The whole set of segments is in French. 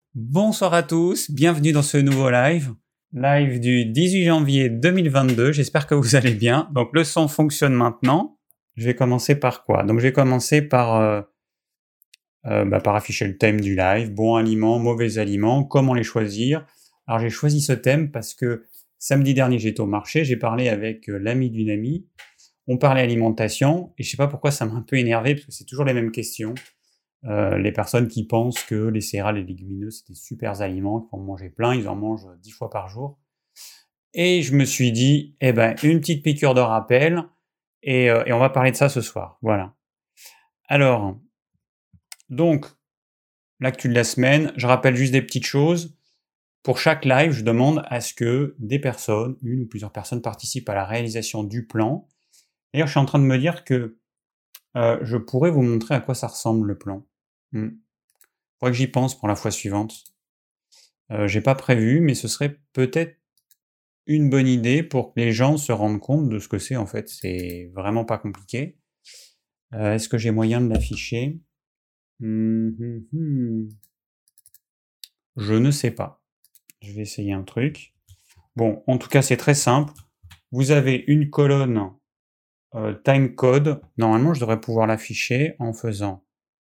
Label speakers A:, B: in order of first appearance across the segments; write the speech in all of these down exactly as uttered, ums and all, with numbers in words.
A: Bonsoir à tous, bienvenue dans ce nouveau live, live du dix-huit janvier deux mille vingt-deux, j'espère que vous allez bien. Donc le son fonctionne maintenant, je vais commencer par quoi? Donc je vais commencer par, euh, euh, bah, par afficher le thème du live, bons aliments, mauvais aliments, comment les choisir. Alors j'ai choisi ce thème parce que samedi dernier j'étais au marché, j'ai parlé avec euh, l'ami d'une amie, on parlait alimentation, et je sais pas pourquoi ça m'a un peu énervé, parce que c'est toujours les mêmes questions. Euh, les personnes qui pensent que les céréales et les légumineuses, c'est des super aliments, qu'il faut en manger plein, ils en mangent dix fois par jour. Et je me suis dit, eh ben, une petite piqûre de rappel, et, euh, et on va parler de ça ce soir. Voilà. Alors, donc, l'actu de la semaine, je rappelle juste des petites choses. Pour chaque live, je demande à ce que des personnes, une ou plusieurs personnes, participent à la réalisation du plan. D'ailleurs, je suis en train de me dire que euh, je pourrais vous montrer à quoi ça ressemble le plan. Hmm. Faudrait que j'y pense pour la fois suivante. Euh, j'ai pas prévu, mais ce serait peut-être une bonne idée pour que les gens se rendent compte de ce que c'est en fait. C'est vraiment pas compliqué. Euh, Est-ce que j'ai moyen de l'afficher? Hum, hum, hum. Je ne sais pas. Je vais essayer un truc. Bon, en tout cas, c'est très simple. Vous avez une colonne euh, time code. Normalement, je devrais pouvoir l'afficher en faisant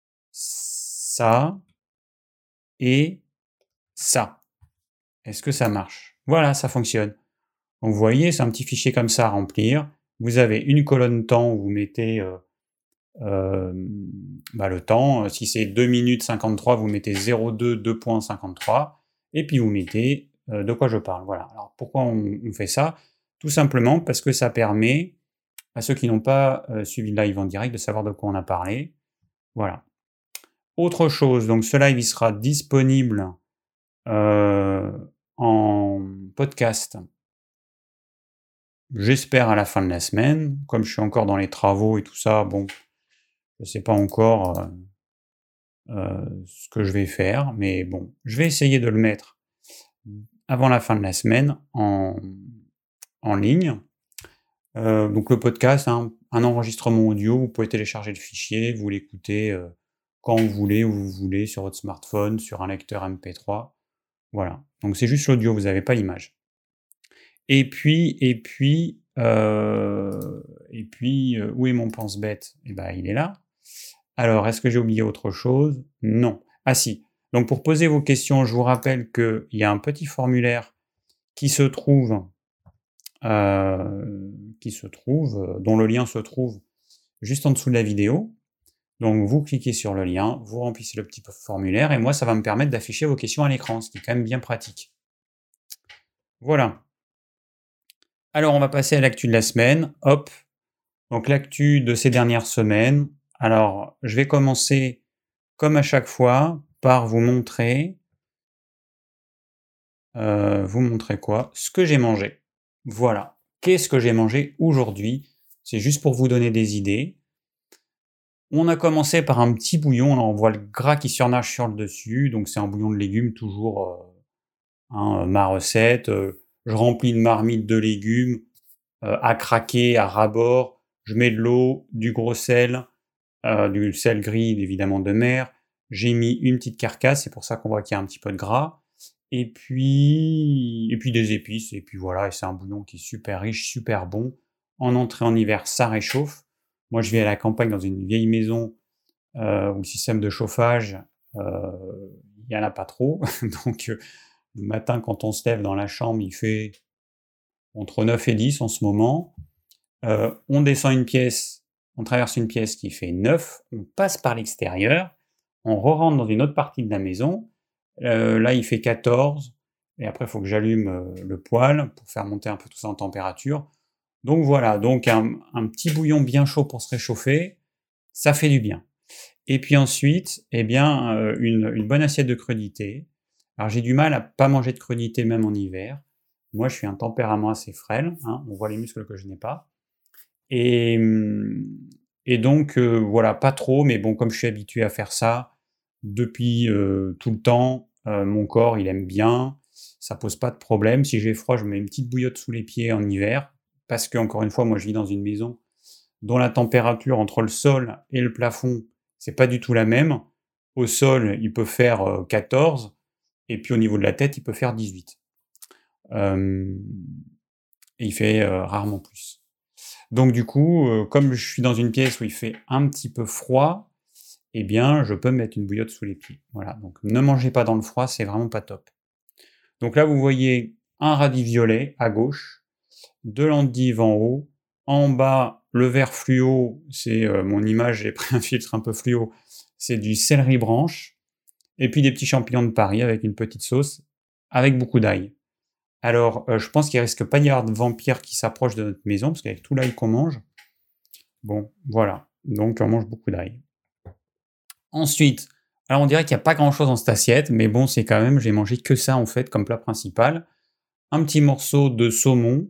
A: ça et ça. Est-ce que ça marche? Voilà, ça fonctionne. Donc vous voyez, c'est un petit fichier comme ça à remplir. Vous avez une colonne temps où vous mettez euh, euh, bah, le temps. Si c'est deux minutes cinquante-trois, vous mettez zéro deux deux point cinquante-trois. Et puis vous mettez euh, de quoi je parle. Voilà. Alors pourquoi on, on fait ça? Tout simplement parce que ça permet à ceux qui n'ont pas euh, suivi le live en direct de savoir de quoi on a parlé. Voilà. Autre chose, donc ce live il sera disponible euh, en podcast. J'espère à la fin de la semaine. Comme je suis encore dans les travaux et tout ça, bon, je ne sais pas encore euh, euh, ce que je vais faire, mais bon, je vais essayer de le mettre avant la fin de la semaine en, en ligne. Euh, donc le podcast, hein, un enregistrement audio, vous pouvez télécharger le fichier, vous l'écoutez euh, quand vous voulez, où vous voulez, sur votre smartphone, sur un lecteur M P trois. Voilà. Donc c'est juste l'audio, vous n'avez pas l'image. Et puis, et puis, euh, et puis, euh, où est mon pense-bête? Eh ben, il est là. Alors, est-ce que j'ai oublié autre chose? Non. Ah si. Donc, pour poser vos questions, je vous rappelle qu'il y a un petit formulaire qui se trouve, euh, qui se trouve, dont le lien se trouve juste en dessous de la vidéo. Donc, vous cliquez sur le lien, vous remplissez le petit formulaire, et moi, ça va me permettre d'afficher vos questions à l'écran, ce qui est quand même bien pratique. Voilà. Alors, on va passer à l'actu de la semaine. Hop. Donc, l'actu de ces dernières semaines. Alors, je vais commencer, comme à chaque fois, par vous montrer, euh, vous montrer quoi? Ce que j'ai mangé. Voilà. Qu'est-ce que j'ai mangé aujourd'hui? C'est juste pour vous donner des idées. On a commencé par un petit bouillon. Là, on voit le gras qui surnage sur le dessus. Donc, c'est un bouillon de légumes, toujours euh, hein, ma recette. Euh, je remplis une marmite de légumes euh, à craquer, à ras-bord. Je mets de l'eau, du gros sel, euh, du sel gris évidemment de mer. J'ai mis une petite carcasse, c'est pour ça qu'on voit qu'il y a un petit peu de gras. Et puis, et puis des épices, et puis voilà, et c'est un bouillon qui est super riche, super bon. En entrée en hiver, ça réchauffe. Moi, je vis à la campagne dans une vieille maison euh, où le système de chauffage, euh, il n'y en a pas trop. Donc, euh, le matin, quand on se lève dans la chambre, il fait entre neuf et dix en ce moment. Euh, on descend une pièce, on traverse une pièce qui fait neuf, on passe par l'extérieur, on re-rentre dans une autre partie de la maison. Euh, là, il fait quatorze, et après, il faut que j'allume euh, le poêle pour faire monter un peu tout ça en température. Donc voilà, donc un, un petit bouillon bien chaud pour se réchauffer, ça fait du bien. Et puis ensuite, eh bien, euh, une, une bonne assiette de crudités. Alors j'ai du mal à pas manger de crudités même en hiver. Moi, je suis un tempérament assez frêle, hein, on voit les muscles que je n'ai pas. Et, et donc, euh, voilà, pas trop, mais bon, comme je suis habitué à faire ça depuis euh, tout le temps, euh, mon corps, il aime bien, ça pose pas de problème. Si j'ai froid, je me mets une petite bouillotte sous les pieds en hiver, parce que, encore une fois, moi, je vis dans une maison dont la température entre le sol et le plafond, c'est pas du tout la même. Au sol, il peut faire euh, quatorze, et puis au niveau de la tête, il peut faire dix-huit. Euh, et il fait euh, rarement plus. Donc du coup, euh, comme je suis dans une pièce où il fait un petit peu froid, eh bien, je peux mettre une bouillotte sous les pieds. Voilà, donc ne mangez pas dans le froid, c'est vraiment pas top. Donc là, vous voyez un radis violet à gauche, deux l'endive en haut, en bas, le vert fluo, c'est euh, mon image, j'ai pris un filtre un peu fluo, c'est du céleri branche, et puis des petits champignons de Paris avec une petite sauce, avec beaucoup d'ail. Alors, euh, je pense qu'il risque pas d'y avoir de vampires qui s'approchent de notre maison, parce qu'avec tout l'ail qu'on mange, bon, voilà, donc on mange beaucoup d'ail. Ensuite, alors on dirait qu'il n'y a pas grand chose dans cette assiette, mais bon, c'est quand même, j'ai mangé que ça en fait comme plat principal. Un petit morceau de saumon,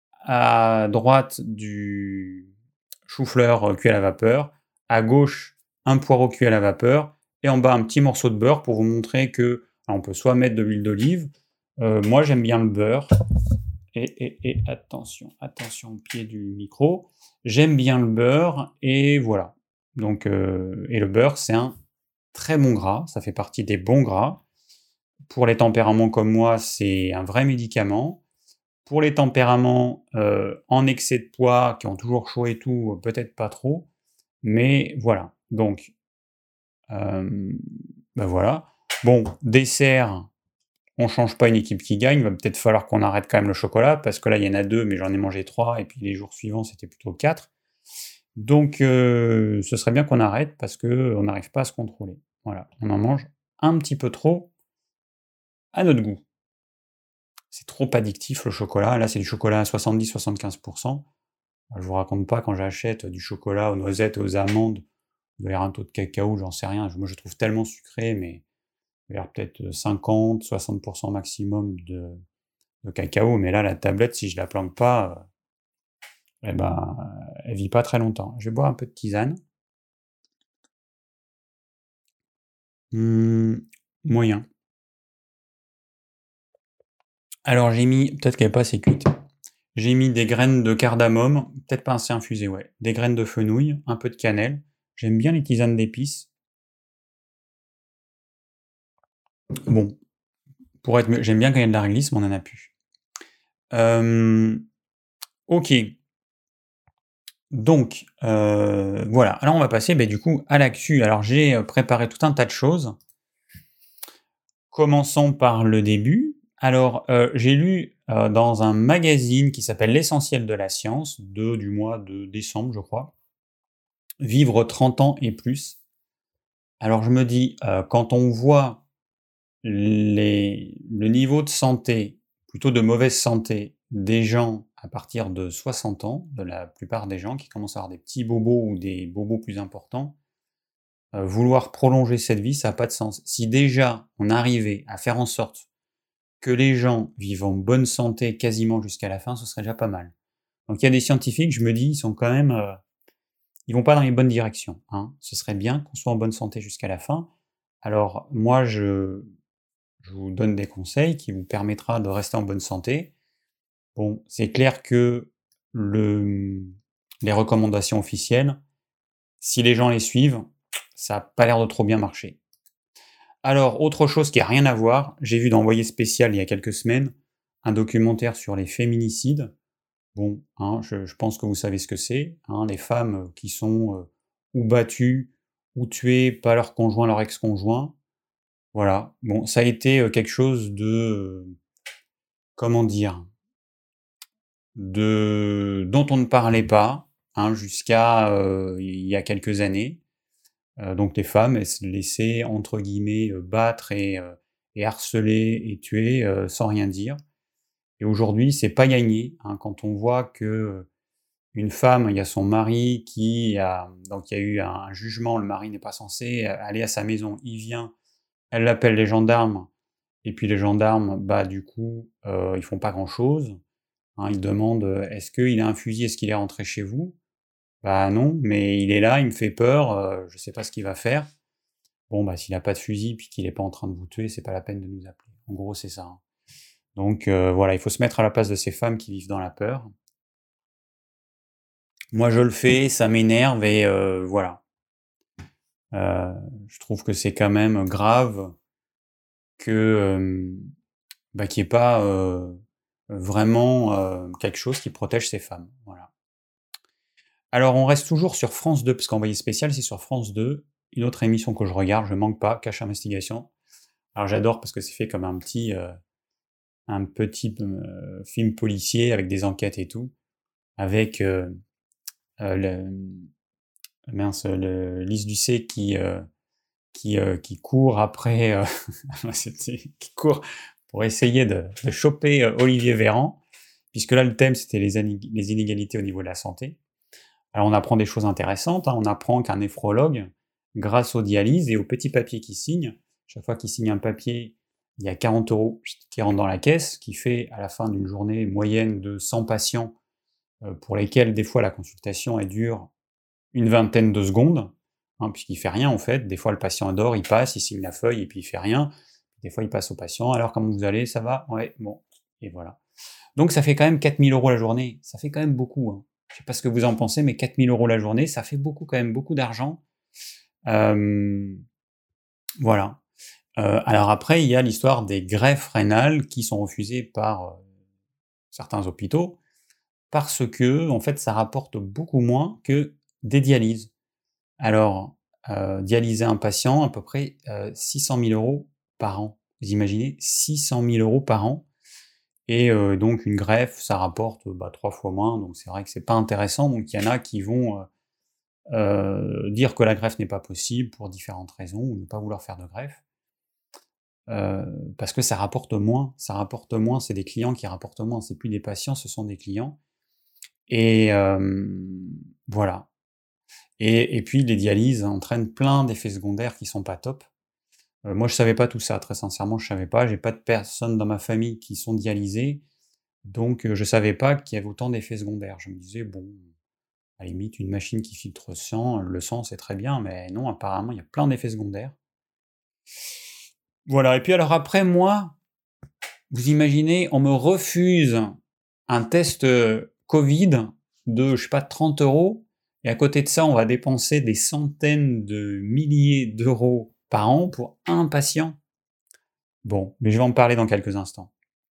A: à droite du chou-fleur cuit à la vapeur, à gauche un poireau cuit à la vapeur, et en bas un petit morceau de beurre pour vous montrer que alors on peut soit mettre de l'huile d'olive, euh, moi j'aime bien le beurre, et, et, et attention, attention au pied du micro, j'aime bien le beurre, et voilà. Donc, euh, et le beurre, c'est un très bon gras, ça fait partie des bons gras. Pour les tempéraments comme moi, c'est un vrai médicament. Pour les tempéraments euh, en excès de poids, qui ont toujours chaud et tout, peut-être pas trop. Mais voilà. Donc, euh, ben voilà. Bon, dessert, on change pas une équipe qui gagne. Il va peut-être falloir qu'on arrête quand même le chocolat, parce que là, il y en a deux, mais j'en ai mangé trois, et puis les jours suivants, c'était plutôt quatre. Donc, euh, ce serait bien qu'on arrête, parce qu'on n'arrive pas à se contrôler. Voilà, on en mange un petit peu trop à notre goût. C'est trop addictif le chocolat. Là, c'est du chocolat à soixante-dix à soixante-quinze pour cent. Je vous raconte pas quand j'achète du chocolat aux noisettes et aux amandes, il doit y avoir un taux de cacao, j'en sais rien. Moi, je trouve tellement sucré, mais il doit y avoir peut-être cinquante à soixante pour cent maximum de, de cacao. Mais là, la tablette, si je la planque pas, eh ben, elle vit pas très longtemps. Je vais boire un peu de tisane. Mmh, moyen. Alors j'ai mis, peut-être qu'elle n'est pas assez cuite, j'ai mis des graines de cardamome, peut-être pas assez infusées, ouais, des graines de fenouil, un peu de cannelle. J'aime bien les tisanes d'épices. Bon, pour être mieux, j'aime bien quand il y a de la réglisse, mais on en a plus. Euh, ok. Donc, euh, voilà. Alors on va passer bah, du coup à l'actu. Alors j'ai préparé tout un tas de choses. Commençons par le début. Alors, euh, j'ai lu euh, dans un magazine qui s'appelle L'Essentiel de la Science, de, du mois de décembre, je crois, Vivre trente ans et plus. Alors je me dis, euh, quand on voit les, le niveau de santé, plutôt de mauvaise santé, des gens à partir de soixante ans, de la plupart des gens qui commencent à avoir des petits bobos ou des bobos plus importants, euh, vouloir prolonger cette vie, ça n'a pas de sens. Si déjà on arrivait à faire en sorte que les gens vivent en bonne santé quasiment jusqu'à la fin, ce serait déjà pas mal. Donc il y a des scientifiques, je me dis, ils sont quand même, euh, ils vont pas dans les bonnes directions. Hein. Ce serait bien qu'on soit en bonne santé jusqu'à la fin. Alors moi, je, je vous donne des conseils qui vous permettra de rester en bonne santé. Bon, c'est clair que le, les recommandations officielles, si les gens les suivent, ça n'a pas l'air de trop bien marcher. Alors, autre chose qui n'a rien à voir, j'ai vu dans Envoyé spécial il y a quelques semaines un documentaire sur les féminicides. Bon, hein, je, je pense que vous savez ce que c'est, hein, les femmes qui sont euh, ou battues ou tuées par leur conjoint, leur ex-conjoint. Voilà, bon, ça a été euh, quelque chose de... Euh, comment dire de dont on ne parlait pas hein, jusqu'à euh, il y a quelques années. Euh, donc les femmes, elles se laissaient entre guillemets euh, battre et, euh, et harceler et tuer euh, sans rien dire. Et aujourd'hui, c'est pas gagné hein, quand on voit que une femme, il y a son mari qui a donc il y a eu un, un jugement, le mari n'est pas censé aller à sa maison, il vient, elle appelle les gendarmes et puis les gendarmes, bah du coup, euh, ils font pas grand chose. Hein, ils demandent euh, est-ce qu'il a un fusil, est-ce qu'il est rentré chez vous? Bah non, mais il est là, il me fait peur, euh, je sais pas ce qu'il va faire. Bon, bah s'il a pas de fusil puis qu'il est pas en train de vous tuer, c'est pas la peine de nous appeler. En gros, c'est ça. Hein. Donc euh, voilà, il faut se mettre à la place de ces femmes qui vivent dans la peur. Moi, je le fais, ça m'énerve et euh, voilà. Euh, je trouve que c'est quand même grave que euh, bah, qu'il n'y ait pas euh, vraiment euh, quelque chose qui protège ces femmes. Voilà. Alors on reste toujours sur France deux, parce qu'Envoyé spécial c'est sur France deux, une autre émission que je regarde, je manque pas, Cache Investigation. Alors j'adore parce que c'est fait comme un petit, euh, un petit euh, film policier avec des enquêtes et tout, avec euh, euh, le, mince, le Lys Ducé qui, euh, qui, euh, qui court après, euh, qui court pour essayer de, de choper euh, Olivier Véran, puisque là le thème c'était les, les inégalités au niveau de la santé. Alors on apprend des choses intéressantes, hein. On apprend qu'un néphrologue, grâce aux dialyses et aux petits papiers qu'il signe, chaque fois qu'il signe un papier, il y a quarante euros qui rentrent dans la caisse, qui fait à la fin d'une journée moyenne de cent patients, euh, pour lesquels des fois la consultation elle dure une vingtaine de secondes, hein, puisqu'il fait rien en fait. Des fois le patient dort, il passe, il signe la feuille et puis il fait rien. Des fois il passe au patient, alors comment vous allez, ça va? Ouais, bon, et voilà. Donc ça fait quand même quatre mille euros la journée, ça fait quand même beaucoup, hein. Je sais pas ce que vous en pensez, mais quatre mille euros la journée, ça fait beaucoup quand même, beaucoup d'argent. Euh, voilà. Euh, alors après, il y a l'histoire des greffes rénales qui sont refusées par euh, certains hôpitaux, parce que, en fait, ça rapporte beaucoup moins que des dialyses. Alors, euh, dialyser un patient, à peu près euh, six cent mille euros par an. Vous imaginez, six cent mille euros par an. Et euh, donc une greffe, ça rapporte bah, trois fois moins, donc c'est vrai que c'est pas intéressant. Donc il y en a qui vont euh, euh, dire que la greffe n'est pas possible pour différentes raisons, ou ne pas vouloir faire de greffe, euh, parce que ça rapporte moins, ça rapporte moins, c'est des clients qui rapportent moins, c'est plus des patients, ce sont des clients. Et euh, voilà. Et, et puis les dialyses entraînent plein d'effets secondaires qui sont pas top. Euh, moi je savais pas tout ça, très sincèrement je savais pas, j'ai pas de personnes dans ma famille qui sont dialysées. Donc euh, je savais pas qu'il y avait autant d'effets secondaires. Je me disais, bon, à la limite, une machine qui filtre le sang, le sang c'est très bien, mais non, apparemment il y a plein d'effets secondaires. Voilà, et puis alors après, moi, vous imaginez, on me refuse un test euh, Covid de, je sais pas, trente euros, et à côté de ça, on va dépenser des centaines de milliers d'euros par an pour un patient. Bon, mais je vais en parler dans quelques instants.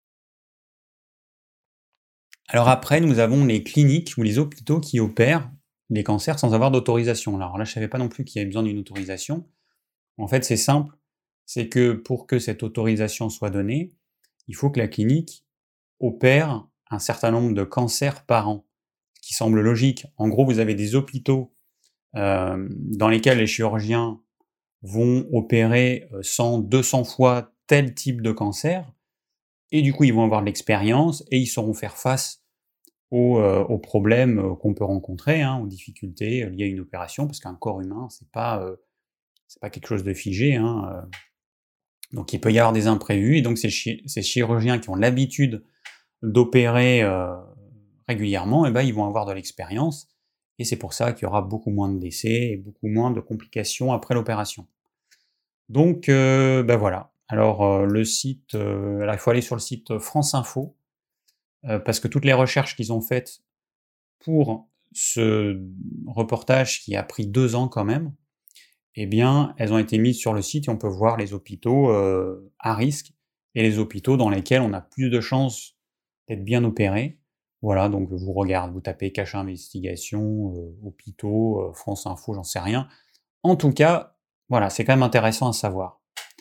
A: Alors après, nous avons les cliniques ou les hôpitaux qui opèrent les cancers sans avoir d'autorisation. Alors là, je ne savais pas non plus qu'il y avait besoin d'une autorisation. En fait, c'est simple, c'est que pour que cette autorisation soit donnée, il faut que la clinique opère un certain nombre de cancers par an, ce qui semble logique. En gros, vous avez des hôpitaux euh, dans lesquels les chirurgiens vont opérer cent, deux cents fois tel type de cancer, et du coup, ils vont avoir de l'expérience et ils sauront faire face aux, euh, aux problèmes euh, qu'on peut rencontrer, hein, aux difficultés euh, liées à une opération, parce qu'un corps humain, c'est pas, euh, c'est pas quelque chose de figé, hein, euh. Donc il peut y avoir des imprévus, et donc ces, chi ces chirurgiens qui ont l'habitude d'opérer euh, régulièrement, et ben, ils vont avoir de l'expérience, et c'est pour ça qu'il y aura beaucoup moins de décès et beaucoup moins de complications après l'opération. Donc euh, ben voilà. Alors euh, le site, euh, alors, il faut aller sur le site France Info, euh, parce que toutes les recherches qu'ils ont faites pour ce reportage qui a pris deux ans quand même, eh bien, elles ont été mises sur le site et on peut voir les hôpitaux euh, à risque et les hôpitaux dans lesquels on a plus de chances d'être bien opéré. Voilà, donc vous regardez, vous tapez Cache Investigation, euh, hôpitaux, euh, France Info, j'en sais rien. En tout cas, voilà, c'est quand même intéressant à savoir.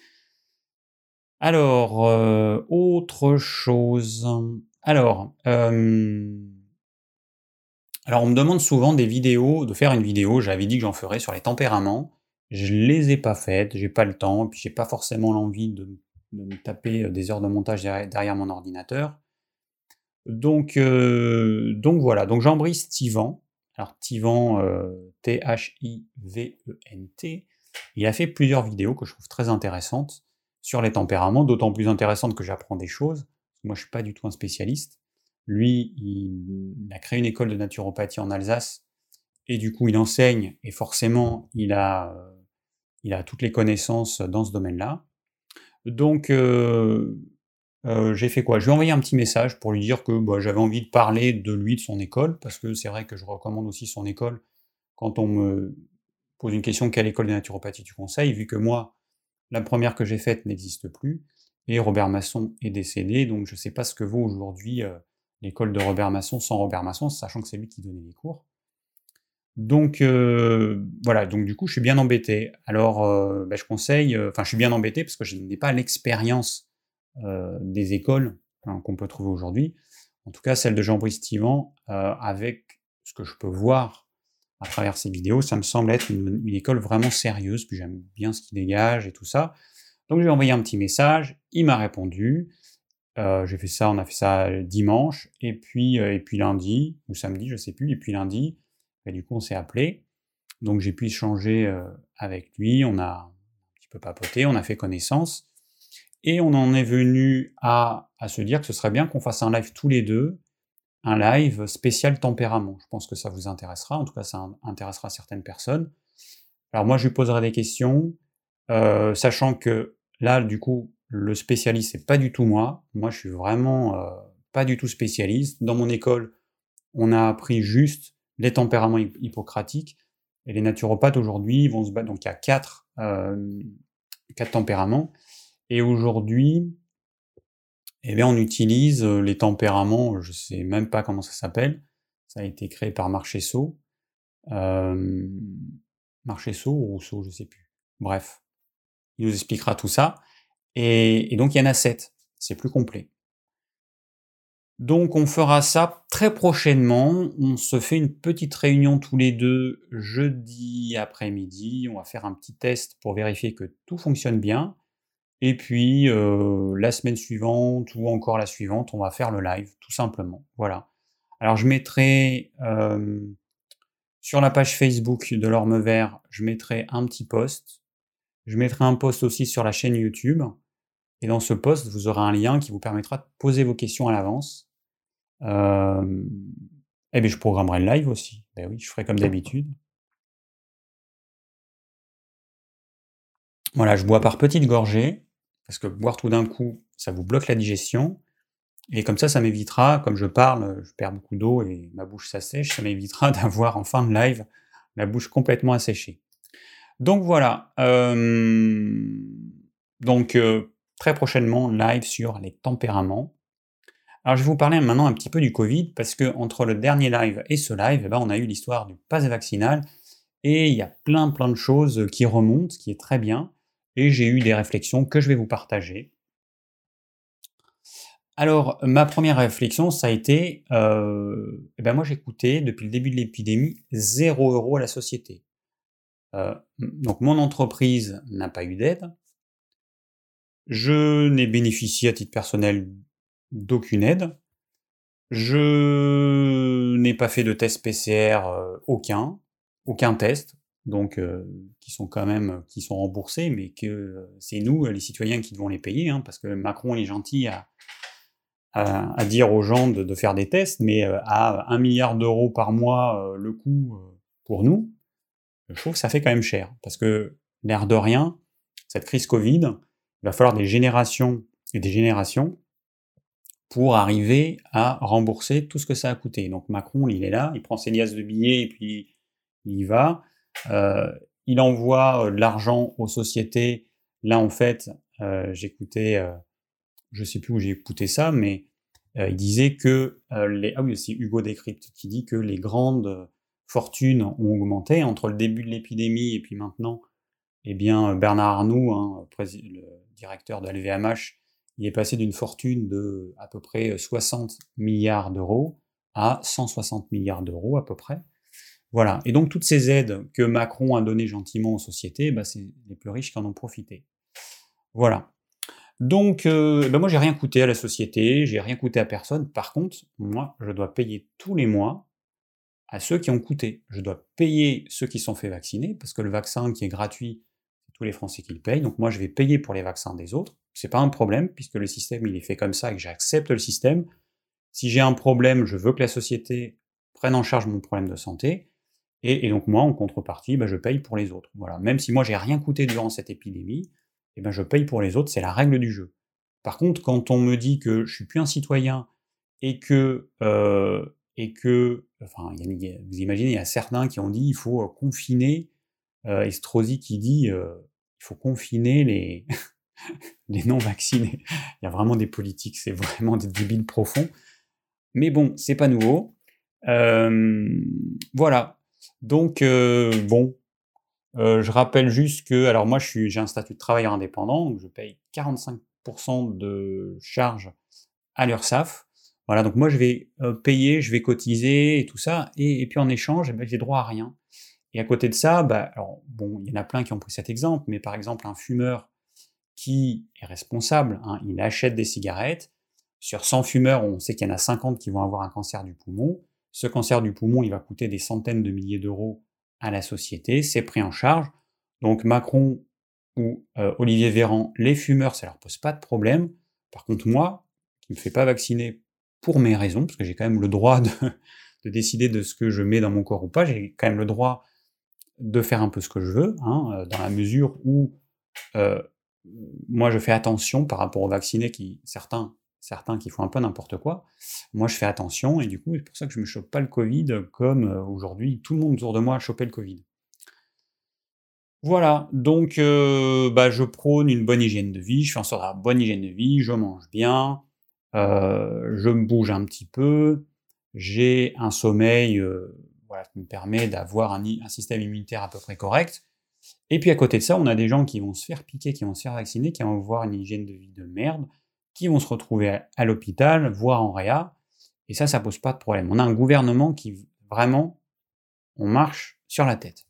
A: Alors, euh, autre chose. Alors, euh, Alors on me demande souvent des vidéos, de faire une vidéo, j'avais dit que j'en ferais sur les tempéraments, je les ai pas faites, j'ai pas le temps, puis j'ai pas forcément l'envie de, de me taper des heures de montage derrière, derrière mon ordinateur. Donc, euh, donc voilà, donc Jean-Brice Thivan, alors Thivan, euh, T H I V E N T, il a fait plusieurs vidéos que je trouve très intéressantes sur les tempéraments, d'autant plus intéressantes que j'apprends des choses, moi je suis pas du tout un spécialiste. Lui, il a créé une école de naturopathie en Alsace, et du coup il enseigne, et forcément il a, euh, il a toutes les connaissances dans ce domaine-là. Donc euh, euh, j'ai fait quoi? Je lui ai envoyé un petit message pour lui dire que bah, j'avais envie de parler de lui, de son école, parce que c'est vrai que je recommande aussi son école quand on me pose une question: quelle école de naturopathie tu conseilles? Vu que moi, la première que j'ai faite n'existe plus, et Robert Masson est décédé, donc je sais pas ce que vaut aujourd'hui euh, l'école de Robert Masson sans Robert Masson, sachant que c'est lui qui donnait les cours. Donc euh, voilà, donc du coup je suis bien embêté. Alors euh, ben, je conseille, enfin euh, je suis bien embêté parce que je n'ai pas l'expérience euh, des écoles hein, qu'on peut trouver aujourd'hui, en tout cas celle de Jean-Brice Tivan, euh, avec ce que je peux voir à travers ses vidéos, ça me semble être une, une école vraiment sérieuse, puis j'aime bien ce qu'il dégage et tout ça. Donc j'ai envoyé un petit message, il m'a répondu, euh, j'ai fait ça, on a fait ça dimanche, et puis, euh, et puis lundi, ou samedi, je sais plus, et puis lundi, et du coup on s'est appelé, donc j'ai pu échanger euh, avec lui, on a un petit peu papoté, on a fait connaissance, et on en est venu à, à se dire que ce serait bien qu'on fasse un live tous les deux, un live spécial tempérament. Je pense que ça vous intéressera, en tout cas ça intéressera certaines personnes. Alors moi je lui poserai des questions, euh, sachant que là du coup le spécialiste c'est pas du tout moi, moi je suis vraiment euh, pas du tout spécialiste. Dans mon école on a appris juste les tempéraments hippocratiques, et les naturopathes aujourd'hui vont se battre, donc il y a quatre, euh, quatre tempéraments, et aujourd'hui eh bien, on utilise les tempéraments, je sais même pas comment ça s'appelle, ça a été créé par Marchesso, euh, Marchesso ou Rousseau, je sais plus. Bref, il nous expliquera tout ça, et, et donc il y en a sept, c'est plus complet. Donc on fera ça très prochainement, on se fait une petite réunion tous les deux jeudi après-midi, on va faire un petit test pour vérifier que tout fonctionne bien, et puis euh, la semaine suivante ou encore la suivante, on va faire le live, tout simplement. Voilà. Alors je mettrai euh, sur la page Facebook de l'Orme Vert, je mettrai un petit post. Je mettrai un post aussi sur la chaîne YouTube. Et dans ce post, vous aurez un lien qui vous permettra de poser vos questions à l'avance. Euh, et bien je programmerai le live aussi. Ben oui, je ferai comme d'habitude. Voilà, je bois par petites gorgées, parce que boire tout d'un coup, ça vous bloque la digestion. Et comme ça, ça m'évitera, comme je parle, je perds beaucoup d'eau et ma bouche s'assèche, ça m'évitera d'avoir en fin de live la bouche complètement asséchée. Donc voilà, euh, donc euh, très prochainement, live sur les tempéraments. Alors je vais vous parler maintenant un petit peu du Covid, parce que entre le dernier live et ce live, eh ben, on a eu l'histoire du pass vaccinal, et il y a plein plein de choses qui remontent, ce qui est très bien, et j'ai eu des réflexions que je vais vous partager. Alors, ma première réflexion, ça a été, euh, eh ben moi j'ai coûté, depuis le début de l'épidémie, zéro euro à la société. Euh, donc mon entreprise n'a pas eu d'aide, je n'ai bénéficié à titre personnel d'aucune aide, je n'ai pas fait de test P C R, euh, aucun, aucun test, donc euh, qui sont quand même, qui sont remboursés, mais que euh, c'est nous, les citoyens, qui devons les payer, hein, parce que Macron est gentil à À, à dire aux gens de, de faire des tests, mais euh, à un milliard d'euros par mois euh, le coût euh, pour nous, je trouve que ça fait quand même cher. Parce que, l'air de rien, cette crise Covid, il va falloir des générations et des générations pour arriver à rembourser tout ce que ça a coûté. Donc Macron, il est là, il prend ses liasses de billets et puis il y va. Euh, il envoie de l'argent aux sociétés. Là, en fait, euh, j'écoutais... Euh, je sais plus où j'ai écouté ça, mais euh, il disait que euh, les... Ah oui, aussi Hugo Décrypte, qui dit que les grandes fortunes ont augmenté entre le début de l'épidémie et puis maintenant. Eh bien, Bernard Arnault, hein, le directeur de L V M H, il est passé d'une fortune de à peu près soixante milliards d'euros à cent soixante milliards d'euros à peu près. Voilà. Et donc toutes ces aides que Macron a données gentiment aux sociétés, bah, c'est les plus riches qui en ont profité. Voilà. Donc, euh, ben moi, j'ai rien coûté à la société, j'ai rien coûté à personne. Par contre, moi, je dois payer tous les mois à ceux qui ont coûté. Je dois payer ceux qui sont fait vacciner, parce que le vaccin qui est gratuit, c'est tous les Français qui le payent. Donc moi, je vais payer pour les vaccins des autres. C'est pas un problème, puisque le système, il est fait comme ça et que j'accepte le système. Si j'ai un problème, je veux que la société prenne en charge mon problème de santé. Et, et donc moi, en contrepartie, ben, je paye pour les autres. Voilà. Même si moi, j'ai rien coûté durant cette épidémie, eh ben, je paye pour les autres, c'est la règle du jeu. Par contre, quand on me dit que je suis plus un citoyen et que, euh, et que, enfin, y a, vous imaginez, il y a certains qui ont dit il faut confiner, euh, Estrosi qui dit euh, il faut confiner les, les non-vaccinés. Il y a vraiment des politiques, c'est vraiment des débiles profonds. Mais bon, c'est pas nouveau. Euh, voilà. Donc, euh, bon, euh, je rappelle juste que, alors moi, je suis, j'ai un statut de travailleur indépendant, donc je paye quarante-cinq pour cent de charges à l'URSSAF. Voilà, donc moi, je vais euh, payer, je vais cotiser et tout ça, et, et puis en échange, eh ben, j'ai droit à rien. Et à côté de ça, bah, alors, bon, il y en a plein qui ont pris cet exemple, mais par exemple, un fumeur qui est responsable, hein, il achète des cigarettes. Sur cent fumeurs, on sait qu'il y en a cinquante qui vont avoir un cancer du poumon. Ce cancer du poumon, il va coûter des centaines de milliers d'euros à la société, c'est pris en charge. Donc Macron ou euh, Olivier Véran, les fumeurs, ça leur pose pas de problème. Par contre, moi, qui ne me fais pas vacciner pour mes raisons, parce que j'ai quand même le droit de, de décider de ce que je mets dans mon corps ou pas, j'ai quand même le droit de faire un peu ce que je veux, hein, dans la mesure où euh, moi je fais attention par rapport aux vaccinés qui, certains, certains qui font un peu n'importe quoi. Moi je fais attention et du coup c'est pour ça que je me chope pas le Covid comme euh, aujourd'hui tout le monde autour de moi a chopé le Covid. Voilà, donc euh, bah, je prône une bonne hygiène de vie, je fais en sorte d'avoir une bonne hygiène de vie, je mange bien, euh, je me bouge un petit peu, j'ai un sommeil euh, voilà, qui me permet d'avoir un, un système immunitaire à peu près correct. Et puis à côté de ça, on a des gens qui vont se faire piquer, qui vont se faire vacciner, qui vont avoir une hygiène de vie de merde, qui vont se retrouver à, à l'hôpital, voire en réa, et ça, ça pose pas de problème. On a un gouvernement qui, vraiment, on marche sur la tête.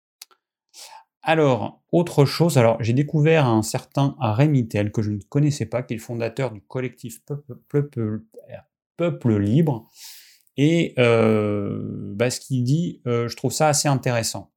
A: Alors, autre chose, alors j'ai découvert un certain Rémy Tel, que je ne connaissais pas, qui est le fondateur du collectif Peuple, Peuple, Peuple Libre, et euh, bah, ce qu'il dit, euh, je trouve ça assez intéressant.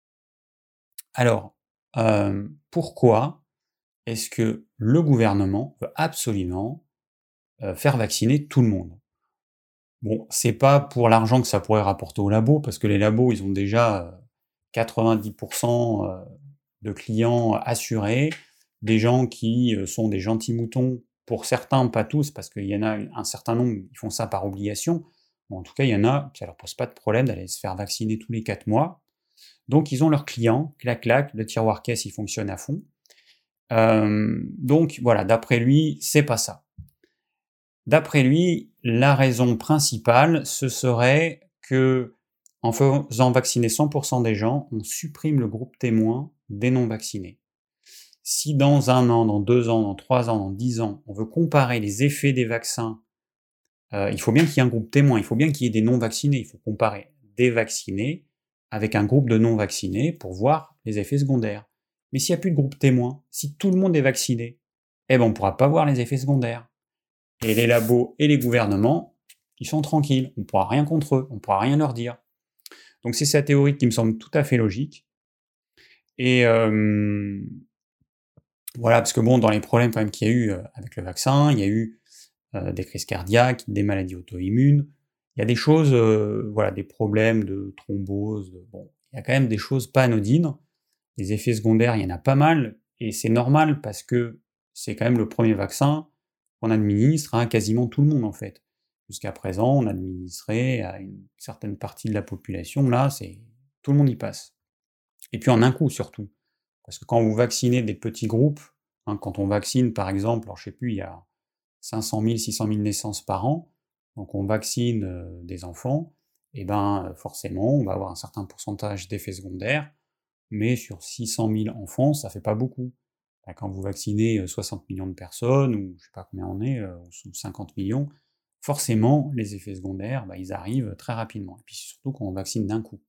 A: Alors, euh, pourquoi est-ce que le gouvernement veut absolument euh, faire vacciner tout le monde? Bon, c'est pas pour l'argent que ça pourrait rapporter aux labos, parce que les labos, ils ont déjà euh, quatre-vingt-dix pour cent euh, de clients assurés, des gens qui euh, sont des gentils moutons, pour certains, pas tous, parce qu'il y en a un certain nombre qui font ça par obligation. Bon, en tout cas, il y en a, ça leur pose pas de problème d'aller se faire vacciner tous les quatre mois. Donc, ils ont leurs clients, clac, clac, le tiroir caisse, il fonctionne à fond. Euh, donc voilà, d'après lui, c'est pas ça. D'après lui, la raison principale, ce serait que, en faisant vacciner cent pour cent des gens, on supprime le groupe témoin des non-vaccinés. Si dans un an, dans deux ans, dans trois ans, dans dix ans, on veut comparer les effets des vaccins, euh, il faut bien qu'il y ait un groupe témoin, il faut bien qu'il y ait des non-vaccinés, il faut comparer des vaccinés avec un groupe de non-vaccinés pour voir les effets secondaires. Mais s'il n'y a plus de groupe témoin, si tout le monde est vacciné, eh ben on ne pourra pas voir les effets secondaires. Et les labos et les gouvernements, ils sont tranquilles, on ne pourra rien contre eux, on ne pourra rien leur dire. Donc c'est sa théorie qui me semble tout à fait logique. Et euh, voilà, parce que bon, dans les problèmes quand même qu'il y a eu avec le vaccin, il y a eu euh, des crises cardiaques, des maladies auto-immunes, il y a des choses, euh, voilà, des problèmes de thrombose, de, bon, il y a quand même des choses pas anodines. Les effets secondaires, il y en a pas mal, et c'est normal parce que c'est quand même le premier vaccin qu'on administre à quasiment tout le monde en fait. Jusqu'à présent, on administrait à une certaine partie de la population, là, c'est tout le monde y passe. Et puis en un coup surtout. Parce que quand vous vaccinez des petits groupes, hein, quand on vaccine par exemple, alors je sais plus, il y a cinq cent mille, six cent mille naissances par an, donc on vaccine euh, des enfants, et ben forcément, on va avoir un certain pourcentage d'effets secondaires, mais sur six cent mille enfants, ça fait pas beaucoup. Quand vous vaccinez soixante millions de personnes, ou je sais pas combien on est, ou cinquante millions, forcément, les effets secondaires, bah, ils arrivent très rapidement. Et puis surtout quand on vaccine d'un coup.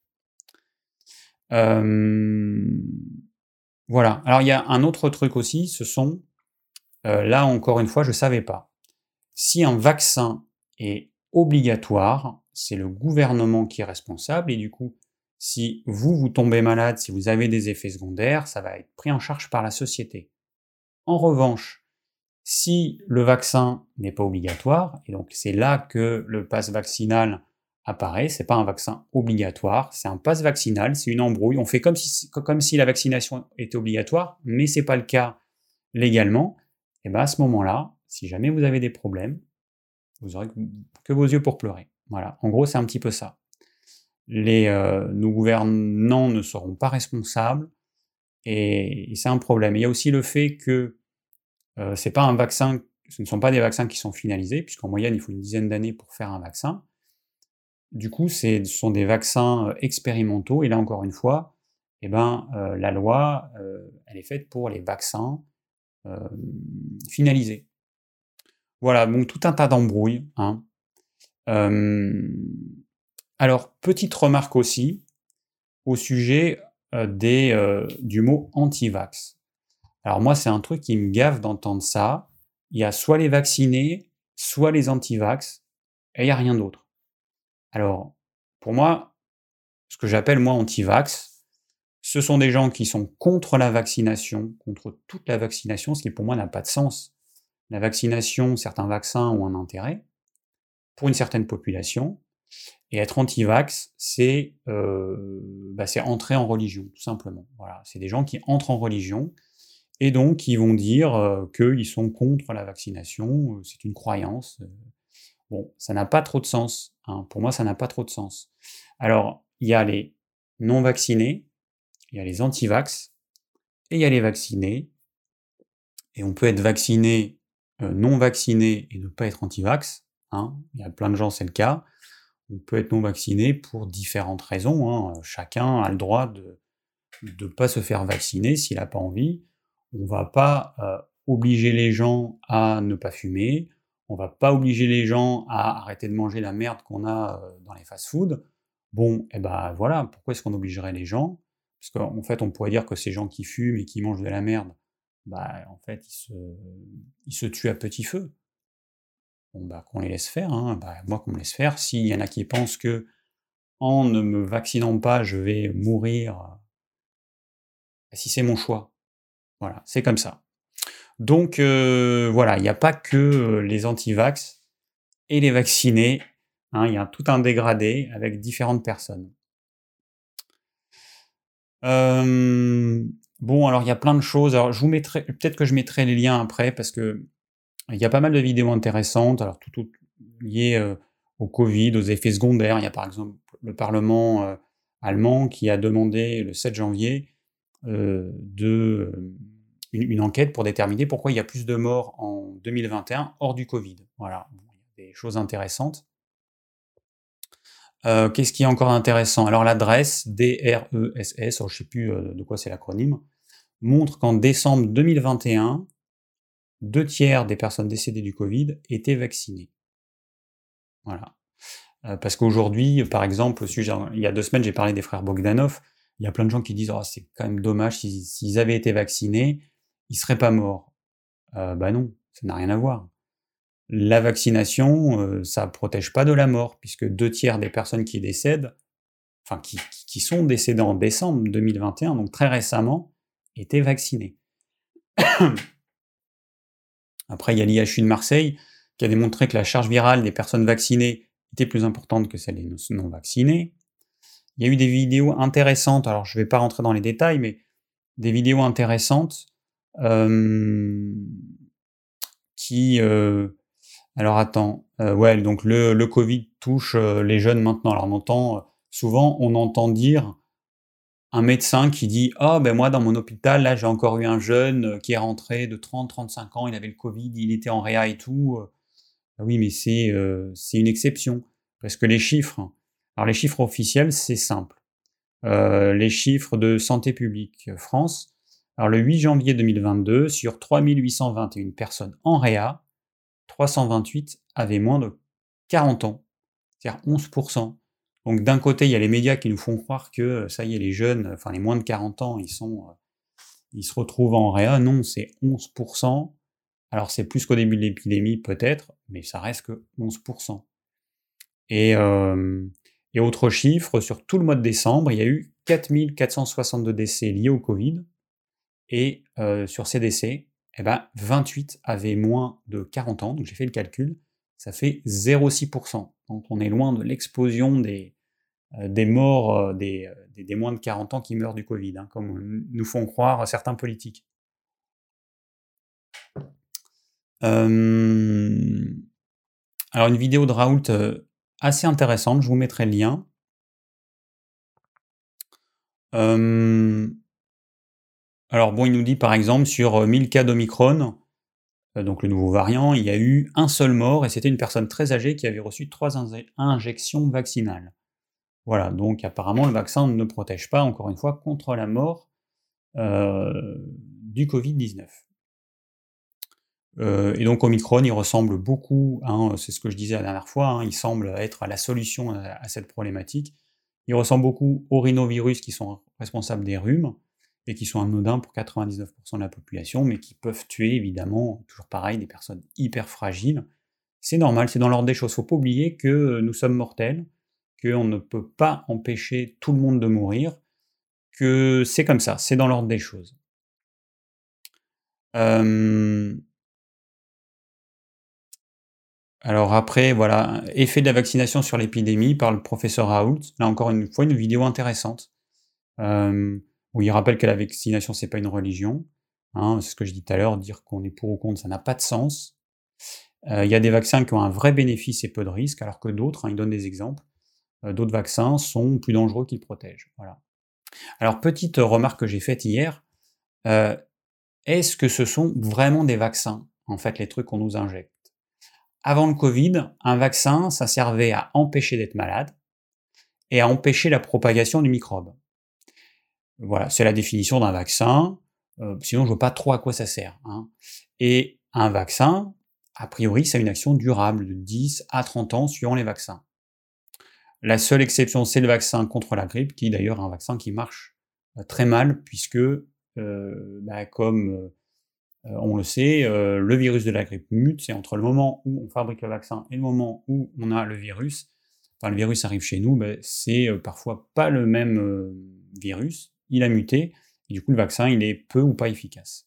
A: Euh... Voilà. Alors il y a un autre truc aussi, ce sont, euh, là encore une fois, je savais pas. Si un vaccin est obligatoire, c'est le gouvernement qui est responsable, et du coup, si vous, vous tombez malade, si vous avez des effets secondaires, ça va être pris en charge par la société. En revanche, si le vaccin n'est pas obligatoire, et donc c'est là que le pass vaccinal apparaît, c'est pas un vaccin obligatoire, c'est un pass vaccinal, c'est une embrouille, on fait comme si, comme si la vaccination était obligatoire, mais c'est pas le cas légalement, et bien à ce moment-là, si jamais vous avez des problèmes, vous aurez que vos yeux pour pleurer. Voilà, en gros c'est un petit peu ça. Les, euh, nos gouvernants ne seront pas responsables, et, et c'est un problème. Il y a aussi le fait que Euh, c'est pas un vaccin, ce ne sont pas des vaccins qui sont finalisés, puisqu'en moyenne, il faut une dizaine d'années pour faire un vaccin. Du coup, c'est, ce sont des vaccins euh, expérimentaux, et là encore une fois, eh ben, euh, la loi, euh, elle est faite pour les vaccins euh, finalisés. Voilà, donc tout un tas d'embrouilles. Hein. Euh, alors, petite remarque aussi au sujet euh, des, euh, du mot anti-vax. Alors moi, c'est un truc qui me gave d'entendre ça. Il y a soit les vaccinés, soit les anti-vax, et il n'y a rien d'autre. Alors, pour moi, ce que j'appelle moi anti-vax, ce sont des gens qui sont contre la vaccination, contre toute la vaccination, ce qui pour moi n'a pas de sens. La vaccination, certains vaccins ont un intérêt pour une certaine population, et être anti-vax, c'est euh, bah, c'est entrer en religion, tout simplement. Voilà, c'est des gens qui entrent en religion, et donc ils vont dire euh, qu'ils sont contre la vaccination, euh, c'est une croyance. euh. Bon, ça n'a pas trop de sens. Hein. Pour moi, ça n'a pas trop de sens. Alors, il y a les non-vaccinés, il y a les anti-vax, et il y a les vaccinés. Et on peut être vacciné, euh, non vacciné, et ne pas être anti-vax. Hein. Il y a plein de gens, c'est le cas. On peut être non vacciné pour différentes raisons. Hein. Chacun a le droit de ne pas se faire vacciner s'il n'a pas envie. On va pas euh, obliger les gens à ne pas fumer. On va pas obliger les gens à arrêter de manger la merde qu'on a euh, dans les fast-foods. Bon, et ben voilà, pourquoi est-ce qu'on obligerait les gens? Parce qu'en fait, on pourrait dire que ces gens qui fument et qui mangent de la merde, bah en fait, ils se, ils se tuent à petit feu. Bon, bah qu'on les laisse faire, hein. Bah, moi qu'on me laisse faire. S'il y en a qui pensent que en ne me vaccinant pas, je vais mourir, bah, si c'est mon choix. Voilà, c'est comme ça. Donc euh, voilà, il n'y a pas que les anti-vax et les vaccinés, hein, il y a tout un dégradé avec différentes personnes. Euh, bon, alors il y a plein de choses. Alors je vous mettrai, peut-être que je mettrai les liens après parce que il y a pas mal de vidéos intéressantes. Alors tout, tout liées euh, au Covid, aux effets secondaires. Il y a par exemple le Parlement euh, allemand qui a demandé le sept janvier euh, de euh, une, une enquête pour déterminer pourquoi il y a plus de morts en deux mille vingt et un hors du Covid. Voilà, bon, il y a des choses intéressantes. Euh, Qu'est-ce qui est encore intéressant? Alors la DRES, D R E S S, je ne sais plus euh, de quoi c'est l'acronyme, montre qu'en décembre deux mille vingt et un, deux tiers des personnes décédées du Covid étaient vaccinées. Voilà. Euh, parce qu'aujourd'hui, par exemple, il y a deux semaines, j'ai parlé des frères Bogdanov. Il y a plein de gens qui disent oh, c'est quand même dommage, s'ils, s'ils avaient été vaccinés, ils seraient pas morts. Euh, bah non, ça n'a rien à voir. La vaccination, euh, ça protège pas de la mort, puisque deux tiers des personnes qui décèdent, enfin qui, qui sont décédées en décembre deux mille vingt et un, donc très récemment, étaient vaccinées. Après, il y a l'I H U de Marseille qui a démontré que la charge virale des personnes vaccinées était plus importante que celle des non vaccinées. Il y a eu des vidéos intéressantes, alors je ne vais pas rentrer dans les détails, mais des vidéos intéressantes euh, qui... Euh, alors attends, euh, ouais, donc le, le Covid touche euh, les jeunes maintenant. Alors on entend, euh, souvent on entend dire un médecin qui dit « Ah oh, ben moi dans mon hôpital, là j'ai encore eu un jeune euh, qui est rentré de trente à trente-cinq ans, il avait le Covid, il était en réa et tout. » Ah oui, mais c'est euh, c'est une exception, parce que les chiffres, alors les chiffres officiels, c'est simple. Euh, les chiffres de Santé publique France, alors le huit janvier deux mille vingt-deux, sur trois mille huit cent vingt et une personnes en réa, trois cent vingt-huit avaient moins de quarante ans, c'est-à-dire onze pour cent. Donc d'un côté, il y a les médias qui nous font croire que ça y est, les jeunes, enfin les moins de quarante ans, ils sont, ils se retrouvent en réa. Non, c'est onze pour cent. Alors c'est plus qu'au début de l'épidémie peut-être, mais ça reste que onze pour cent. Et, euh, et autre chiffre, sur tout le mois de décembre, il y a eu quatre mille quatre cent soixante-deux décès liés au Covid. Et euh, sur ces décès, eh ben, vingt-huit avaient moins de quarante ans, donc j'ai fait le calcul, ça fait zéro virgule six pour cent. Donc on est loin de l'explosion des, euh, des morts euh, des, des, des moins de quarante ans qui meurent du Covid, hein, comme nous font croire certains politiques. Euh, alors une vidéo de Raoult euh, assez intéressante, je vous mettrai le lien. Euh, alors bon, il nous dit par exemple sur mille cas d'Omicron, euh, donc le nouveau variant, il y a eu un seul mort, et c'était une personne très âgée qui avait reçu trois in- injections vaccinales. Voilà, donc apparemment le vaccin ne protège pas, encore une fois, contre la mort euh, du covid dix-neuf. Euh, et donc Omicron, il ressemble beaucoup, hein, c'est ce que je disais la dernière fois, hein, il semble être la solution à, à cette problématique. Il ressemble beaucoup aux rhinovirus qui sont responsables des rhumes, et qui sont anodins pour quatre-vingt-dix-neuf pour cent de la population, mais qui peuvent tuer évidemment, toujours pareil, des personnes hyper fragiles. C'est normal, c'est dans l'ordre des choses. Faut pas oublier que nous sommes mortels, qu'on ne peut pas empêcher tout le monde de mourir, que c'est comme ça, c'est dans l'ordre des choses. Euh, Alors après, voilà, effet de la vaccination sur l'épidémie par le professeur Raoult. Là encore une fois, une vidéo intéressante, euh, où il rappelle que la vaccination, c'est pas une religion. Hein, c'est ce que je dis tout à l'heure, dire qu'on est pour ou contre, ça n'a pas de sens. Euh, Il y a des vaccins qui ont un vrai bénéfice et peu de risques, alors que d'autres, hein, il donne des exemples, euh, d'autres vaccins sont plus dangereux qu'ils protègent. Voilà. Alors, petite remarque que j'ai faite hier, euh, est-ce que ce sont vraiment des vaccins, en fait, les trucs qu'on nous injecte? Avant le Covid, un vaccin, ça servait à empêcher d'être malade et à empêcher la propagation du microbe. Voilà, c'est la définition d'un vaccin, euh, sinon je vois pas trop à quoi ça sert. Hein. Et un vaccin, a priori, ça a une action durable de dix à trente ans suivant les vaccins. La seule exception, c'est le vaccin contre la grippe, qui d'ailleurs est un vaccin qui marche euh, très mal, puisque, euh, bah, comme euh, on le sait, euh, le virus de la grippe mute, c'est entre le moment où on fabrique le vaccin et le moment où on a le virus, enfin le virus arrive chez nous, bah, c'est euh, parfois pas le même euh, virus, il a muté, et du coup le vaccin il est peu ou pas efficace.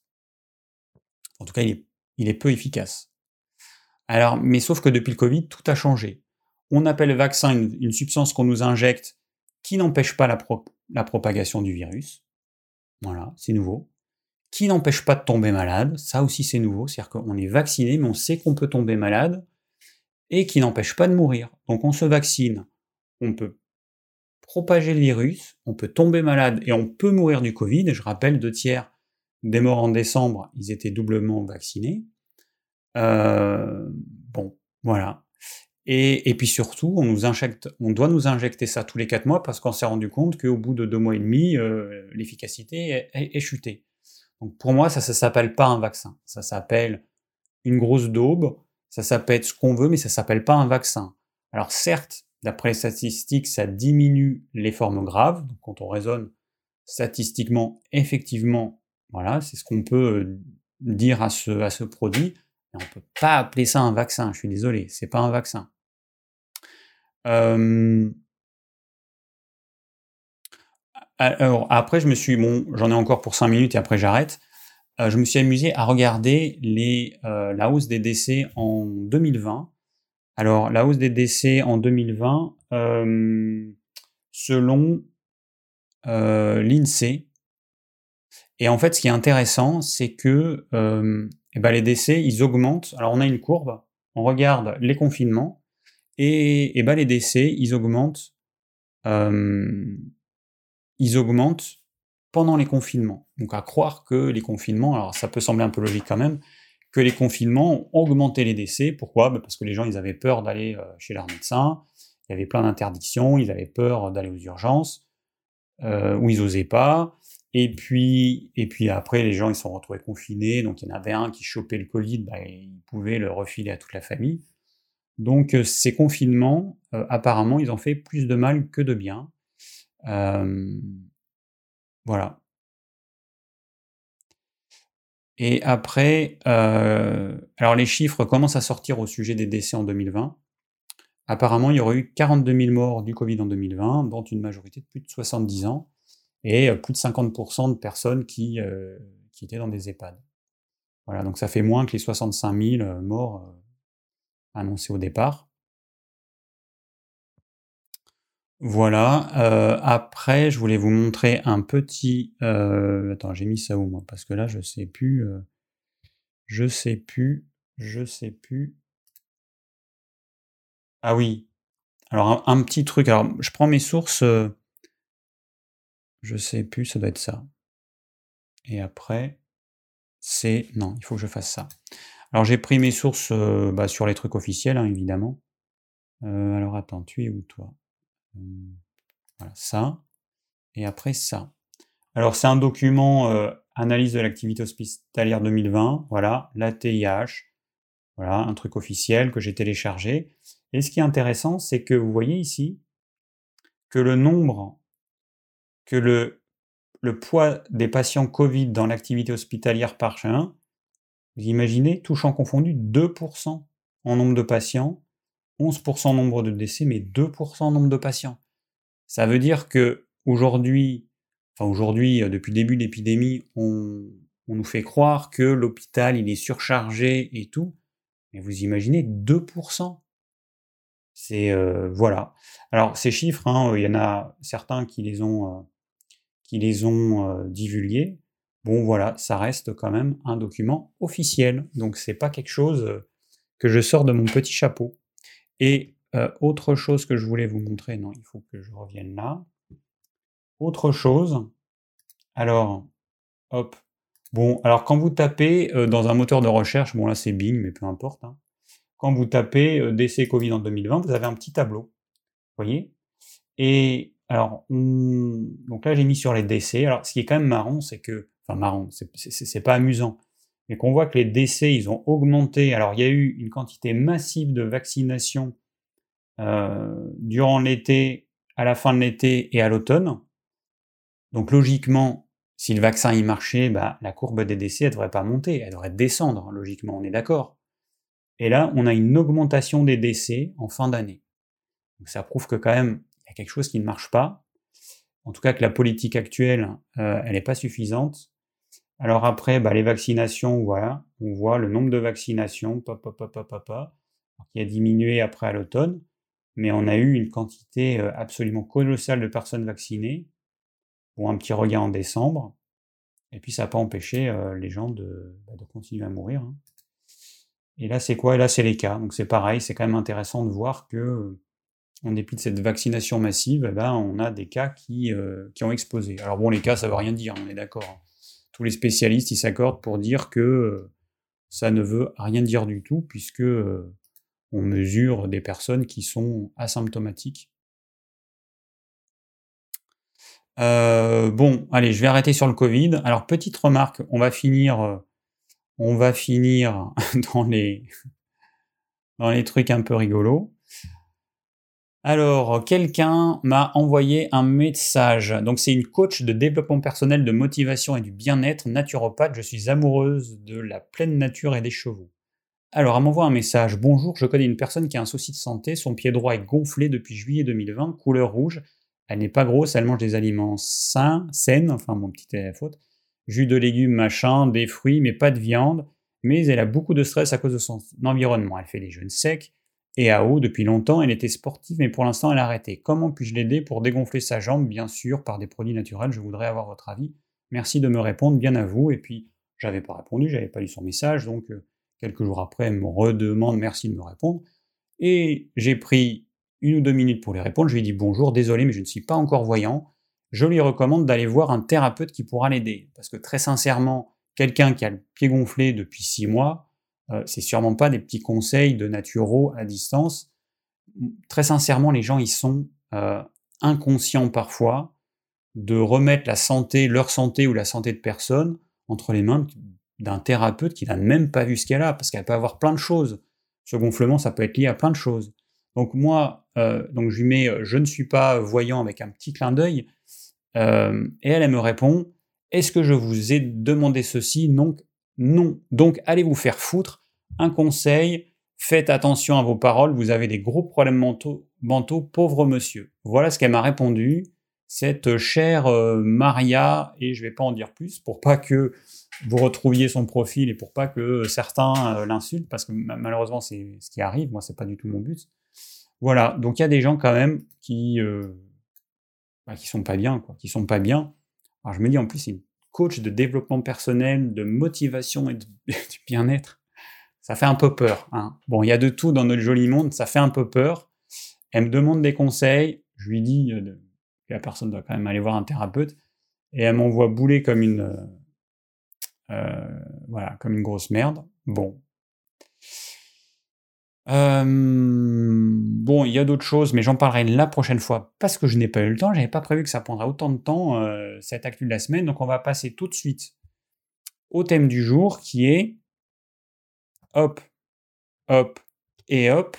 A: En tout cas, il est, il est peu efficace. Alors, mais sauf que depuis le Covid, tout a changé. On appelle le vaccin une, une substance qu'on nous injecte qui n'empêche pas la, pro- la propagation du virus. Voilà, c'est nouveau. Qui n'empêche pas de tomber malade, ça aussi c'est nouveau, c'est-à-dire qu'on est vacciné, mais on sait qu'on peut tomber malade, et qui n'empêche pas de mourir. Donc on se vaccine, on peut propager le virus, on peut tomber malade, et on peut mourir du Covid, et je rappelle, deux tiers des morts en décembre, ils étaient doublement vaccinés. Euh, bon, voilà. Et, et puis surtout, on, nous injecte, on doit nous injecter ça tous les quatre mois, parce qu'on s'est rendu compte qu'au bout de deux mois et demi, euh, l'efficacité est, est, est chutée. Donc pour moi, ça ne s'appelle pas un vaccin. Ça s'appelle une grosse daube, ça s'appelle ce qu'on veut, mais ça s'appelle pas un vaccin. Alors certes, d'après les statistiques, ça diminue les formes graves. Donc quand on raisonne statistiquement, effectivement, voilà, c'est ce qu'on peut euh, dire à ce, à ce produit. Mais on peut pas appeler ça un vaccin, je suis désolé, c'est pas un vaccin. Euh, alors après, je me suis, bon, j'en ai encore pour cinq minutes et après j'arrête. Euh, je me suis amusé à regarder les, euh, la hausse des décès en deux mille vingt. Alors, la hausse des décès en deux mille vingt, euh, selon euh, l'INSEE, et en fait, ce qui est intéressant, c'est que euh, eh ben, les décès, ils augmentent. Alors, on a une courbe, on regarde les confinements, et, et ben, les décès, ils augmentent, euh, ils augmentent pendant les confinements. Donc, à croire que les confinements, alors ça peut sembler un peu logique quand même, que les confinements ont augmenté les décès. Pourquoi? Ben parce que les gens, ils avaient peur d'aller euh, chez leur médecin, il y avait plein d'interdictions, ils avaient peur d'aller aux urgences, euh, ou ils osaient pas. Et puis, et puis après, les gens, ils se sont retrouvés confinés, donc il y en avait un qui chopait le Covid, ben, il pouvait le refiler à toute la famille. Donc euh, ces confinements, euh, apparemment, ils ont fait plus de mal que de bien. Euh, voilà. Et après, euh, alors les chiffres commencent à sortir au sujet des décès en deux mille vingt. Apparemment, il y aurait eu quarante-deux mille morts du Covid en deux mille vingt, dont une majorité de plus de soixante-dix ans, et euh, plus de cinquante pour cent de personnes qui, euh, qui étaient dans des EHPAD. Voilà, donc ça fait moins que les soixante-cinq mille euh, morts euh, annoncés au départ. Voilà, euh, après, je voulais vous montrer un petit... Euh, attends, j'ai mis ça où, moi? Parce que là, je sais plus... euh, je sais plus... Je sais plus... Ah oui, alors un, un petit truc, alors je prends mes sources... euh, je sais plus, ça doit être ça. Et après, c'est... Non, il faut que je fasse ça. Alors j'ai pris mes sources euh, bah, sur les trucs officiels, hein, évidemment. Euh, alors attends, tu es où toi? Hum, Voilà, ça. Et après ça. Alors c'est un document euh, analyse de l'activité hospitalière deux mille vingt, voilà, la T I H, voilà, un truc officiel que j'ai téléchargé. Et ce qui est intéressant, c'est que vous voyez ici que le nombre, que le, le poids des patients Covid dans l'activité hospitalière par chien, vous imaginez, tout champ confondu, deux pour cent en nombre de patients, onze pour cent nombre de décès, mais deux pour cent nombre de patients. Ça veut dire que aujourd'hui, enfin aujourd'hui, euh, depuis le début de l'épidémie, on, on nous fait croire que l'hôpital il est surchargé et tout. Mais vous imaginez deux pour cent. C'est euh, voilà. Alors ces chiffres, hein, il y en a certains qui les ont, euh, qui les ont euh, divulgués. Bon voilà, ça reste quand même un document officiel. Donc c'est pas quelque chose euh, que je sors de mon petit chapeau. Et euh, autre chose que je voulais vous montrer, non, il faut que je revienne là. Autre chose, alors, hop. Bon, alors quand vous tapez euh, dans un moteur de recherche, bon là c'est Bing, mais peu importe, hein. Quand vous tapez euh, décès Covid en deux mille vingt, vous avez un petit tableau, vous voyez? Et alors, on... donc là j'ai mis sur les décès. Alors, ce qui est quand même marrant, c'est que, enfin marrant, c'est, c'est, c'est pas amusant, mais qu'on voit que les décès, ils ont augmenté. Alors, il y a eu une quantité massive de vaccination euh, durant l'été, à la fin de l'été et à l'automne. Donc logiquement, si le vaccin y marchait, bah, la courbe des décès, elle devrait pas monter, elle devrait descendre, logiquement, on est d'accord. Et là, on a une augmentation des décès en fin d'année. Donc ça prouve que quand même, il y a quelque chose qui ne marche pas. En tout cas, que la politique actuelle, euh, elle n'est pas suffisante. Alors après, bah, les vaccinations, voilà, on voit le nombre de vaccinations, pop, pop, pop, pop, pop, pop, qui a diminué après à l'automne, mais on a eu une quantité euh, absolument colossale de personnes vaccinées. Bon, un petit regard en décembre, et puis ça n'a pas empêché euh, les gens de, bah, de continuer à mourir, hein. Et là, c'est quoi? Et là, c'est les cas. Donc c'est pareil, c'est quand même intéressant de voir que, euh, en dépit de cette vaccination massive, eh ben, on a des cas qui, euh, qui ont explosé. Alors bon, les cas, ça veut rien dire, on est d'accord, hein. Tous les spécialistes, ils s'accordent pour dire que euh, ça ne veut rien dire du tout, puisque euh, on mesure des personnes qui sont asymptomatiques. Euh, bon, allez, je vais arrêter sur le Covid. Alors, petite remarque, on va finir, euh, on va finir dans les, dans les trucs un peu rigolos. Alors, quelqu'un m'a envoyé un message. Donc, c'est une coach de développement personnel, de motivation et du bien-être, naturopathe. Je suis amoureuse de la pleine nature et des chevaux. Alors, elle m'envoie un message. Bonjour, je connais une personne qui a un souci de santé. Son pied droit est gonflé depuis juillet deux mille vingt, couleur rouge. Elle n'est pas grosse, elle mange des aliments sains, saines, enfin, mon petit est la faute. Jus de légumes, machin, des fruits, mais pas de viande. Mais elle a beaucoup de stress à cause de son environnement. Elle fait des jeûnes secs et à eau depuis longtemps. Elle était sportive, mais pour l'instant, elle a arrêté. Comment puis-je l'aider pour dégonfler sa jambe? Bien sûr, par des produits naturels. Je voudrais avoir votre avis. Merci de me répondre, bien à vous. Et puis, j'avais pas répondu, j'avais pas lu son message, donc euh, quelques jours après, elle me redemande merci de me répondre. Et j'ai pris une ou deux minutes pour lui répondre. Je lui ai dit bonjour, désolé, mais je ne suis pas encore voyant. Je lui recommande d'aller voir un thérapeute qui pourra l'aider. Parce que très sincèrement, quelqu'un qui a le pied gonflé depuis six mois, euh, c'est sûrement pas des petits conseils de naturaux à distance. Très sincèrement, les gens, ils sont euh, inconscients parfois de remettre la santé, leur santé ou la santé de personne entre les mains d'un thérapeute qui n'a même pas vu ce qu'elle a, parce qu'elle peut avoir plein de choses. Ce gonflement, ça peut être lié à plein de choses. Donc moi, euh, donc je lui mets euh, je ne suis pas voyant avec un petit clin d'œil, euh, et elle, elle me répond est-ce que je vous ai demandé ceci? Donc non. Donc allez vous faire foutre. Un conseil, faites attention à vos paroles, vous avez des gros problèmes mentaux, mentaux pauvre monsieur. Voilà ce qu'elle m'a répondu, cette chère euh, Maria, et je vais pas en dire plus pour pas que vous retrouviez son profil et pour pas que certains euh, l'insultent, parce que malheureusement c'est ce qui arrive, moi c'est pas du tout mon but. Voilà, donc il y a des gens quand même qui euh, bah, qui sont pas bien, quoi, qui sont pas bien. Alors je me dis en plus c'est une coach de développement personnel, de motivation et de, du bien-être. Ça fait un peu peur, hein. Bon, il y a de tout dans notre joli monde, ça fait un peu peur. Elle me demande des conseils, je lui dis euh, que la personne doit quand même aller voir un thérapeute, et elle m'envoie bouler comme une, euh, voilà, comme une grosse merde. Bon, Euh, bon, il y a d'autres choses, mais j'en parlerai la prochaine fois parce que je n'ai pas eu le temps. J'avais pas prévu que ça prendrait autant de temps, euh, cette actu de la semaine. Donc, on va passer tout de suite au thème du jour qui est hop, hop et hop,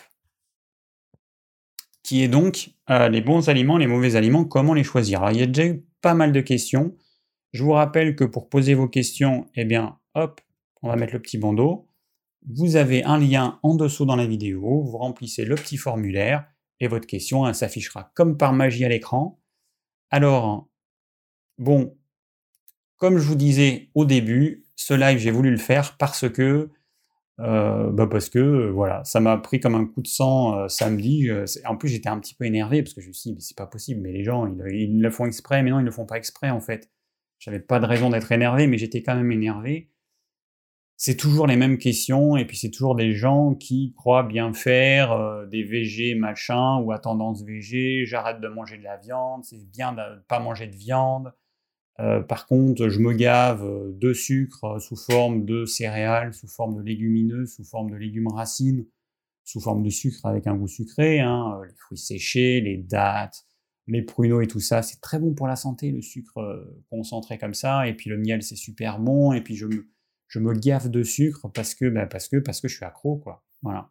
A: qui est donc euh, les bons aliments, les mauvais aliments, comment les choisir. Alors, il y a déjà eu pas mal de questions. Je vous rappelle que pour poser vos questions, eh bien, hop, on va mettre le petit bandeau. Vous avez un lien en dessous dans la vidéo, vous remplissez le petit formulaire et votre question elle s'affichera comme par magie à l'écran. Alors, bon, comme je vous disais au début, ce live j'ai voulu le faire parce que euh, bah parce que euh, voilà, ça m'a pris comme un coup de sang euh, samedi. Euh, en plus j'étais un petit peu énervé parce que je me suis dit mais c'est pas possible, mais les gens ils, ils le font exprès, mais non ils le font pas exprès en fait. J'avais pas de raison d'être énervé, mais j'étais quand même énervé. C'est toujours les mêmes questions, et puis c'est toujours des gens qui croient bien faire, euh, des végés machin, ou à tendance végé, j'arrête de manger de la viande, c'est bien de ne pas manger de viande. Euh, par contre, je me gave euh, de sucre euh, sous forme de céréales, sous forme de légumineuses, sous forme de légumes racines, sous forme de sucre avec un goût sucré, hein, euh, les fruits séchés, les dattes, les pruneaux et tout ça, c'est très bon pour la santé, le sucre euh, concentré comme ça, et puis le miel c'est super bon, et puis je me, je me gaffe de sucre parce que, bah, parce que, parce que je suis accro, quoi. Voilà.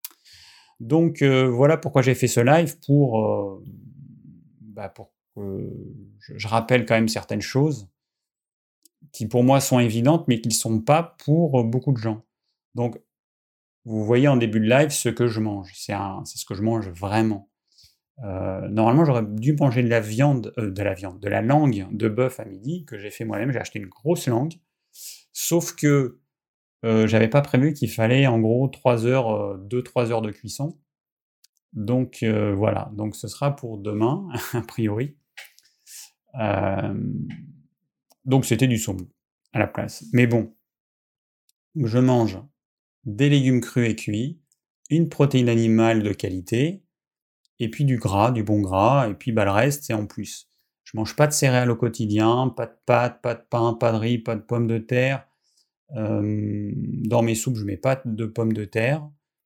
A: Donc euh, voilà pourquoi j'ai fait ce live, pour, euh, bah, pour que je, je rappelle quand même certaines choses qui pour moi sont évidentes, mais qui ne sont pas pour beaucoup de gens. Donc vous voyez en début de live ce que je mange, c'est un, c'est ce que je mange vraiment. Euh, normalement, j'aurais dû manger de la viande, euh, de la viande, de la langue de bœuf à midi, que j'ai fait moi-même. J'ai acheté une grosse langue, sauf que euh, j'avais pas prévu qu'il fallait en gros trois heures, euh, deux trois heures de cuisson. Donc euh, voilà, donc ce sera pour demain, a priori. Euh, donc c'était du saumon à la place. Mais bon, je mange des légumes crus et cuits, une protéine animale de qualité, et puis du gras, du bon gras, et puis bah, le reste, c'est en plus. Je mange pas de céréales au quotidien, pas de pâtes, pas de pain, pas de riz, pas de pommes de terre. Euh, dans mes soupes, je mets pas de pommes de terre.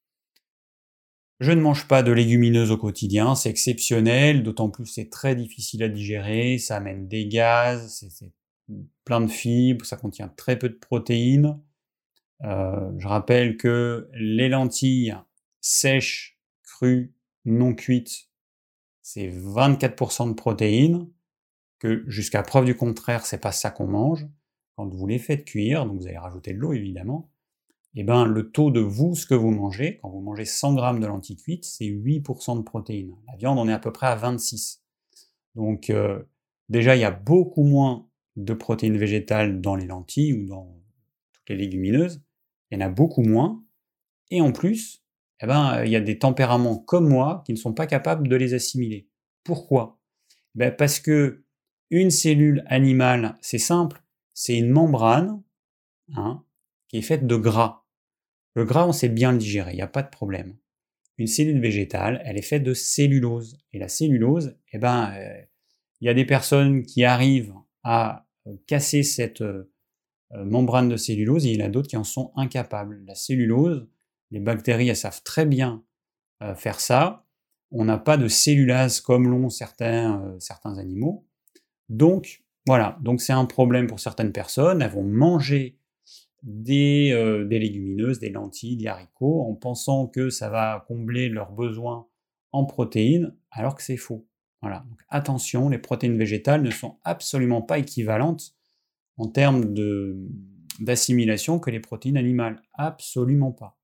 A: Je ne mange pas de légumineuses au quotidien, c'est exceptionnel, d'autant plus c'est très difficile à digérer, ça amène des gaz, c'est, c'est plein de fibres, ça contient très peu de protéines. Euh, je rappelle que les lentilles sèches, crues, non cuites, c'est vingt-quatre pour cent de protéines, que jusqu'à preuve du contraire, c'est pas ça qu'on mange. Quand vous les faites cuire, donc vous allez rajouter de l'eau évidemment, et ben le taux de vous, ce que vous mangez, quand vous mangez cent grammes de lentilles cuites, c'est huit pour cent de protéines. La viande, on est à peu près à vingt-six. Donc euh, déjà, il y a beaucoup moins de protéines végétales dans les lentilles ou dans toutes les légumineuses. Il y en a beaucoup moins. Et en plus, eh ben, il y a des tempéraments comme moi qui ne sont pas capables de les assimiler. Pourquoi? Ben parce que une cellule animale, c'est simple, c'est une membrane, hein, qui est faite de gras. Le gras, on sait bien le digérer, il n'y a pas de problème. Une cellule végétale, elle est faite de cellulose. Et la cellulose, eh ben, euh, il y a des personnes qui arrivent à euh, casser cette euh, membrane de cellulose, et il y en a d'autres qui en sont incapables. La cellulose, les bactéries, elles savent très bien euh, faire ça. On n'a pas de cellulase comme l'ont certains, euh, certains animaux. Donc, voilà, donc c'est un problème pour certaines personnes. Elles vont manger des, euh, des légumineuses, des lentilles, des haricots, en pensant que ça va combler leurs besoins en protéines, alors que c'est faux. Voilà. Donc attention, les protéines végétales ne sont absolument pas équivalentes en termes de, d'assimilation que les protéines animales. Absolument pas.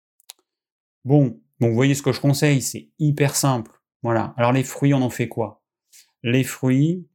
A: Bon, donc vous voyez ce que je conseille, c'est hyper simple. Voilà. Alors les fruits, on en fait quoi? Les fruits,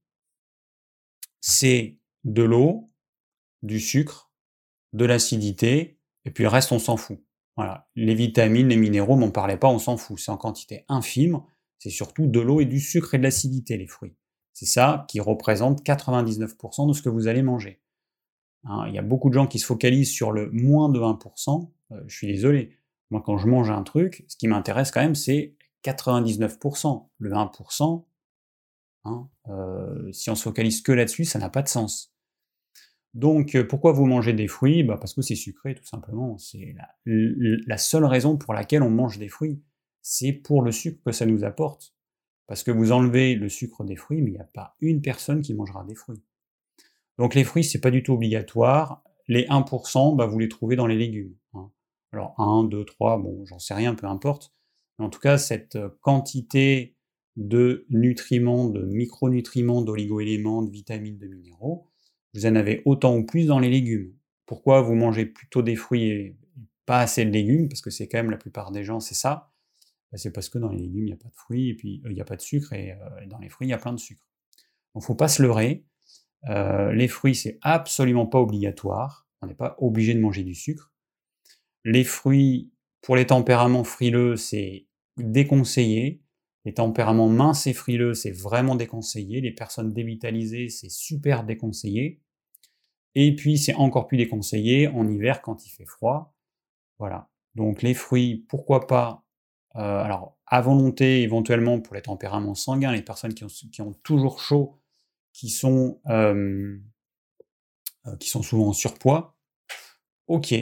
A: c'est de l'eau, du sucre, de l'acidité, et puis le reste, on s'en fout. Voilà. Les vitamines, les minéraux, m'en parlez pas, on s'en fout. C'est en quantité infime, c'est surtout de l'eau et du sucre et de l'acidité, les fruits. C'est ça qui représente quatre-vingt-dix-neuf pour cent de ce que vous allez manger. Hein, il y a beaucoup de gens qui se focalisent sur le moins de un pour cent. Euh, je suis désolé. Moi, quand je mange un truc, ce qui m'intéresse quand même, c'est quatre-vingt-dix-neuf pour cent. Le un pour cent, hein, euh, si on se focalise que là-dessus, ça n'a pas de sens. Donc, euh, pourquoi vous mangez des fruits? Bah, parce que c'est sucré, tout simplement. C'est la, la seule raison pour laquelle on mange des fruits. C'est pour le sucre que ça nous apporte. Parce que vous enlevez le sucre des fruits, mais il n'y a pas une personne qui mangera des fruits. Donc les fruits, c'est pas du tout obligatoire. Les un pour cent, bah, vous les trouvez dans les légumes. Hein. Alors un, deux, trois, bon, j'en sais rien, peu importe. Mais en tout cas, cette quantité de nutriments, de micronutriments, d'oligo-éléments, de vitamines, de minéraux, vous en avez autant ou plus dans les légumes. Pourquoi vous mangez plutôt des fruits et pas assez de légumes? Parce que c'est quand même la plupart des gens, c'est ça. C'est parce que dans les légumes, il n'y a pas de fruits, et puis euh, il n'y a pas de sucre, et, euh, et dans les fruits, il y a plein de sucre. Donc faut pas se leurrer. Euh, les fruits, c'est absolument pas obligatoire. On n'est pas obligé de manger du sucre. Les fruits, pour les tempéraments frileux, c'est déconseillé. Les tempéraments minces et frileux, c'est vraiment déconseillé. Les personnes dévitalisées, c'est super déconseillé. Et puis, c'est encore plus déconseillé en hiver quand il fait froid. Voilà. Donc, les fruits, pourquoi pas, euh, alors, à volonté, éventuellement, pour les tempéraments sanguins, les personnes qui ont, qui ont toujours chaud, qui sont, euh, euh, qui sont souvent en surpoids, ok.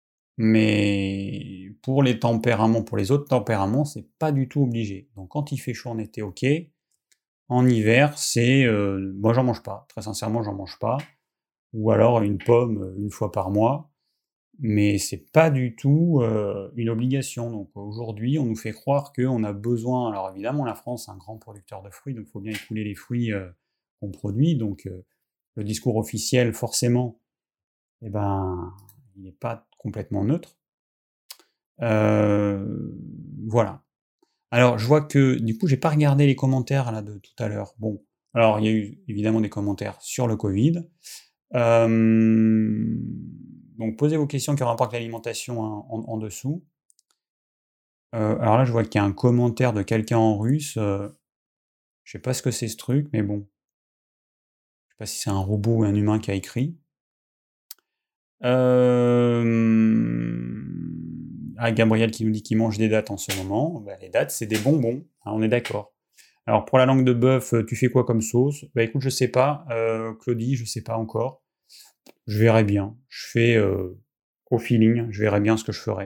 A: Mais pour les tempéraments, pour les autres tempéraments, c'est pas du tout obligé. Donc quand il fait chaud en été, ok. En hiver, c'est... Euh, moi, j'en mange pas. Très sincèrement, j'en mange pas. Ou alors une pomme une fois par mois. Mais c'est pas du tout euh, une obligation. Donc aujourd'hui, on nous fait croire qu'on a besoin... Alors évidemment, la France est un grand producteur de fruits, donc il faut bien écouler les fruits euh, qu'on produit. Donc euh, le discours officiel, forcément, eh ben, il n'est pas complètement neutre. Euh, voilà. Alors, je vois que, du coup, j'ai pas regardé les commentaires là de tout à l'heure. Bon, alors il y a eu évidemment des commentaires sur le Covid. Euh, donc, posez vos questions qui ont rapport avec l'alimentation hein, en, en dessous. Euh, alors là, je vois qu'il y a un commentaire de quelqu'un en russe. Euh, je sais pas ce que c'est ce truc, mais bon, je sais pas si c'est un robot ou un humain qui a écrit. Euh... Ah, Gabriel qui nous dit qu'il mange des dattes en ce moment. Bah, les dattes, c'est des bonbons, hein, on est d'accord. Alors pour la langue de bœuf, tu fais quoi comme sauce? Bah écoute, je sais pas. Euh, Claudie, je sais pas encore. Je verrai bien. Je fais euh, au feeling, je verrai bien ce que je ferai.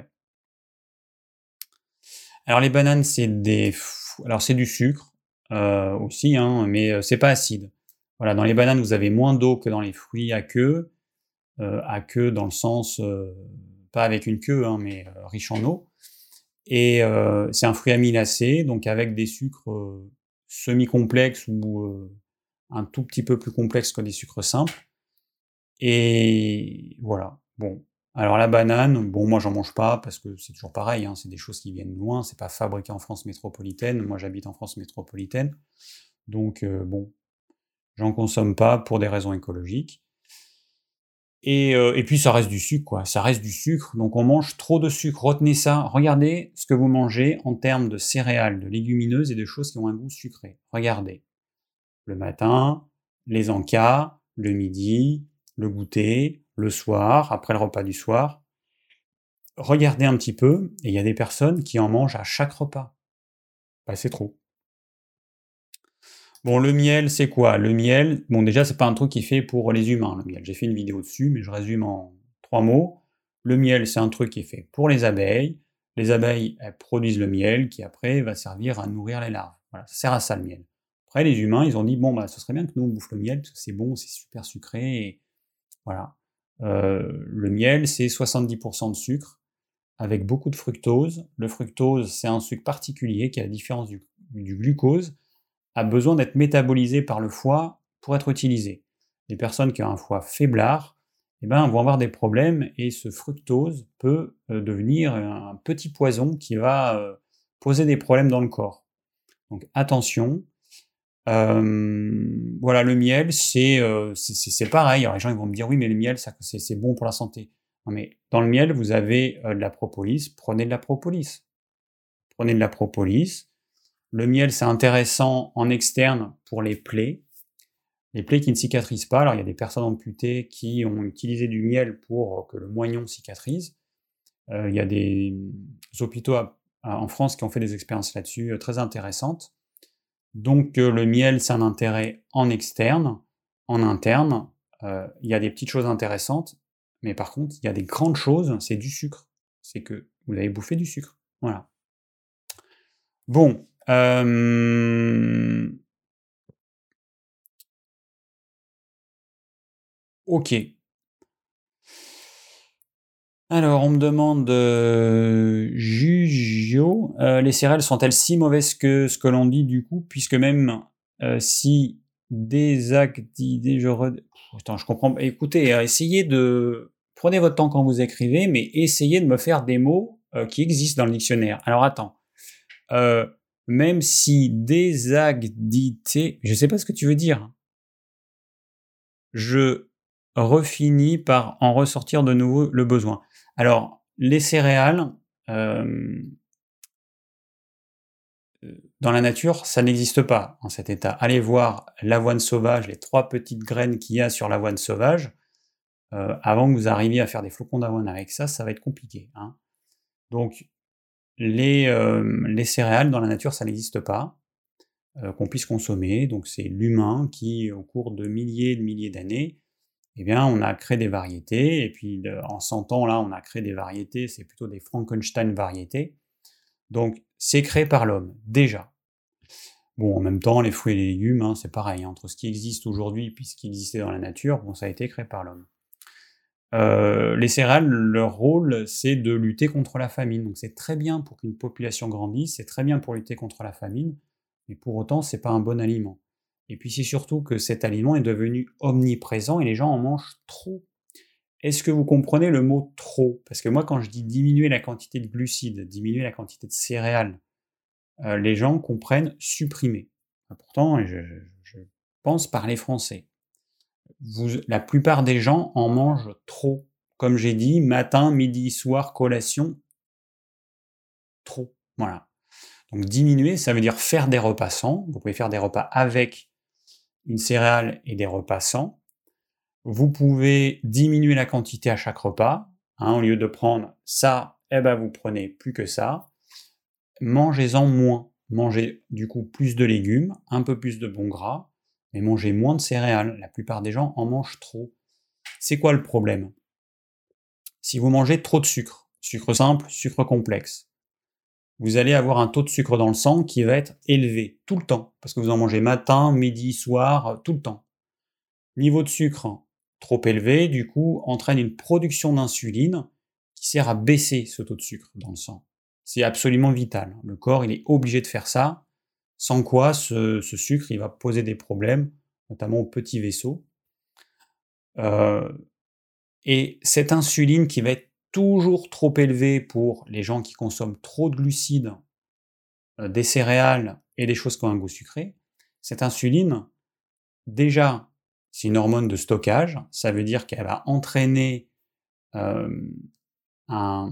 A: Alors les bananes, c'est des... Alors c'est du sucre euh, aussi, hein, mais euh, c'est pas acide. Voilà, dans les bananes, vous avez moins d'eau que dans les fruits à queue. Euh, à queue dans le sens, euh, pas avec une queue, hein, mais euh, riche en eau. Et euh, c'est un fruit amylacé, donc avec des sucres euh, semi-complexes ou euh, un tout petit peu plus complexes que des sucres simples. Et voilà. Bon. Alors la banane, bon moi j'en mange pas parce que c'est toujours pareil, hein, c'est des choses qui viennent loin, c'est pas fabriqué en France métropolitaine, moi j'habite en France métropolitaine, donc euh, bon, j'en consomme pas pour des raisons écologiques. Et, euh, et puis ça reste du sucre, quoi. Ça reste du sucre, donc on mange trop de sucre. Retenez ça. Regardez ce que vous mangez en termes de céréales, de légumineuses et de choses qui ont un goût sucré. Regardez. Le matin, les encas, le midi, le goûter, le soir, après le repas du soir. Regardez un petit peu, et il y a des personnes qui en mangent à chaque repas. Bah, c'est trop. Bon, le miel, c'est quoi? Le miel, bon déjà, c'est pas un truc qui est fait pour les humains, le miel. J'ai fait une vidéo dessus, mais je résume en trois mots. Le miel, c'est un truc qui est fait pour les abeilles. Les abeilles, elles produisent le miel qui après va servir à nourrir les larves. Voilà, ça sert à ça le miel. Après, les humains, ils ont dit, bon, bah, ce serait bien que nous, on bouffe le miel, parce que c'est bon, c'est super sucré, et voilà. Euh, le miel, c'est soixante-dix pour cent de sucre, avec beaucoup de fructose. Le fructose, c'est un sucre particulier qui, à la différence du, du glucose, a besoin d'être métabolisé par le foie pour être utilisé. Les personnes qui ont un foie faiblard, eh ben, vont avoir des problèmes et ce fructose peut euh, devenir un petit poison qui va euh, poser des problèmes dans le corps. Donc attention. Euh, voilà, le miel, c'est euh, c'est pareil. Alors les gens ils vont me dire oui, mais le miel, c'est bon pour la santé. Non, mais dans le miel, vous avez euh, de la propolis. Prenez de la propolis. Prenez de la propolis. Le miel, c'est intéressant en externe pour les plaies. Les plaies qui ne cicatrisent pas. Alors, il y a des personnes amputées qui ont utilisé du miel pour que le moignon cicatrise. Euh, il y a des hôpitaux à, à, en France qui ont fait des expériences là-dessus euh, très intéressantes. Donc, euh, le miel, c'est un intérêt en externe. En interne, euh, il y a des petites choses intéressantes, mais par contre, il y a des grandes choses, c'est du sucre. C'est que vous avez bouffé du sucre. Voilà. Bon. Euh... Ok. Alors, on me demande, euh, Jujio, euh, les céréales sont-elles si mauvaises que ce que l'on dit du coup, puisque même euh, si désactivé, je re... Attends, je comprends. Écoutez, euh, essayez de... Prenez votre temps quand vous écrivez, mais essayez de me faire des mots euh, qui existent dans le dictionnaire. Alors, attends. Euh, même si désacdité... Je sais pas ce que tu veux dire. Je refinis par en ressortir de nouveau le besoin. Alors, les céréales, euh, dans la nature, ça n'existe pas en cet état. Allez voir l'avoine sauvage, les trois petites graines qu'il y a sur l'avoine sauvage. Euh, avant que vous arriviez à faire des flocons d'avoine avec ça, ça va être compliqué. Hein. Donc, les, euh, les céréales dans la nature, ça n'existe pas, euh, qu'on puisse consommer. Donc, c'est l'humain qui, au cours de milliers et de milliers d'années, eh bien, on a créé des variétés, et puis en cent ans, là, on a créé des variétés, c'est plutôt des Frankenstein variétés. Donc, c'est créé par l'homme, déjà. Bon, en même temps, les fruits et les légumes, hein, c'est pareil, hein, entre ce qui existe aujourd'hui et ce qui existait dans la nature, bon, ça a été créé par l'homme. Euh, les céréales, leur rôle, c'est de lutter contre la famine. Donc, c'est très bien pour qu'une population grandisse, c'est très bien pour lutter contre la famine, mais pour autant, c'est pas un bon aliment. Et puis c'est surtout que cet aliment est devenu omniprésent et les gens en mangent trop. Est-ce que vous comprenez le mot trop? Parce que moi, quand je dis diminuer la quantité de glucides, diminuer la quantité de céréales, euh, les gens comprennent supprimer. Pourtant, je, je, je pense parler français. Vous, la plupart des gens en mangent trop. Comme j'ai dit, matin, midi, soir, collation, trop. Voilà. Donc diminuer, ça veut dire faire des repas sans. Vous pouvez faire des repas avec une céréale et des repas sans. Vous pouvez diminuer la quantité à chaque repas. Hein, au lieu de prendre ça, eh ben vous prenez plus que ça. Mangez-en moins. Mangez du coup plus de légumes, un peu plus de bons gras, mais mangez moins de céréales. La plupart des gens en mangent trop. C'est quoi le problème? Si vous mangez trop de sucre, sucre simple, sucre complexe, vous allez avoir un taux de sucre dans le sang qui va être élevé tout le temps, parce que vous en mangez matin, midi, soir, tout le temps. Niveau de sucre trop élevé, du coup, entraîne une production d'insuline qui sert à baisser ce taux de sucre dans le sang. C'est absolument vital. Le corps, il est obligé de faire ça, sans quoi ce, ce sucre, il va poser des problèmes, notamment aux petits vaisseaux. Euh, et cette insuline qui va être toujours trop élevée pour les gens qui consomment trop de glucides, euh, des céréales et des choses qui ont un goût sucré, cette insuline, déjà, c'est une hormone de stockage, ça veut dire qu'elle va entraîner euh, un,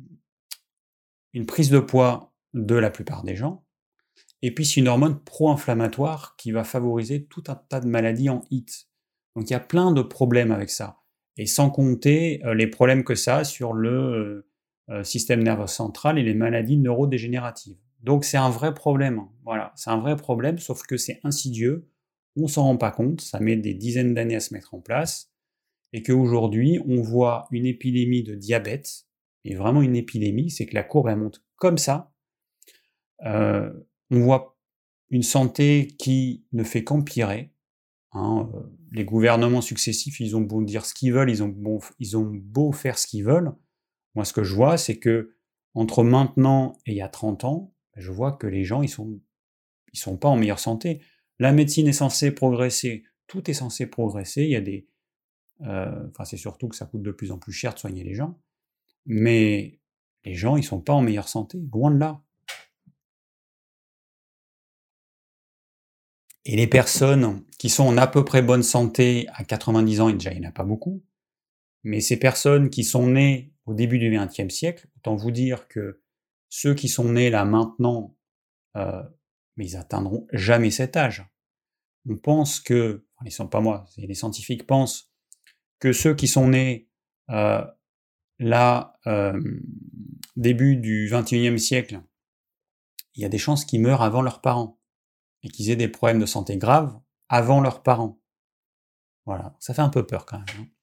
A: une prise de poids de la plupart des gens, et puis c'est une hormone pro-inflammatoire qui va favoriser tout un tas de maladies en hit. Donc il y a plein de problèmes avec ça, et sans compter euh, les problèmes que ça a sur le euh, système nerveux central et les maladies neurodégénératives. Donc c'est un vrai problème, voilà, c'est un vrai problème, sauf que c'est insidieux, on s'en rend pas compte, ça met des dizaines d'années à se mettre en place, et qu'aujourd'hui, on voit une épidémie de diabète, et vraiment une épidémie, c'est que la courbe elle monte comme ça. Euh, on voit une santé qui ne fait qu'empirer. Hein, euh, les gouvernements successifs, ils ont beau dire ce qu'ils veulent, ils ont, bon, ils ont beau faire ce qu'ils veulent. Moi, ce que je vois, c'est que entre maintenant et il y a trente ans, je vois que les gens, ils sont, ils sont pas en meilleure santé. La médecine est censée progresser, tout est censé progresser. Il y a des, euh, enfin, c'est surtout que ça coûte de plus en plus cher de soigner les gens. Mais les gens, ils sont pas en meilleure santé, loin de là. Et les personnes qui sont en à peu près bonne santé à quatre-vingt-dix ans, et déjà il n'y en a pas beaucoup, mais ces personnes qui sont nées au début du vingtième siècle, autant vous dire que ceux qui sont nés là maintenant, euh, mais ils atteindront jamais cet âge. On pense que, enfin, ils sont pas moi, les scientifiques pensent que ceux qui sont nés euh, là, euh, début du vingt et unième siècle, il y a des chances qu'ils meurent avant leurs parents et qu'ils aient des problèmes de santé graves avant leurs parents. Voilà, ça fait un peu peur quand même. Hein.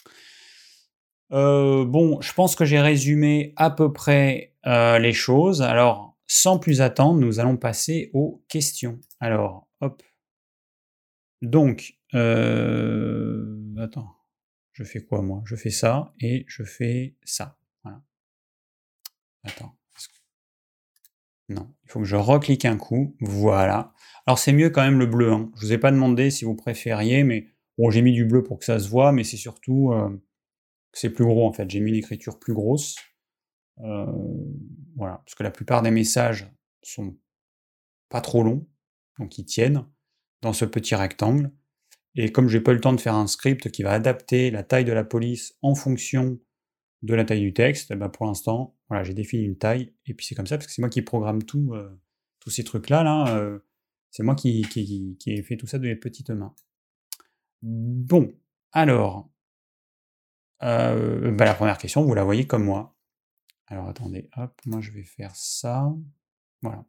A: Euh, bon, je pense que j'ai résumé à peu près euh, les choses. Alors, sans plus attendre, nous allons passer aux questions. Alors, hop. Donc, euh... attends, je fais quoi moi? Je fais ça et je fais ça. Voilà. Attends. Non, il faut que je reclique un coup. Voilà. Alors, c'est mieux quand même le bleu. Hein. Je vous ai pas demandé si vous préfériez, mais bon, j'ai mis du bleu pour que ça se voit, mais c'est surtout euh, que c'est plus gros en fait. J'ai mis une écriture plus grosse. Euh, voilà, parce que la plupart des messages sont pas trop longs, donc ils tiennent dans ce petit rectangle. Et comme j'ai pas eu le temps de faire un script qui va adapter la taille de la police en fonction de la taille du texte, ben pour l'instant, voilà, j'ai défini une taille, et puis c'est comme ça, parce que c'est moi qui programme tout, euh, tous ces trucs-là, là, euh, c'est moi qui, qui, qui ai fait tout ça de mes petites mains. Bon, alors, euh, ben la première question, vous la voyez comme moi. Alors attendez, hop, moi je vais faire ça. Voilà.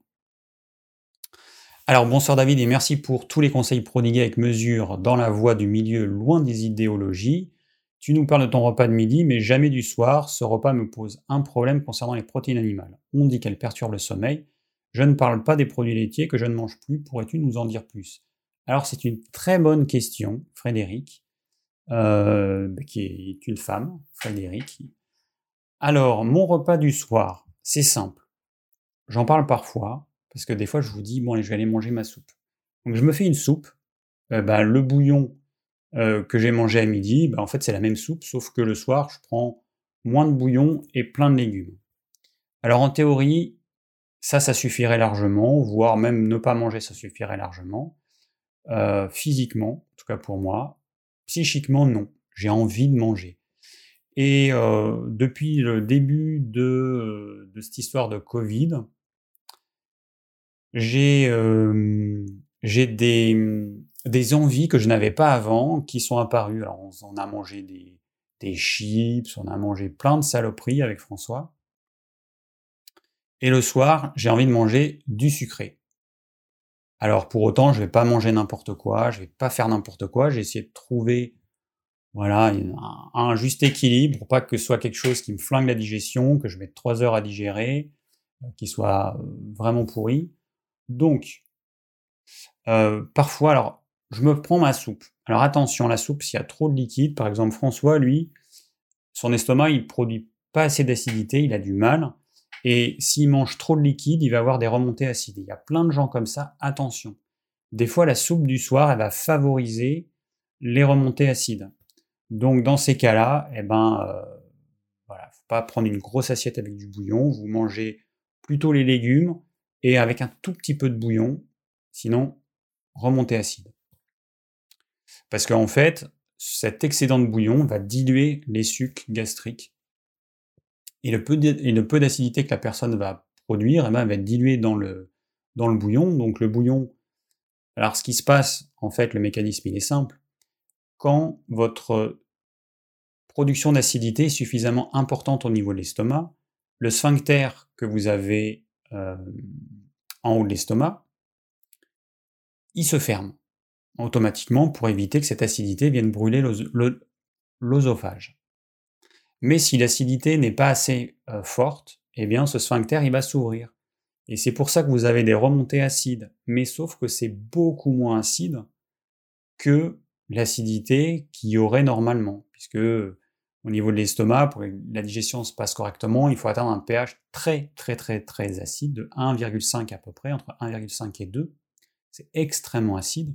A: Alors bonsoir David et merci pour tous les conseils prodigués avec mesure dans la voie du milieu loin des idéologies. Tu nous parles de ton repas de midi mais jamais du soir. Ce repas me pose un problème concernant les protéines animales. On dit qu'elles perturbent le sommeil. Je ne parle pas des produits laitiers que je ne mange plus. Pourrais-tu nous en dire plus? Alors c'est une très bonne question, Frédéric, euh, qui est une femme, Frédéric. Alors, mon repas du soir, c'est simple. J'en parle parfois, parce que des fois je vous dis, bon allez, je vais aller manger ma soupe. Donc je me fais une soupe, euh, bah, le bouillon euh, que j'ai mangé à midi, bah, en fait c'est la même soupe, sauf que le soir je prends moins de bouillon et plein de légumes. Alors en théorie, ça, ça suffirait largement, voire même ne pas manger, ça suffirait largement. Euh, physiquement, en tout cas pour moi, psychiquement non, j'ai envie de manger. Et euh, depuis le début de, de cette histoire de Covid, j'ai euh, j'ai des, des envies que je n'avais pas avant qui sont apparues. Alors on, on a mangé des, des chips, on a mangé plein de saloperies avec François. Et le soir, j'ai envie de manger du sucré. Alors pour autant, je vais pas manger n'importe quoi, je vais pas faire n'importe quoi, j'ai essayé de trouver voilà, un, un juste équilibre pour pas que ce soit quelque chose qui me flingue la digestion, que je mette trois heures à digérer, qui soit vraiment pourri. Donc, euh, parfois, alors, je me prends ma soupe. Alors attention, la soupe, s'il y a trop de liquide, par exemple François, lui, son estomac, il produit pas assez d'acidité, il a du mal, et s'il mange trop de liquide, il va avoir des remontées acides. Il y a plein de gens comme ça, attention. Des fois, la soupe du soir, elle va favoriser les remontées acides. Donc dans ces cas-là, eh ben, euh, voilà, faut pas prendre une grosse assiette avec du bouillon, vous mangez plutôt les légumes, et avec un tout petit peu de bouillon, sinon, remontée acide. Parce qu'en fait, cet excédent de bouillon va diluer les sucs gastriques. Et le peu d'acidité que la personne va produire, eh ben, va être dilué dans le, dans le bouillon. Donc le bouillon, alors ce qui se passe, en fait, le mécanisme il est simple. Quand votre production d'acidité est suffisamment importante au niveau de l'estomac, le sphincter que vous avez euh, en haut de l'estomac, il se ferme automatiquement pour éviter que cette acidité vienne brûler l'œsophage. Mais si l'acidité n'est pas assez euh, forte, eh bien ce sphincter il va s'ouvrir. Et c'est pour ça que vous avez des remontées acides, mais sauf que c'est beaucoup moins acide que l'acidité qu'il y aurait normalement, puisque au niveau de l'estomac, pour que la digestion se passe correctement, il faut atteindre un pH très très très très acide, de un virgule cinq à peu près, entre un virgule cinq et deux. C'est extrêmement acide.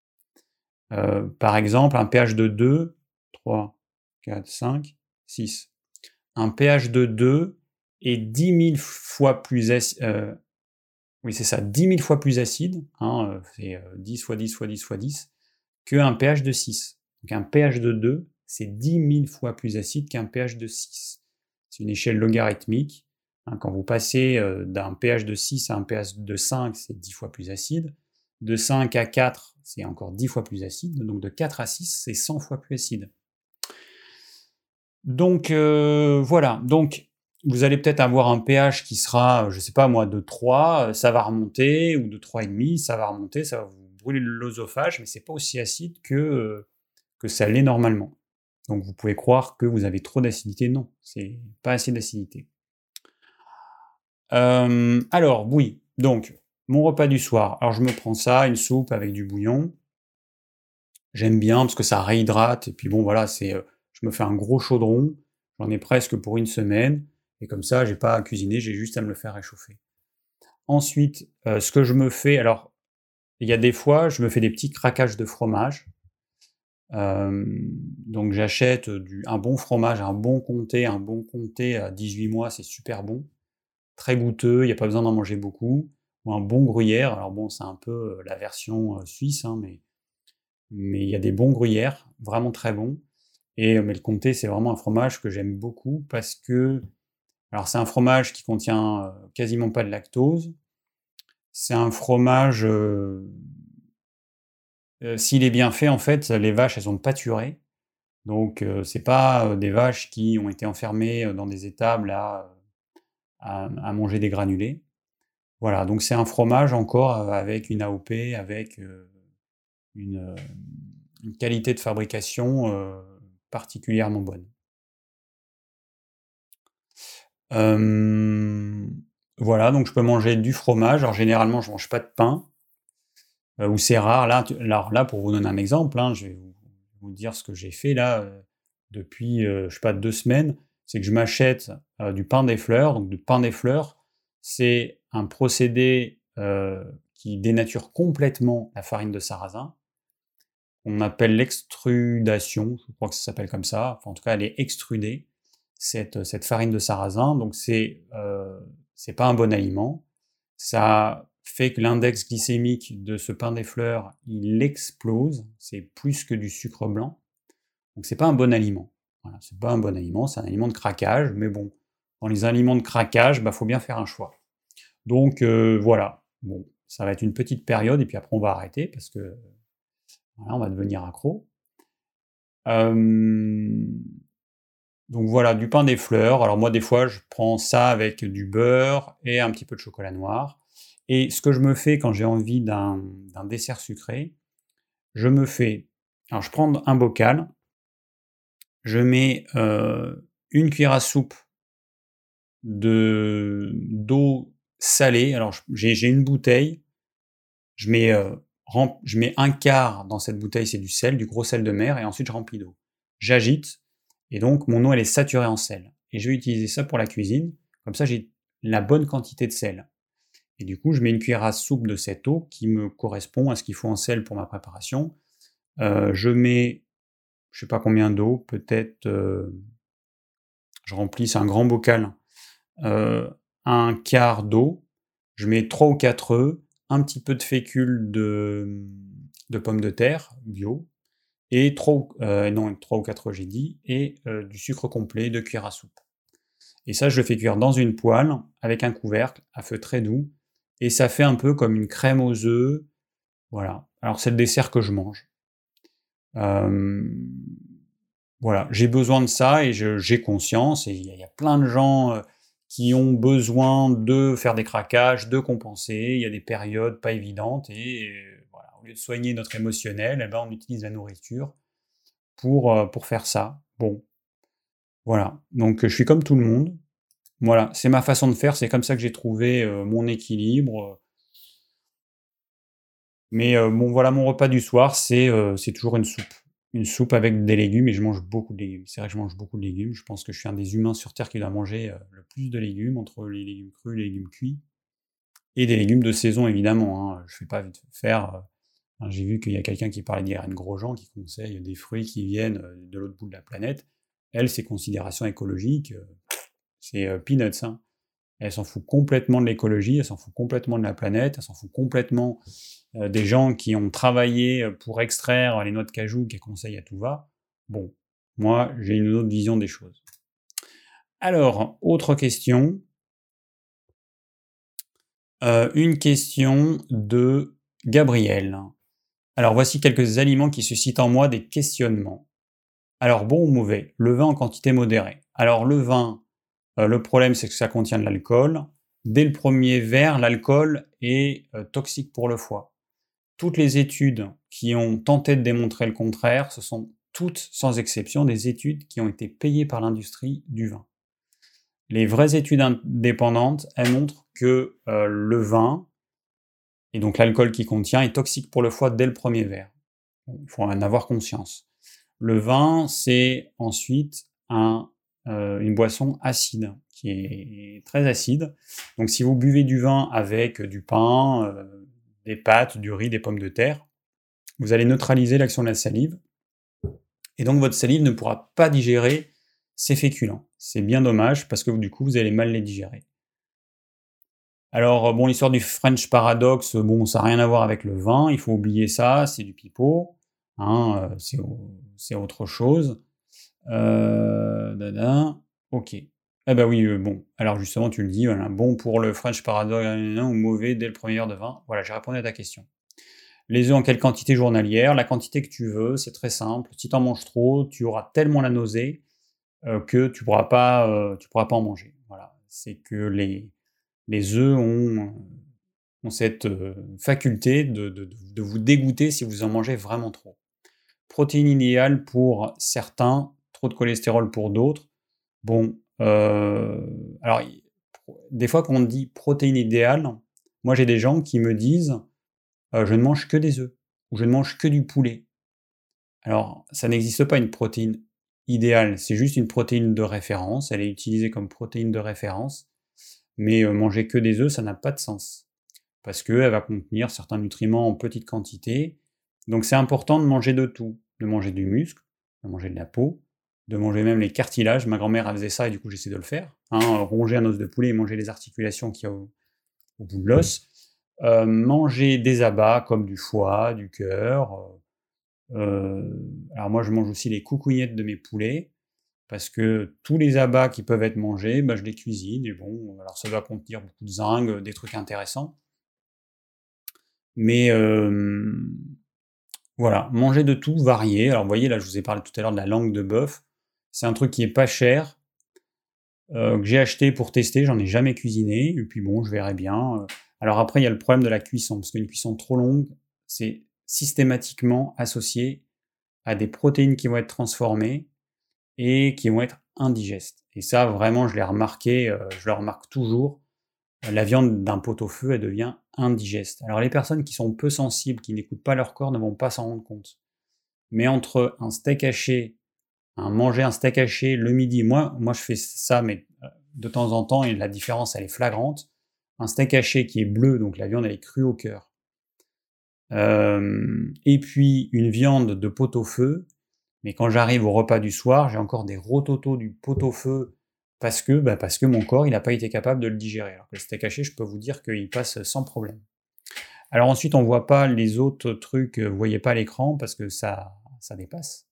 A: Euh, par exemple, un pH de deux, trois, quatre, cinq, six. Un pH de deux est dix mille fois plus acide, euh, oui c'est ça, dix mille fois plus acide, hein, c'est dix fois dix fois dix fois dix, qu'un pH de six. Donc un pH de deux, c'est dix mille fois plus acide qu'un pH de six. C'est une échelle logarithmique. Hein, quand vous passez euh, d'un pH de six à un pH de cinq, c'est dix fois plus acide. De cinq à quatre, c'est encore dix fois plus acide. Donc de quatre à six, c'est cent fois plus acide. Donc euh, voilà, donc vous allez peut-être avoir un pH qui sera, je sais pas moi, de trois, ça va remonter, ou de trois virgule cinq, ça va remonter, ça va vous brûler l'œsophage, mais c'est pas aussi acide que, que ça l'est normalement. Donc vous pouvez croire que vous avez trop d'acidité, non, c'est pas assez d'acidité. Euh, alors, oui, donc, mon repas du soir, alors je me prends ça, une soupe avec du bouillon. J'aime bien parce que ça réhydrate, et puis bon voilà, c'est, euh, je me fais un gros chaudron, j'en ai presque pour une semaine, et comme ça, j'ai pas à cuisiner, j'ai juste à me le faire réchauffer. Ensuite, euh, ce que je me fais, alors, il y a des fois, je me fais des petits craquages de fromage. Euh, donc j'achète du, un bon fromage, un bon comté, un bon comté à dix-huit mois, c'est super bon, très goûteux, il n'y a pas besoin d'en manger beaucoup, ou un bon gruyère, alors bon, c'est un peu euh, la version euh, suisse, hein, mais mais il y a des bons gruyères, vraiment très bons. Et mais le comté, c'est vraiment un fromage que j'aime beaucoup parce que, alors c'est un fromage qui contient euh, quasiment pas de lactose. C'est un fromage, euh, euh, s'il est bien fait, en fait, les vaches, elles ont pâturé. Donc euh, c'est pas euh, des vaches qui ont été enfermées dans des étables à, à, à manger des granulés. Voilà, donc c'est un fromage encore euh, avec une A O P, avec euh, une, euh, une qualité de fabrication euh, particulièrement bonne. Euh, voilà, donc je peux manger du fromage. Alors généralement, je mange pas de pain, euh, ou c'est rare. Là, tu- alors là, pour vous donner un exemple, hein, je vais vous, vous dire ce que j'ai fait là euh, depuis, euh, je sais pas, deux semaines. C'est que je m'achète euh, du pain des fleurs. Donc du pain des fleurs, c'est un procédé euh, qui dénature complètement la farine de sarrasin. On appelle l'extrudation, je crois que ça s'appelle comme ça. Enfin, en tout cas, elle est extrudée, cette, cette farine de sarrasin. Donc, c'est euh, c'est pas un bon aliment. Ça fait que l'index glycémique de ce pain des fleurs, il explose. C'est plus que du sucre blanc. Donc, c'est pas un bon aliment. Voilà, c'est pas un bon aliment, c'est un aliment de craquage. Mais bon, dans les aliments de craquage, bah, faut bien faire un choix. Donc, euh, voilà. Bon, ça va être une petite période et puis après, on va arrêter parce que voilà, on va devenir accro. Euh, donc voilà, du pain des fleurs. Alors moi, des fois, je prends ça avec du beurre et un petit peu de chocolat noir. Et ce que je me fais quand j'ai envie d'un d'un dessert sucré, je me fais... Alors je prends un bocal, je mets euh, une cuillère à soupe de d'eau salée. Alors j'ai j'ai une bouteille, je mets, euh, rem- je mets un quart dans cette bouteille, c'est du sel, du gros sel de mer, et ensuite je remplis d'eau. J'agite, et donc mon eau elle est saturée en sel. Et je vais utiliser ça pour la cuisine, comme ça j'ai la bonne quantité de sel. Et du coup je mets une cuillère à soupe de cette eau qui me correspond à ce qu'il faut en sel pour ma préparation. Euh, je mets, je sais pas combien d'eau, peut-être, euh, je remplis, c'est un grand bocal, euh, un quart d'eau, je mets trois ou quatre œufs, un petit peu de fécule de, de pommes de terre bio, et trois, euh, non, trois ou quatre œufs j'ai dit, et euh, du sucre complet, deux cuillères à soupe. Et ça, je le fais cuire dans une poêle, avec un couvercle, à feu très doux, et ça fait un peu comme une crème aux œufs, voilà. Alors c'est le dessert que je mange. Euh, voilà, j'ai besoin de ça et je- j'ai conscience, et il y, y a plein de gens euh, qui ont besoin de faire des craquages, de compenser, il y a des périodes pas évidentes, et euh, voilà, au lieu de soigner notre émotionnel, eh ben, on utilise la nourriture pour, euh, pour faire ça. Bon, voilà, donc je suis comme tout le monde, voilà, c'est ma façon de faire, c'est comme ça que j'ai trouvé euh, mon équilibre, mais euh, bon, voilà, mon repas du soir, c'est euh, c'est toujours une soupe. Une soupe avec des légumes, et je mange beaucoup de légumes. C'est vrai que je mange beaucoup de légumes. Je pense que je suis un des humains sur Terre qui doit manger euh, le plus de légumes, entre les légumes crus, les légumes cuits, et des légumes de saison, évidemment. Hein. Je ne fais pas vite faire. euh, hein, J'ai vu qu'il y a quelqu'un qui parlait d'Irène Grosjean, qui conseille des fruits qui viennent euh, de l'autre bout de la planète. Elle, ses considérations écologiques, euh, c'est euh, peanuts. Hein. Elle s'en fout complètement de l'écologie, elle s'en fout complètement de la planète, elle s'en fout complètement euh, des gens qui ont travaillé pour extraire les noix de cajou qu'elle conseille à tout va. Bon, moi, j'ai une autre vision des choses. Alors, autre question. Euh, une question de Gabriel. Alors, voici quelques aliments qui suscitent en moi des questionnements. Alors, bon ou mauvais? Le vin en quantité modérée. Alors, le vin, euh, le problème, c'est que ça contient de l'alcool. Dès le premier verre, l'alcool est euh, toxique pour le foie. Toutes les études qui ont tenté de démontrer le contraire se sont toutes, sans exception, des études qui ont été payées par l'industrie du vin. Les vraies études indépendantes, elles montrent que euh, le vin, et donc l'alcool qu'il contient, est toxique pour le foie dès le premier verre. Il faut en avoir conscience. Le vin, c'est ensuite un, euh, une boisson acide, qui est très acide. Donc si vous buvez du vin avec du pain, euh, des pâtes, du riz, des pommes de terre, vous allez neutraliser l'action de la salive, et donc votre salive ne pourra pas digérer ces féculents. C'est bien dommage, parce que du coup, vous allez mal les digérer. Alors, bon, l'histoire du French Paradox, bon, ça n'a rien à voir avec le vin, il faut oublier ça, c'est du pipeau, hein, c'est, c'est autre chose. Euh, dada, ok. Eh ben oui, euh, bon, alors justement, tu le dis, voilà, bon pour le French Paradox ou mauvais dès le premier verre de vin. Voilà, j'ai répondu à ta question. Les œufs en quelle quantité journalière? La quantité que tu veux, c'est très simple. Si tu en manges trop, tu auras tellement la nausée euh, que tu pourras pas, euh, tu pourras pas en manger. Voilà, c'est que les les œufs ont, ont cette euh, faculté de, de, de vous dégoûter si vous en mangez vraiment trop. Protéine idéale pour certains, trop de cholestérol pour d'autres. Bon, euh, alors des fois quand on dit protéine idéale, moi j'ai des gens qui me disent euh, je ne mange que des œufs ou je ne mange que du poulet. Alors ça n'existe pas une protéine idéale, c'est juste une protéine de référence, elle est utilisée comme protéine de référence, mais euh, manger que des œufs, ça n'a pas de sens, parce qu'elle va contenir certains nutriments en petite quantité, donc c'est important de manger de tout, de manger du muscle, de manger de la peau, de manger même les cartilages, ma grand-mère elle faisait ça et du coup j'essaie de le faire, hein, ronger un os de poulet et manger les articulations qu'il y a au, au bout de l'os, euh, manger des abats comme du foie, du cœur, euh, alors moi je mange aussi les coucougnettes de mes poulets, parce que tous les abats qui peuvent être mangés, bah, je les cuisine, et bon, alors ça va contenir beaucoup de zinc, des trucs intéressants. Mais euh, voilà, manger de tout, varié. Alors vous voyez, là je vous ai parlé tout à l'heure de la langue de bœuf, c'est un truc qui est pas cher, euh, que j'ai acheté pour tester, j'en ai jamais cuisiné, et puis bon, je verrai bien. Alors après, il y a le problème de la cuisson, parce qu'une cuisson trop longue, c'est systématiquement associé à des protéines qui vont être transformées, et qui vont être indigestes. Et ça, vraiment, je l'ai remarqué, euh, je le remarque toujours, la viande d'un pot-au-feu, elle devient indigeste. Alors les personnes qui sont peu sensibles, qui n'écoutent pas leur corps, ne vont pas s'en rendre compte. Mais entre un steak haché, un manger un steak haché le midi, moi, moi je fais ça, mais de temps en temps, et la différence, elle est flagrante. Un steak haché qui est bleu, donc la viande, elle est crue au cœur. Euh, et puis une viande de pot-au-feu, mais quand j'arrive au repas du soir, j'ai encore des rototos du pot-au-feu parce que, bah parce que mon corps, il n'a pas été capable de le digérer. Alors que le steak haché, je peux vous dire qu'il passe sans problème. Alors ensuite, on ne voit pas les autres trucs, vous ne voyez pas l'écran parce que ça, ça dépasse.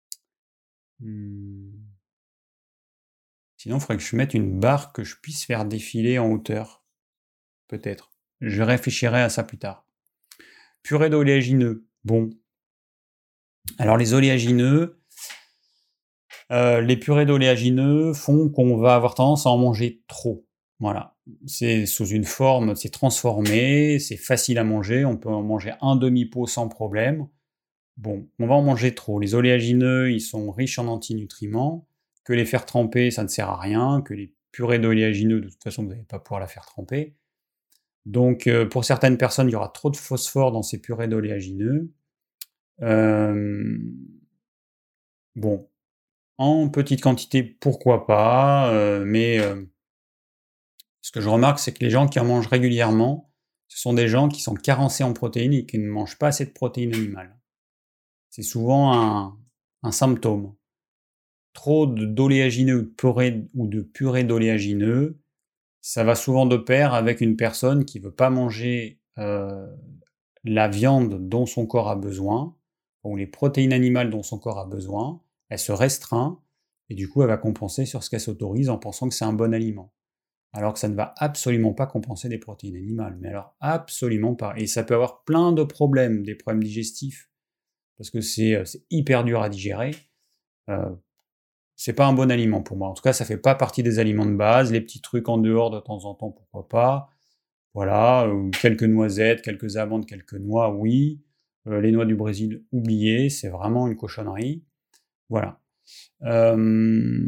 A: Hmm. Sinon, il faudrait que je mette une barre que je puisse faire défiler en hauteur. Peut-être. Je réfléchirai à ça plus tard. Purée d'oléagineux. Bon. Alors les oléagineux, Euh, les purées d'oléagineux font qu'on va avoir tendance à en manger trop. Voilà. C'est sous une forme, c'est transformé, c'est facile à manger, on peut en manger un demi-pot sans problème. Bon, on va en manger trop. Les oléagineux, ils sont riches en antinutriments, que les faire tremper, ça ne sert à rien, que les purées d'oléagineux, de toute façon, vous n'allez pas pouvoir la faire tremper. Donc, euh, pour certaines personnes, il y aura trop de phosphore dans ces purées d'oléagineux. Euh... Bon, en petite quantité, pourquoi pas, euh, mais euh, ce que je remarque, c'est que les gens qui en mangent régulièrement, ce sont des gens qui sont carencés en protéines et qui ne mangent pas assez de protéines animales. C'est souvent un, un symptôme. Trop d'oléagineux ou de purée d'oléagineux, ça va souvent de pair avec une personne qui ne veut pas manger euh, la viande dont son corps a besoin, ou les protéines animales dont son corps a besoin, elle se restreint, et du coup elle va compenser sur ce qu'elle s'autorise en pensant que c'est un bon aliment. Alors que ça ne va absolument pas compenser des protéines animales, mais alors absolument pas. Et ça peut avoir plein de problèmes, des problèmes digestifs, parce que c'est, c'est hyper dur à digérer. Euh, c'est pas un bon aliment pour moi. En tout cas, ça fait pas partie des aliments de base. Les petits trucs en dehors de temps en temps, pourquoi pas. Voilà, euh, quelques noisettes, quelques amandes, quelques noix, oui. Euh, les noix du Brésil, oubliez, c'est vraiment une cochonnerie. Voilà. Euh,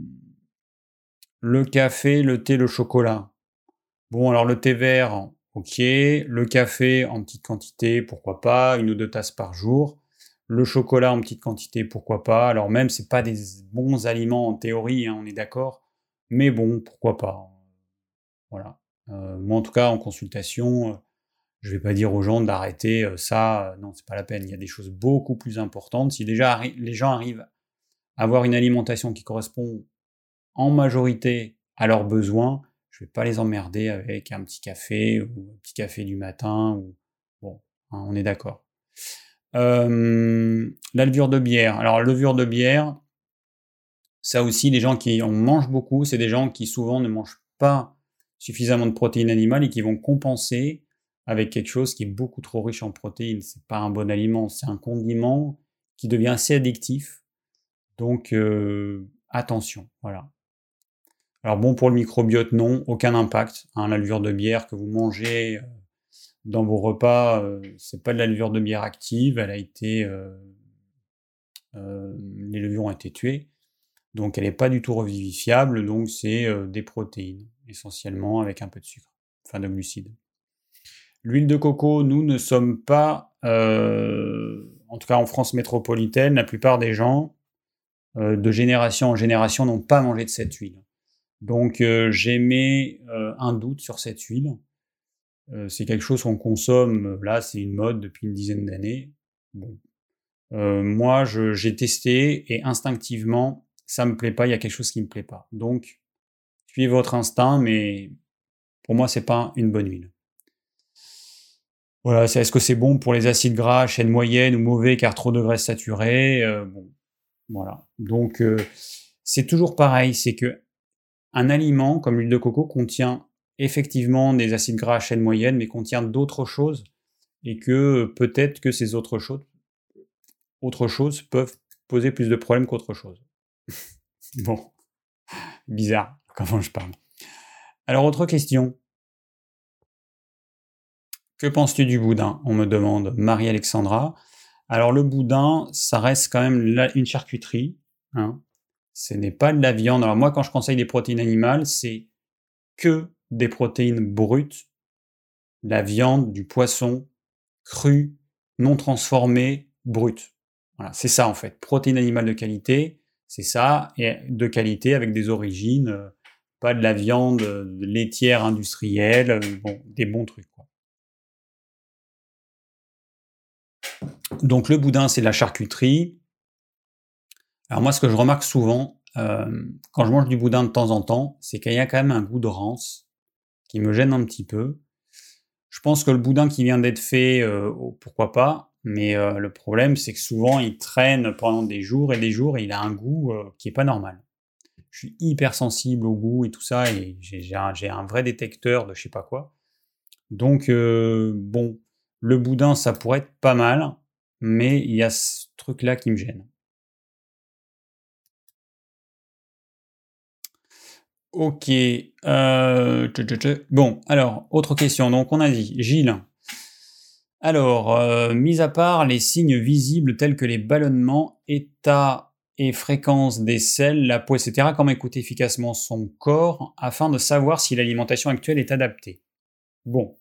A: le café, le thé, le chocolat. Bon, alors le thé vert, ok. Le café en petite quantité, pourquoi pas. Une ou deux tasses par jour. Le chocolat en petite quantité, pourquoi pas. Alors même, c'est pas des bons aliments en théorie, hein, on est d'accord. Mais bon, pourquoi pas. Voilà. Euh, moi, en tout cas, en consultation, euh, je vais pas dire aux gens d'arrêter euh, ça. Euh, non, c'est pas la peine. Il y a des choses beaucoup plus importantes. Si déjà arri- les gens arrivent à avoir une alimentation qui correspond en majorité à leurs besoins, je vais pas les emmerder avec un petit café ou un petit café du matin. Ou... Bon, hein, on est d'accord. Euh, la levure de bière. Alors, levure de bière, ça aussi, les gens qui en mangent beaucoup, c'est des gens qui souvent ne mangent pas suffisamment de protéines animales et qui vont compenser avec quelque chose qui est beaucoup trop riche en protéines. C'est pas un bon aliment, c'est un condiment qui devient assez addictif. Donc euh, attention, voilà. Alors bon, pour le microbiote, non, aucun impact. Hein, la levure de bière que vous mangez euh, dans vos repas, euh, c'est pas de la levure de bière active, elle a été, euh, euh, les levures ont été tuées. Donc elle n'est pas du tout revivifiable, donc c'est euh, des protéines, essentiellement avec un peu de sucre, enfin de glucides. L'huile de coco, nous ne sommes pas, euh, en tout cas en France métropolitaine, la plupart des gens, euh, de génération en génération, n'ont pas mangé de cette huile. Donc euh, j'émets euh, un doute sur cette huile. Euh, c'est quelque chose qu'on consomme, là c'est une mode depuis une dizaine d'années. Bon. Euh, moi je, j'ai testé et instinctivement, ça me plaît pas, il y a quelque chose qui me plaît pas. Donc suivez votre instinct, mais pour moi, c'est pas une bonne huile. Voilà, c'est, est-ce que c'est bon pour les acides gras, chaîne moyenne ou mauvais car trop de graisses saturées euh, Bon, voilà. Donc, euh, c'est toujours pareil, c'est que un aliment comme l'huile de coco contient effectivement des acides gras à chaîne moyenne, mais contient d'autres choses et que peut-être que ces autres choses, autres choses peuvent poser plus de problèmes qu'autre chose. Bon, bizarre comment je parle. Alors, autre question. Que penses-tu du boudin? On me demande Marie-Alexandra. Alors le boudin, ça reste quand même la, une charcuterie. Hein. Ce n'est pas de la viande. Alors moi, quand je conseille des protéines animales, c'est que des protéines brutes. La viande, du poisson, cru, non transformé, brut. Voilà, c'est ça en fait. Protéines animales de qualité, c'est ça, et de qualité avec des origines, euh, pas de la viande euh, laitière industrielle, euh, bon, des bons trucs. Quoi. Donc le boudin, c'est de la charcuterie. Alors moi, ce que je remarque souvent, euh, quand je mange du boudin de temps en temps, c'est qu'il y a quand même un goût de rance qui me gêne un petit peu. Je pense que le boudin qui vient d'être fait, euh, oh, pourquoi pas, mais euh, le problème, c'est que souvent, il traîne pendant des jours et des jours et il a un goût euh, qui est pas normal. Je suis hyper sensible au goût et tout ça, et j'ai, j'ai, un, j'ai un vrai détecteur de je sais pas quoi. Donc, euh, bon, le boudin, ça pourrait être pas mal, mais il y a ce truc-là qui me gêne. Ok. Euh... Bon, alors, autre question. Donc, on a dit, Gilles. Alors, euh, mis à part les signes visibles tels que les ballonnements, état et fréquence des selles, la peau, et cetera, comment écouter efficacement son corps afin de savoir si l'alimentation actuelle est adaptée? Bon.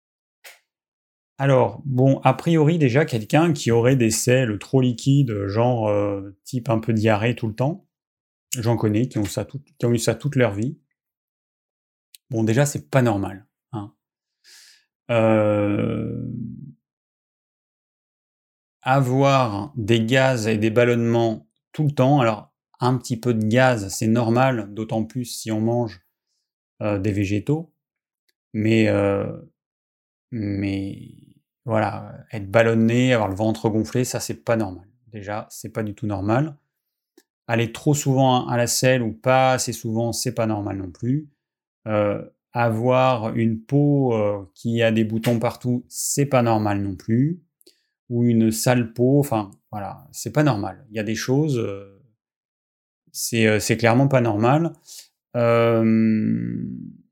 A: Alors, bon, a priori, déjà, quelqu'un qui aurait des selles trop liquides, genre euh, type un peu diarrhée tout le temps, j'en connais qui ont, ça tout, qui ont eu ça toute leur vie. Bon, déjà, c'est pas normal. Hein. Euh, avoir des gaz et des ballonnements tout le temps, alors un petit peu de gaz, c'est normal, d'autant plus si on mange euh, des végétaux, mais, euh, mais voilà, être ballonné, avoir le ventre gonflé, ça c'est pas normal. Déjà, c'est pas du tout normal. Aller trop souvent à la selle ou pas assez souvent, c'est pas normal non plus. Euh, avoir une peau euh, qui a des boutons partout, c'est pas normal non plus. Ou une sale peau, enfin voilà, c'est pas normal. Il y a des choses, euh, c'est, euh, c'est clairement pas normal. Euh,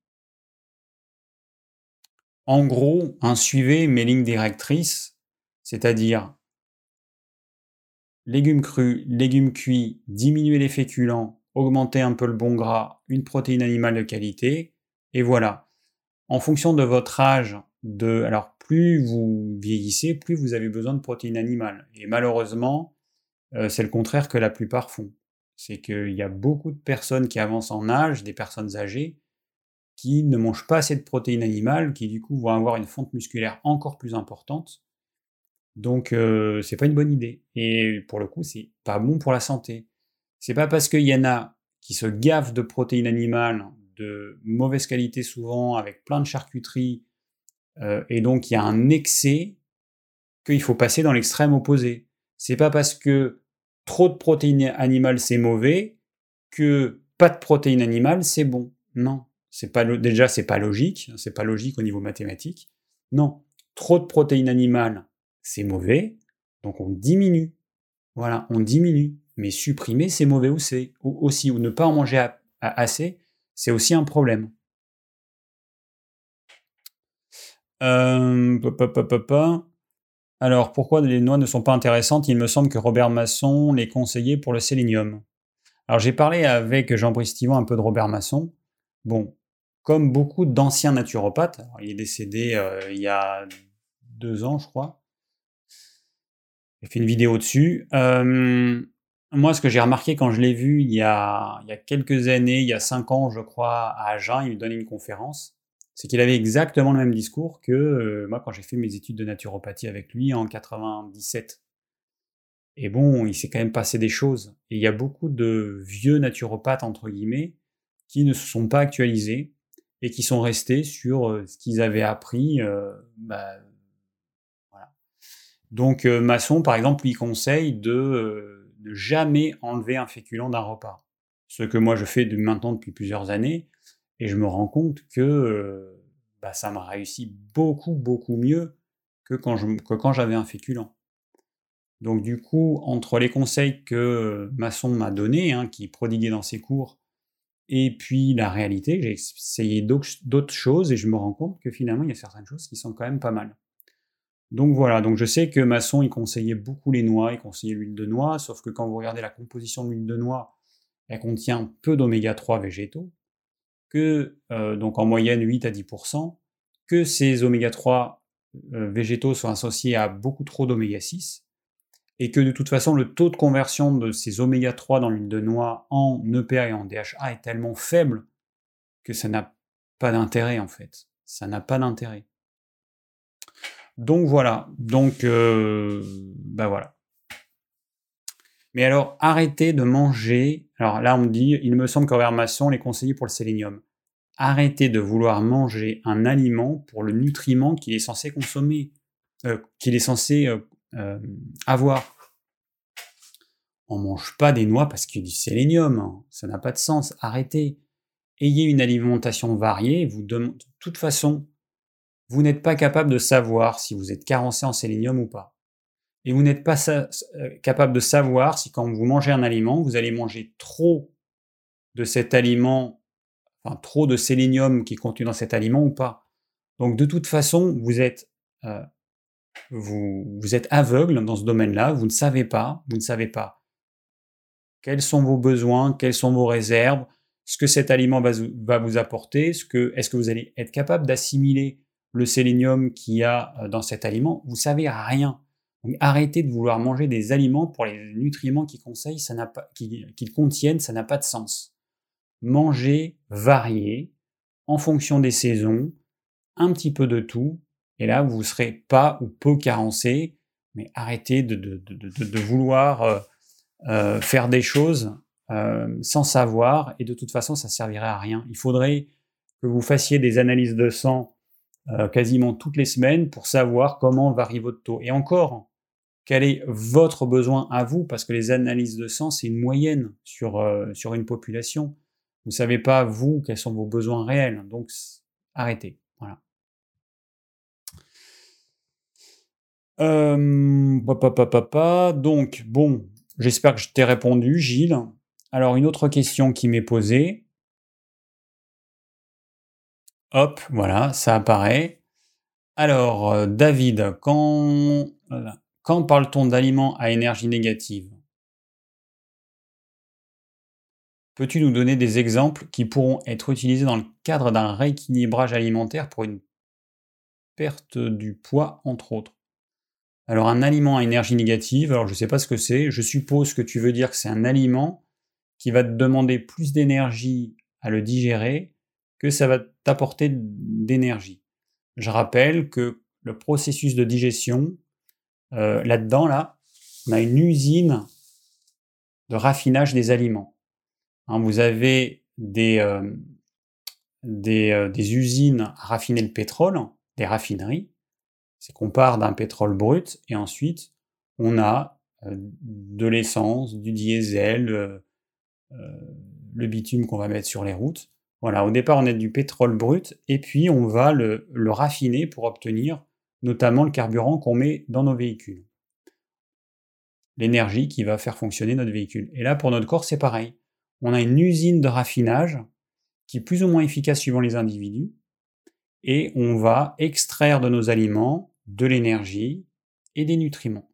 A: en gros, hein, suivez mes lignes directrices, c'est-à-dire légumes crus, légumes cuits, diminuer les féculents, augmenter un peu le bon gras, une protéine animale de qualité, et voilà. En fonction de votre âge, de, alors plus vous vieillissez, plus vous avez besoin de protéines animales. Et malheureusement, euh, c'est le contraire que la plupart font. C'est qu'il y a beaucoup de personnes qui avancent en âge, des personnes âgées, qui ne mangent pas assez de protéines animales, qui du coup vont avoir une fonte musculaire encore plus importante. Donc euh, c'est pas une bonne idée. Et pour le coup, c'est pas bon pour la santé. C'est pas parce qu'il y en a qui se gavent de protéines animales de mauvaise qualité souvent, avec plein de charcuterie, euh, et donc il y a un excès, qu'il faut passer dans l'extrême opposé. C'est pas parce que trop de protéines animales c'est mauvais, que pas de protéines animales c'est bon. Non, c'est pas déjà c'est pas logique, c'est pas logique au niveau mathématique. Non, trop de protéines animales c'est mauvais, donc on diminue. Voilà, on diminue. Mais supprimer c'est mauvais aussi, aussi, ou ne pas en manger à, à assez, c'est aussi un problème. Euh, pa, pa, pa, pa. Alors, pourquoi les noix ne sont pas intéressantes? Il me semble que Robert Masson les conseillait pour le sélénium. Alors, j'ai parlé avec Jean-Brice Thivon un peu de Robert Masson. Bon, comme beaucoup d'anciens naturopathes, alors, il est décédé euh, il y a deux ans, je crois. J'ai fait une vidéo dessus. Euh, moi, ce que j'ai remarqué quand je l'ai vu il y, a, il y a quelques années, il y a cinq ans, je crois, à Agen, il me donnait une conférence, c'est qu'il avait exactement le même discours que euh, moi quand j'ai fait mes études de naturopathie avec lui en quatre-vingt-dix-sept. Et bon, il s'est quand même passé des choses. Et il y a beaucoup de vieux naturopathes, entre guillemets, qui ne se sont pas actualisés et qui sont restés sur euh, ce qu'ils avaient appris. Euh, bah, voilà. Donc euh, Masson, par exemple, lui conseille de euh, ne jamais enlever un féculent d'un repas. Ce que moi je fais de, maintenant depuis plusieurs années, et je me rends compte que euh, bah, ça m'a réussi beaucoup, beaucoup mieux que quand, je, que quand j'avais un féculent. Donc du coup, entre les conseils que Masson m'a donnés, hein, qui prodiguait dans ses cours, et puis la réalité, j'ai essayé d'autres choses, et je me rends compte que finalement, il y a certaines choses qui sont quand même pas mal. Donc voilà, donc je sais que Masson, il conseillait beaucoup les noix, il conseillait l'huile de noix, sauf que quand vous regardez la composition de l'huile de noix, elle contient peu d'oméga trois végétaux, que, euh, donc en moyenne huit à dix pour cent, que ces oméga trois euh, végétaux sont associés à beaucoup trop d'oméga six, et que de toute façon le taux de conversion de ces oméga trois dans l'huile de noix en E P A et en D H A est tellement faible que ça n'a pas d'intérêt en fait. Ça n'a pas d'intérêt. Donc voilà, donc euh, bah voilà. Mais alors arrêtez de manger, alors là on me dit, il me semble qu'Hrobert Masson les conseillait pour le sélénium. Arrêtez de vouloir manger un aliment pour le nutriment qu'il est censé consommer, euh, qu'il est censé euh, euh, avoir. On mange pas des noix parce qu'il y a du sélénium, hein. Ça n'a pas de sens, arrêtez. Ayez une alimentation variée, vous de, de toute façon, vous n'êtes pas capable de savoir si vous êtes carencé en sélénium ou pas. Et vous n'êtes pas sa- capable de savoir si quand vous mangez un aliment, vous allez manger trop de cet aliment, enfin trop de sélénium qui est contenu dans cet aliment ou pas. Donc de toute façon, vous êtes, euh, vous, vous êtes aveugle dans ce domaine-là, vous ne savez pas, vous ne savez pas quels sont vos besoins, quelles sont vos réserves, ce que cet aliment va, va vous apporter, ce que, est-ce que vous allez être capable d'assimiler le sélénium qu'il y a dans cet aliment. Vous savez rien. Donc arrêtez de vouloir manger des aliments pour les nutriments qu'ils conseillent, ça n'a pas, qu'ils, qu'ils contiennent, ça n'a pas de sens. Mangez varié, en fonction des saisons, un petit peu de tout, et là vous ne serez pas ou peu carencé, mais arrêtez de, de, de, de, de vouloir euh, euh, faire des choses euh, sans savoir, et de toute façon ça servirait à rien. Il faudrait que vous fassiez des analyses de sang euh, quasiment toutes les semaines pour savoir comment varie votre taux. Et encore, quel est votre besoin à vous, parce que les analyses de sang, c'est une moyenne sur, euh, sur une population. Vous ne savez pas, vous, quels sont vos besoins réels. Donc, arrêtez. Voilà. Euh, papa, papa, papa. Donc, bon, j'espère que je t'ai répondu, Gilles. Alors, une autre question qui m'est posée. Hop, voilà, ça apparaît. Alors, euh, David, quand, voilà. Quand parle-t-on d'aliments à énergie négative? peux-tu nous donner des exemples qui pourront être utilisés dans le cadre d'un rééquilibrage alimentaire pour une perte du poids, entre autres? Alors un aliment à énergie négative, alors je ne sais pas ce que c'est, je suppose que tu veux dire que c'est un aliment qui va te demander plus d'énergie à le digérer que ça va t'apporter d'énergie. Je rappelle que le processus de digestion, euh, là-dedans, là, on a une usine de raffinage des aliments. Hein, vous avez des, euh, des, euh, des usines à raffiner le pétrole, des raffineries. C'est qu'on part d'un pétrole brut et ensuite on a euh, de l'essence, du diesel, euh, euh, le bitume qu'on va mettre sur les routes. Voilà, au départ on a du pétrole brut et puis on va le, le raffiner pour obtenir notamment le carburant qu'on met dans nos véhicules. L'énergie qui va faire fonctionner notre véhicule. Et là pour notre corps c'est pareil. On a une usine de raffinage qui est plus ou moins efficace suivant les individus et on va extraire de nos aliments de l'énergie et des nutriments.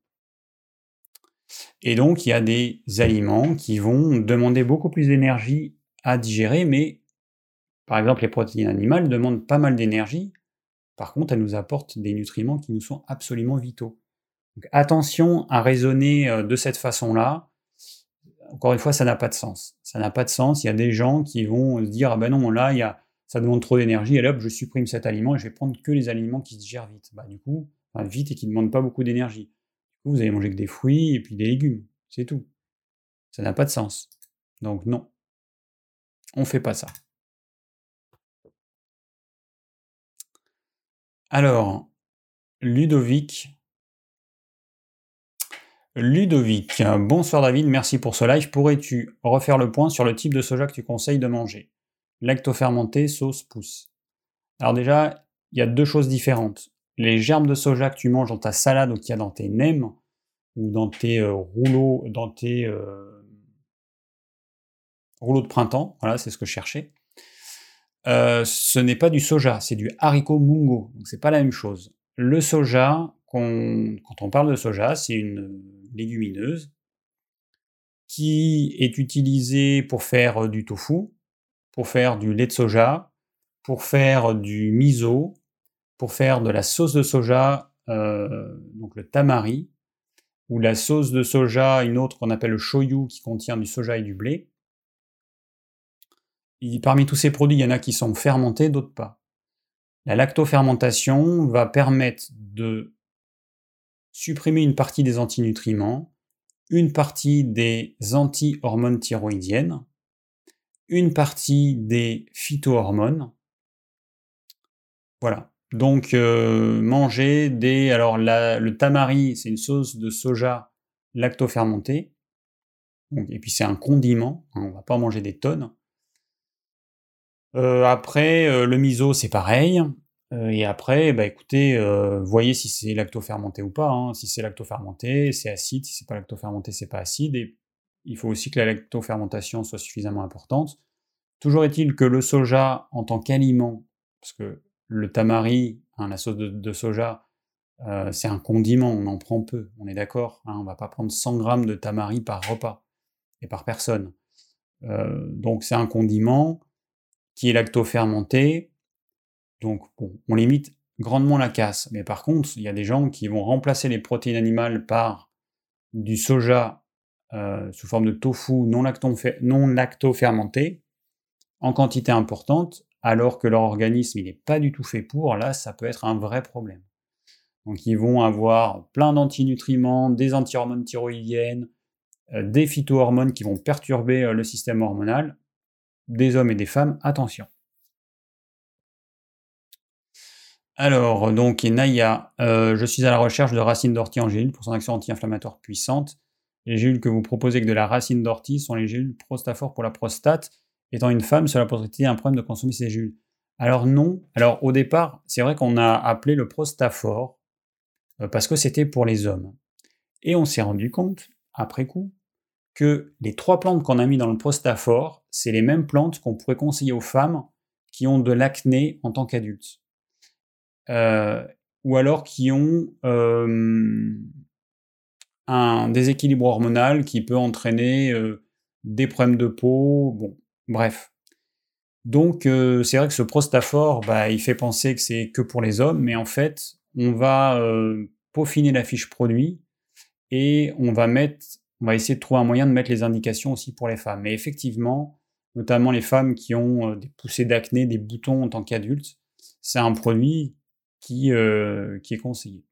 A: Et donc il y a des aliments qui vont demander beaucoup plus d'énergie à digérer, mais par exemple les protéines animales demandent pas mal d'énergie, par contre elles nous apportent des nutriments qui nous sont absolument vitaux. Donc attention à raisonner de cette façon-là, encore une fois ça n'a pas de sens. Ça n'a pas de sens, il y a des gens qui vont se dire ah ben non là il y a ça demande trop d'énergie, et hop, je supprime cet aliment et je vais prendre que les aliments qui se digèrent vite. Bah, du coup, enfin, vite et qui ne demandent pas beaucoup d'énergie. Du coup, vous allez manger que des fruits et puis des légumes, c'est tout. Ça n'a pas de sens. Donc non, on ne fait pas ça. Alors, Ludovic. Ludovic, bonsoir David, merci pour ce live. Pourrais-tu refaire le point sur le type de soja que tu conseilles de manger? Lactofermenté, sauce, pousse. Alors déjà, il y a deux choses différentes. Les germes de soja que tu manges dans ta salade ou qu'il y a dans tes nems, ou dans tes euh, rouleaux, dans tes euh, rouleaux de printemps, voilà, c'est ce que je cherchais. Euh, ce n'est pas du soja, c'est du haricot mungo, donc c'est pas la même chose. Le soja, qu'on, quand on parle de soja, c'est une légumineuse qui est utilisée pour faire du tofu, pour faire du lait de soja, pour faire du miso, pour faire de la sauce de soja, euh, donc le tamari, ou la sauce de soja, une autre qu'on appelle le shoyu, qui contient du soja et du blé. Et parmi tous ces produits, il y en a qui sont fermentés, d'autres pas. La lactofermentation va permettre de supprimer une partie des antinutriments, une partie des anti-hormones thyroïdiennes, une partie des phytohormones. Voilà. Donc euh, manger des... Alors la, le tamari, c'est une sauce de soja lactofermentée. Donc, et puis c'est un condiment, hein, on ne va pas manger des tonnes. Euh, après, euh, le miso, c'est pareil. Euh, et après, bah écoutez, euh, voyez si c'est lactofermenté ou pas. Hein. Si c'est lactofermenté, c'est acide. Si c'est pas lactofermenté, c'est pas acide. Et il faut aussi que la lactofermentation soit suffisamment importante. Toujours est-il que le soja, en tant qu'aliment, parce que le tamari, hein, la sauce de, de soja, euh, c'est un condiment, on en prend peu, on est d'accord, hein, on va pas prendre cent grammes de tamari par repas et par personne. Euh, donc c'est un condiment qui est lactofermenté, donc bon, on limite grandement la casse. Mais par contre, il y a des gens qui vont remplacer les protéines animales par du soja euh, sous forme de tofu non, non lactofermenté en quantité importante, alors que leur organisme n'est pas du tout fait pour. Là, ça peut être un vrai problème. Donc ils vont avoir plein d'antinutriments, des anti-hormones thyroïdiennes, euh, des phytohormones qui vont perturber euh, le système hormonal, des hommes et des femmes, attention. Alors, donc, Naya, euh, je suis à la recherche de racines d'ortie en gélules pour son action anti-inflammatoire puissante. Les gélules que vous proposez avec de la racine d'ortie sont les gélules Prostafor pour la prostate. Étant une femme, cela pourrait-il un problème de consommer ces gélules? Alors non. Alors au départ, c'est vrai qu'on a appelé le Prostafor euh, parce que c'était pour les hommes. Et on s'est rendu compte, après coup, que les trois plantes qu'on a mis dans le Prostafor, c'est les mêmes plantes qu'on pourrait conseiller aux femmes qui ont de l'acné en tant qu'adultes. Euh, ou alors qui ont euh, un déséquilibre hormonal qui peut entraîner euh, des problèmes de peau, bon, bref. Donc, euh, c'est vrai que ce Prostafor, bah, il fait penser que c'est que pour les hommes, mais en fait, on va euh, peaufiner la fiche produit et on va mettre, on va essayer de trouver un moyen de mettre les indications aussi pour les femmes. Mais effectivement, notamment les femmes qui ont euh, des poussées d'acné, des boutons en tant qu'adultes, c'est un produit qui, euh, qui est conseillé.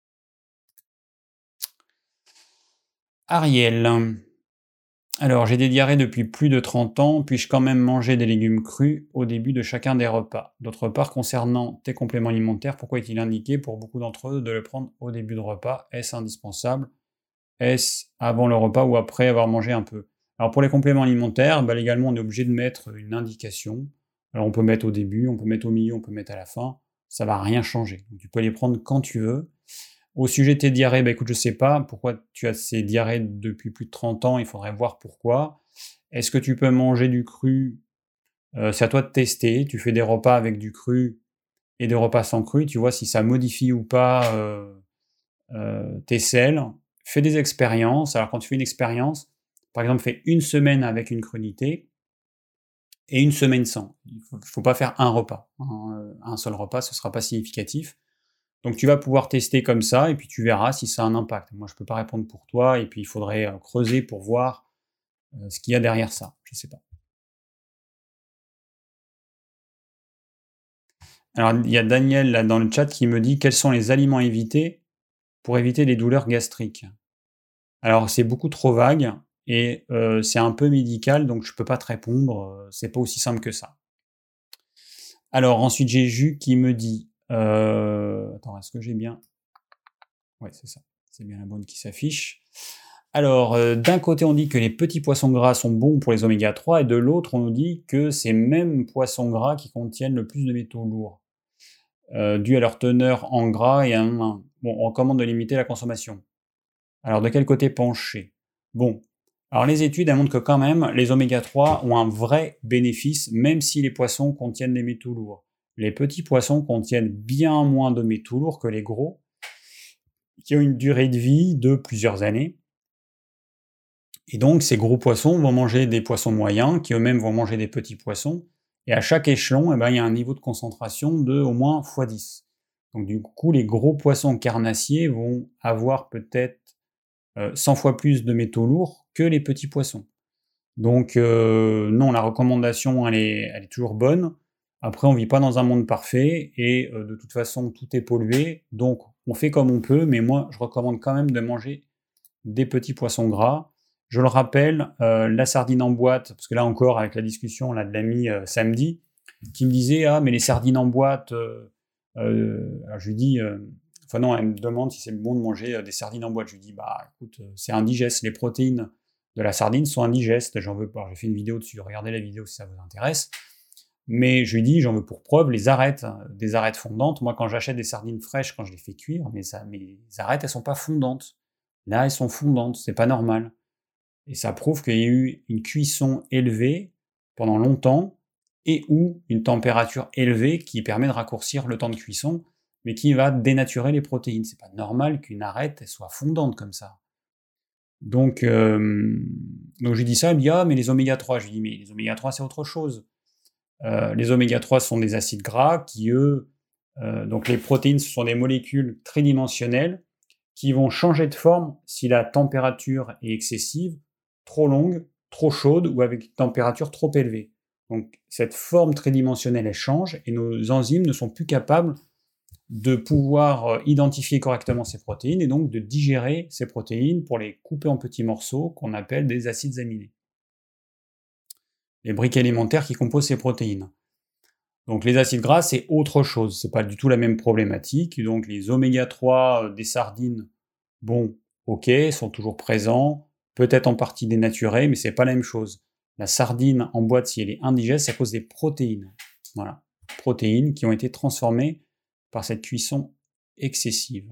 A: Ariel. Alors, j'ai des diarrhées depuis plus de trente ans, puis-je quand même manger des légumes crus au début de chacun des repas? D'autre part, concernant tes compléments alimentaires, pourquoi est-il indiqué pour beaucoup d'entre eux de le prendre au début de repas? Est-ce indispensable? Est-ce avant le repas ou après avoir mangé un peu? Alors pour les compléments alimentaires, bah, légalement on est obligé de mettre une indication. Alors on peut mettre au début, on peut mettre au milieu, on peut mettre à la fin, ça va rien changer. Donc, tu peux les prendre quand tu veux. Au sujet de tes diarrhées, bah écoute, je sais pas pourquoi tu as ces diarrhées depuis plus de trente ans, il faudrait voir pourquoi. Est-ce que tu peux manger du cru? Euh, c'est à toi de tester, tu fais des repas avec du cru et des repas sans cru, tu vois si ça modifie ou pas euh, euh, tes selles. Fais des expériences, alors quand tu fais une expérience, par exemple fais une semaine avec une crudité et une semaine sans. Il faut, faut pas faire un repas, hein. Un seul repas, ce sera pas significatif. Donc tu vas pouvoir tester comme ça, et puis tu verras si ça a un impact. Moi, je ne peux pas répondre pour toi, et puis il faudrait euh, creuser pour voir euh, ce qu'il y a derrière ça. Je ne sais pas. Alors, il y a Daniel là dans le chat qui me dit quels sont les aliments à éviter pour éviter les douleurs gastriques. Alors, c'est beaucoup trop vague, et euh, c'est un peu médical, donc je ne peux pas te répondre. euh, C'est pas aussi simple que ça. Alors, ensuite, j'ai Jus qui me dit... Euh... Attends, est-ce que j'ai bien... Ouais, c'est ça. C'est bien la bonne qui s'affiche. Alors, euh, d'un côté, on dit que les petits poissons gras sont bons pour les oméga trois, et de l'autre, on nous dit que ces mêmes poissons gras qui contiennent le plus de métaux lourds, euh, dû à leur teneur en gras et en... Bon, on recommande de limiter la consommation. Alors, de quel côté pencher? Bon, alors les études, elles montrent que quand même, les oméga trois ont un vrai bénéfice, même si les poissons contiennent des métaux lourds. Les petits poissons contiennent bien moins de métaux lourds que les gros, qui ont une durée de vie de plusieurs années. Et donc, ces gros poissons vont manger des poissons moyens, qui eux-mêmes vont manger des petits poissons, et à chaque échelon, eh ben, il y a un niveau de concentration de au moins fois dix. Donc du coup, les gros poissons carnassiers vont avoir peut-être euh, cent fois plus de métaux lourds que les petits poissons. Donc euh, non, la recommandation, elle est, elle est toujours bonne. Après, on ne vit pas dans un monde parfait, et euh, de toute façon, tout est pollué, donc on fait comme on peut, mais moi, je recommande quand même de manger des petits poissons gras. Je le rappelle, euh, la sardine en boîte, parce que là encore, avec la discussion là, de l'ami euh, samedi, qui me disait « Ah, mais les sardines en boîte... Euh, euh, », alors je lui dis... Euh, enfin non, elle me demande si c'est bon de manger euh, des sardines en boîte. Je lui dis « Bah écoute, euh, c'est indigeste, les protéines de la sardine sont indigestes, j'en veux pas. » J'ai fait une vidéo dessus, regardez la vidéo si ça vous intéresse. Mais je lui dis, j'en veux pour preuve les arêtes, des arêtes fondantes. Moi, quand j'achète des sardines fraîches, quand je les fais cuire, mais ça, mes arêtes, elles sont pas fondantes. Là, elles sont fondantes, c'est pas normal. Et ça prouve qu'il y a eu une cuisson élevée pendant longtemps, et ou une température élevée qui permet de raccourcir le temps de cuisson, mais qui va dénaturer les protéines. C'est pas normal qu'une arête elle soit fondante comme ça. Donc, euh, donc je lui dis ça, elle me dit « Ah, mais les oméga trois », je lui dis « Mais les oméga trois, c'est autre chose. Euh, les oméga trois sont des acides gras qui, eux, euh, donc les protéines, ce sont des molécules tridimensionnelles qui vont changer de forme si la température est excessive, trop longue, trop chaude ou avec une température trop élevée. Donc cette forme tridimensionnelle, elle change, et nos enzymes ne sont plus capables de pouvoir identifier correctement ces protéines, et donc de digérer ces protéines pour les couper en petits morceaux qu'on appelle des acides aminés. Les briques élémentaires qui composent ces protéines. Donc les acides gras, c'est autre chose, c'est pas du tout la même problématique. Donc les oméga trois des sardines, bon, ok, sont toujours présents, peut-être en partie dénaturés, mais c'est pas la même chose. La sardine en boîte, si elle est indigeste, c'est à cause des protéines. Voilà, protéines qui ont été transformées par cette cuisson excessive.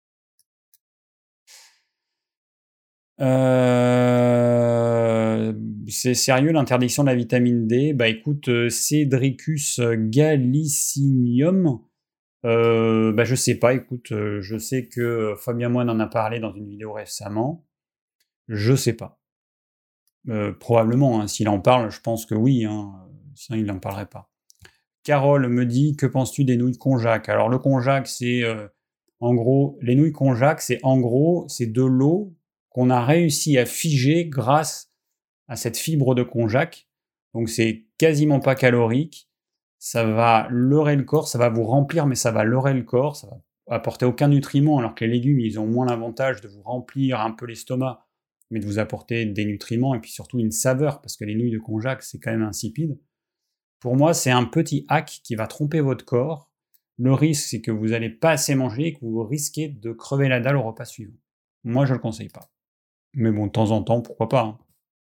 A: Euh... C'est sérieux l'interdiction de la vitamine D? Bah écoute, euh, Cédricus gallicinium, euh, bah je sais pas, écoute, euh, je sais que Fabien Moine en a parlé dans une vidéo récemment, je sais pas. Euh, probablement, hein, s'il en parle, je pense que oui, hein, sinon il n'en parlerait pas. Carole me dit, que penses-tu des nouilles konjac? Alors le konjac, c'est euh, en gros, les nouilles konjac, c'est en gros, c'est de l'eau qu'on a réussi à figer grâce à cette fibre de konjac. Donc c'est quasiment pas calorique, ça va leurrer le corps, ça va vous remplir, mais ça va leurrer le corps, ça va apporter aucun nutriment, alors que les légumes, ils ont moins l'avantage de vous remplir un peu l'estomac, mais de vous apporter des nutriments, et puis surtout une saveur, parce que les nouilles de konjac, c'est quand même insipide. Pour moi, c'est un petit hack qui va tromper votre corps. Le risque, c'est que vous n'allez pas assez manger et que vous risquez de crever la dalle au repas suivant. Moi, je ne le conseille pas. Mais bon, de temps en temps, pourquoi pas. Hein.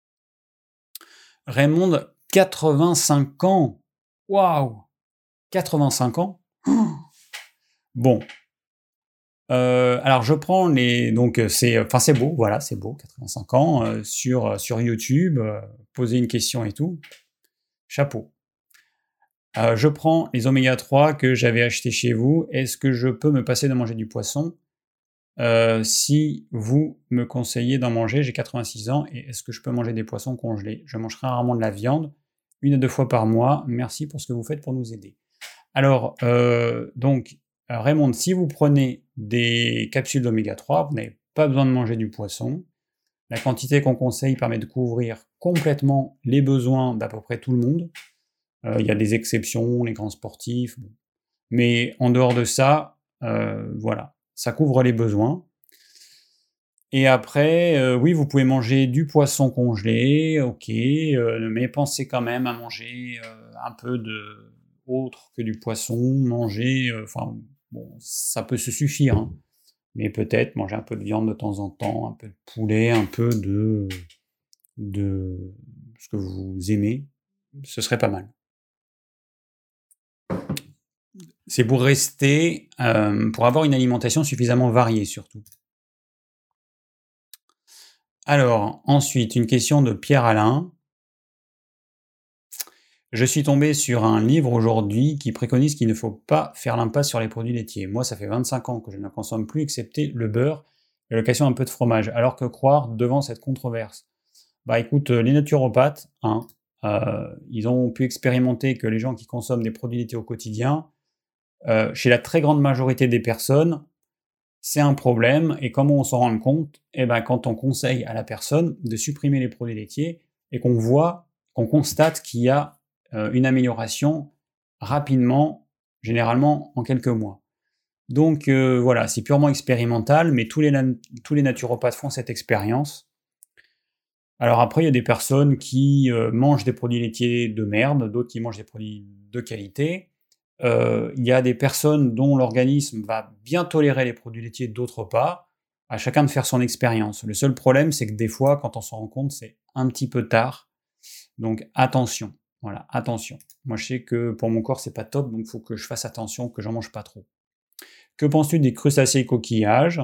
A: Raymond, quatre-vingt-cinq ans. Waouh, quatre-vingt-cinq ans. Bon. Euh, alors je prends les, donc c'est, enfin c'est beau, voilà, c'est beau, quatre-vingt-cinq ans euh, sur sur YouTube, euh, poser une question et tout. Chapeau. Euh, je prends les oméga trois que j'avais achetés chez vous. Est-ce que je peux me passer de manger du poisson euh, si vous me conseillez d'en manger? J'ai quatre-vingt-six ans et est-ce que je peux manger des poissons congelés? Je mange rarement de la viande, une à deux fois par mois. Merci pour ce que vous faites pour nous aider. Alors, euh, donc, Raymond, si vous prenez des capsules d'oméga trois, vous n'avez pas besoin de manger du poisson. La quantité qu'on conseille permet de couvrir complètement les besoins d'à peu près tout le monde. Il euh, y a des exceptions, les grands sportifs. Bon. Mais en dehors de ça, euh, voilà, ça couvre les besoins. Et après, euh, oui, vous pouvez manger du poisson congelé, ok, euh, mais pensez quand même à manger euh, un peu de autre que du poisson, manger, enfin, euh, bon, ça peut se suffire, hein, mais peut-être manger un peu de viande de temps en temps, un peu de poulet, un peu de, de ce que vous aimez, ce serait pas mal. C'est pour rester, euh, pour avoir une alimentation suffisamment variée surtout. Alors, ensuite, une question de Pierre-Alain. Je suis tombé sur un livre aujourd'hui qui préconise qu'il ne faut pas faire l'impasse sur les produits laitiers. Moi, ça fait vingt-cinq ans que je ne consomme plus, excepté le beurre et l'occasion un peu de fromage. Alors que croire devant cette controverse? Bah écoute, les naturopathes, hein, euh, ils ont pu expérimenter que les gens qui consomment des produits laitiers au quotidien, euh, chez la très grande majorité des personnes, c'est un problème. Et comment on s'en rend compte? Eh ben, quand on conseille à la personne de supprimer les produits laitiers et qu'on voit, qu'on constate qu'il y a une amélioration rapidement, généralement en quelques mois. Donc euh, voilà, c'est purement expérimental, mais tous les, tous les naturopathes font cette expérience. Alors après, il y a des personnes qui euh, mangent des produits laitiers de merde, d'autres qui mangent des produits de qualité. Euh, il y a des personnes dont l'organisme va bien tolérer les produits laitiers, d'autres pas. À chacun de faire son expérience. Le seul problème, c'est que des fois, quand on s'en rend compte, c'est un petit peu tard. Donc attention. Voilà, attention. Moi, je sais que pour mon corps, c'est pas top, donc il faut que je fasse attention, que j'en mange pas trop. Que penses-tu des crustacés et coquillages?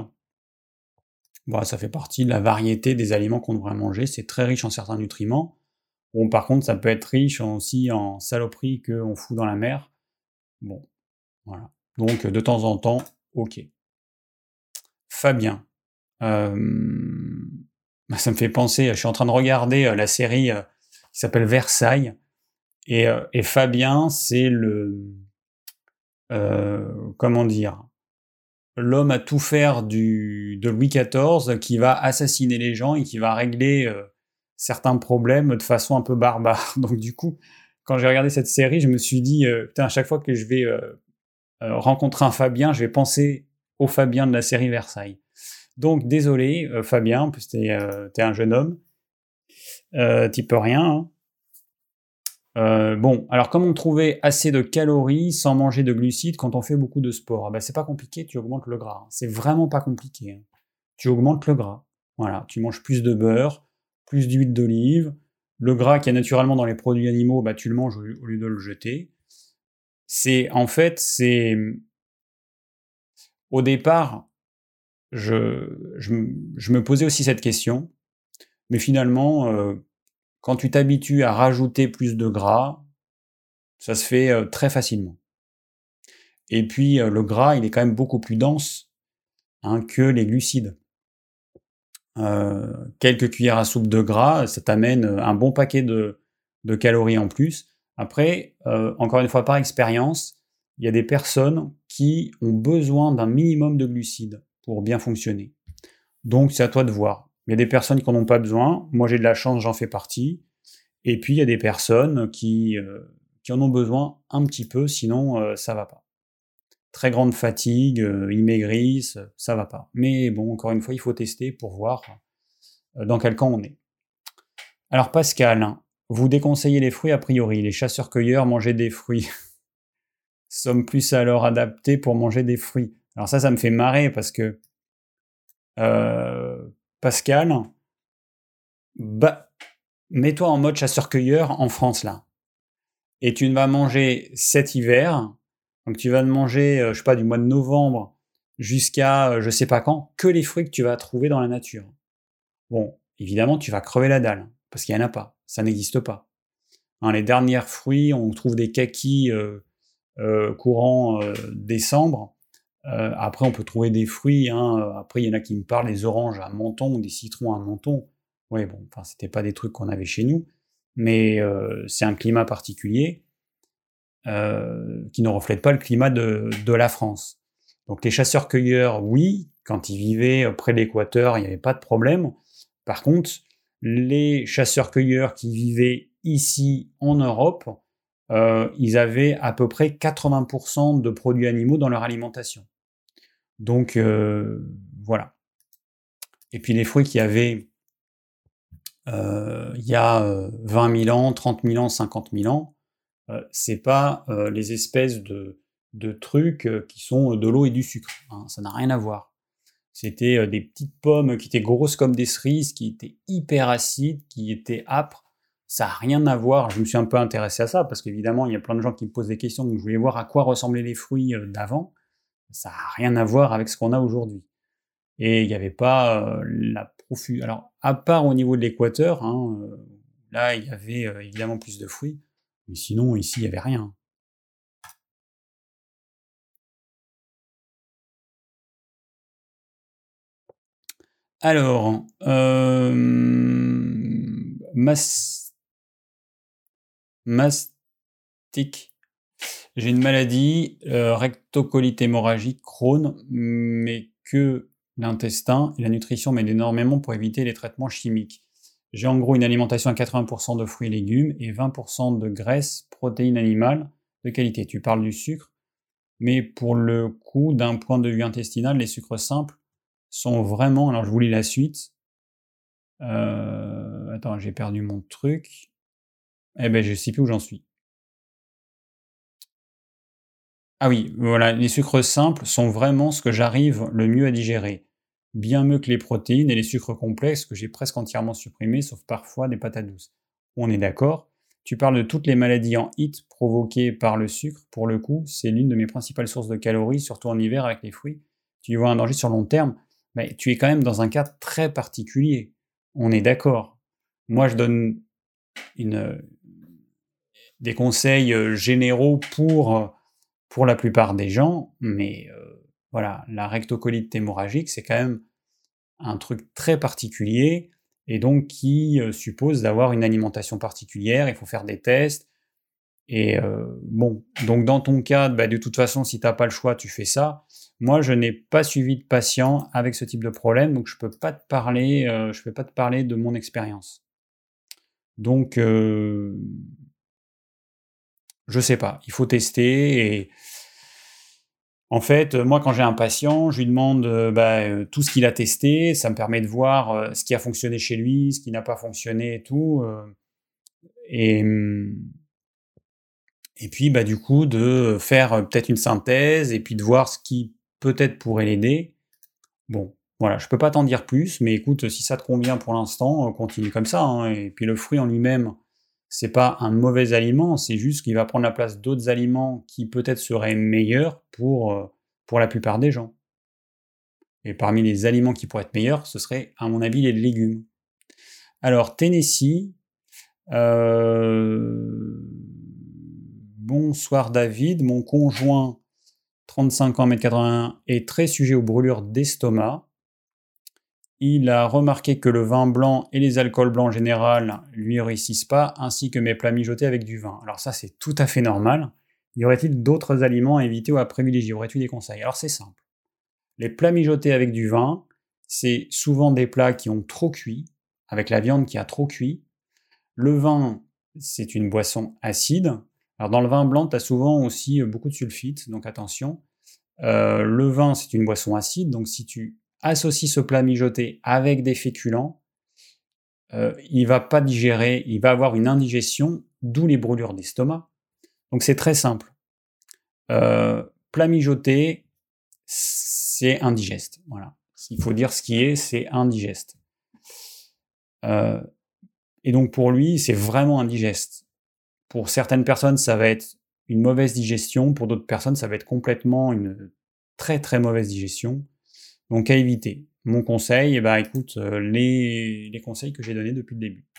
A: Bon, ça fait partie de la variété des aliments qu'on devrait manger. C'est très riche en certains nutriments. Bon, par contre, ça peut être riche aussi en saloperies qu'on fout dans la mer. Bon, voilà. Donc, de temps en temps, ok. Fabien. Euh... Ça me fait penser, je suis en train de regarder la série qui s'appelle Versailles. Et, euh, et Fabien, c'est le... Euh, comment dire? L'homme à tout faire du, de Louis quatorze qui va assassiner les gens et qui va régler euh, certains problèmes de façon un peu barbare. Donc du coup, quand j'ai regardé cette série, je me suis dit, euh, putain, à chaque fois que je vais euh, euh, rencontrer un Fabien, je vais penser au Fabien de la série Versailles. Donc désolé, euh, Fabien, en plus t'es, euh, t'es un jeune homme, euh, t'y peux rien, hein. Euh, bon, alors comment trouver assez de calories sans manger de glucides quand on fait beaucoup de sport? Ah ben, c'est pas compliqué, tu augmentes le gras. C'est vraiment pas compliqué. Hein. Tu augmentes le gras. Voilà, tu manges plus de beurre, plus d'huile d'olive. Le gras qu'il y a naturellement dans les produits animaux, bah, tu le manges au lieu de le jeter. C'est, en fait, c'est... Au départ, je, je, je me posais aussi cette question, mais finalement, euh, quand tu t'habitues à rajouter plus de gras, ça se fait euh, très facilement. Et puis, euh, le gras, il est quand même beaucoup plus dense hein, que les glucides. euh, quelques cuillères à soupe de gras, ça t'amène un bon paquet de, de calories en plus. Après, euh, encore une fois, par expérience, il y a des personnes qui ont besoin d'un minimum de glucides pour bien fonctionner. Donc, c'est à toi de voir. Il y a des personnes qui n'en ont pas besoin. Moi, j'ai de la chance, j'en fais partie. Et puis, il y a des personnes qui, euh, qui en ont besoin un petit peu, sinon, euh, ça va pas. Très grande fatigue, euh, ils maigrissent, ça va pas. Mais bon, encore une fois, il faut tester pour voir euh, dans quel camp on est. Alors, Pascal, vous déconseillez les fruits a priori. Les chasseurs-cueilleurs, manger des fruits. Sommes plus alors adaptés pour manger des fruits. Alors ça, ça me fait marrer parce que euh, Pascal, bah, mets-toi en mode chasseur-cueilleur en France là. Et tu ne vas manger cet hiver, donc tu vas manger, euh, je sais pas, du mois de novembre jusqu'à euh, je sais pas quand, que les fruits que tu vas trouver dans la nature. Bon, évidemment, tu vas crever la dalle, parce qu'il n'y en a pas, ça n'existe pas. Hein, les derniers fruits, on trouve des kakis euh, euh, courant euh, décembre. Euh, après, on peut trouver des fruits. Hein. Après, il y en a qui me parlent des oranges à Menton, des citrons à Menton. Ouais, bon, enfin, c'était pas des trucs qu'on avait chez nous, mais euh, c'est un climat particulier euh, qui ne reflète pas le climat de, de la France. Donc, les chasseurs-cueilleurs, oui, quand ils vivaient près de l'équateur, il n'y avait pas de problème. Par contre, les chasseurs-cueilleurs qui vivaient ici en Europe, euh, ils avaient à peu près quatre-vingts pour cent de produits animaux dans leur alimentation. Donc euh, voilà. Et puis les fruits qu'il y avait euh, il y a euh, vingt mille ans, trente mille ans, cinquante mille ans, euh, c'est pas euh, les espèces de, de trucs euh, qui sont de l'eau et du sucre. Hein, ça n'a rien à voir. C'était euh, des petites pommes qui étaient grosses comme des cerises, qui étaient hyper acides, qui étaient âpres. Ça n'a rien à voir. Je me suis un peu intéressé à ça parce qu'évidemment, il y a plein de gens qui me posent des questions, donc je voulais voir à quoi ressemblaient les fruits euh, d'avant. Ça n'a rien à voir avec ce qu'on a aujourd'hui. Et il n'y avait pas euh, la profusion. Alors, à part au niveau de l'équateur, hein, euh, là, il y avait euh, évidemment plus de fruits, mais sinon, ici, il n'y avait rien. Alors, euh, mas- mastic. J'ai une maladie, euh, rectocolite hémorragique, Crohn, mais que l'intestin et la nutrition m'aident énormément pour éviter les traitements chimiques. J'ai en gros une alimentation à quatre-vingts pour cent de fruits et légumes et vingt pour cent de graisses, protéines animales de qualité. Tu parles du sucre, mais pour le coup, d'un point de vue intestinal, les sucres simples sont vraiment... Alors je vous lis la suite. Euh, attends, j'ai perdu mon truc. Eh ben, je sais plus où j'en suis. Ah oui, voilà, les sucres simples sont vraiment ce que j'arrive le mieux à digérer. Bien mieux que les protéines et les sucres complexes que j'ai presque entièrement supprimés, sauf parfois des patates douces. On est d'accord? Tu parles de toutes les maladies en hit provoquées par le sucre. Pour le coup, c'est l'une de mes principales sources de calories, surtout en hiver avec les fruits. Tu y vois un danger sur long terme, mais tu es quand même dans un cas très particulier. On est d'accord. Moi, je donne une, des conseils euh, généraux pour euh, pour la plupart des gens, mais euh, voilà, la rectocolite hémorragique, c'est quand même un truc très particulier et donc qui euh, suppose d'avoir une alimentation particulière, il faut faire des tests. Et euh, bon, donc dans ton cas, bah, de toute façon, si tu n'as pas le choix, tu fais ça. Moi, je n'ai pas suivi de patient avec ce type de problème, donc je peux pas te parler, euh, je peux pas te parler de mon expérience. Donc, euh, je sais pas, il faut tester et en fait, euh, moi, quand j'ai un patient, je lui demande euh, bah, euh, tout ce qu'il a testé. Ça me permet de voir euh, ce qui a fonctionné chez lui, ce qui n'a pas fonctionné et tout. euh, et, hum, et puis, bah, du coup, de faire euh, peut-être une synthèse et puis de voir ce qui peut-être pourrait l'aider. Bon, voilà, je peux pas t'en dire plus, mais écoute, si ça te convient pour l'instant, euh, continue comme ça. Hein. Et puis le fruit en lui-même, c'est pas un mauvais aliment, c'est juste qu'il va prendre la place d'autres aliments qui peut-être seraient meilleurs pour, euh, pour la plupart des gens. Et parmi les aliments qui pourraient être meilleurs, ce serait, à mon avis, les légumes. Alors, Tennessee. Euh... Bonsoir David. Mon conjoint, trente-cinq ans, un mètre quatre-vingt-un, est très sujet aux brûlures d'estomac. il a remarqué que le vin blanc et les alcools blancs en général lui réussissent pas, ainsi que mes plats mijotés avec du vin. Alors ça, c'est tout à fait normal. Y aurait-il d'autres aliments à éviter ou à privilégier? Aurais-tu des conseils? Alors c'est simple. Les plats mijotés avec du vin, c'est souvent des plats qui ont trop cuit, avec la viande qui a trop cuit. Le vin, c'est une boisson acide. Alors dans le vin blanc, tu as souvent aussi beaucoup de sulfite, donc attention. Euh, le vin, c'est une boisson acide, donc si tu associes ce plat mijoté avec des féculents, euh, il va pas digérer, il va avoir une indigestion, d'où les brûlures d'estomac. Donc c'est très simple. Euh, plat mijoté, c'est indigeste. Voilà. Il faut dire ce qui est, c'est indigeste. Euh, et donc pour lui, c'est vraiment indigeste. Pour certaines personnes, ça va être une mauvaise digestion. Pour d'autres personnes, ça va être complètement une très très mauvaise digestion. Donc à éviter. Mon conseil, eh ben, écoute, euh, les, les conseils que j'ai donnés depuis le début.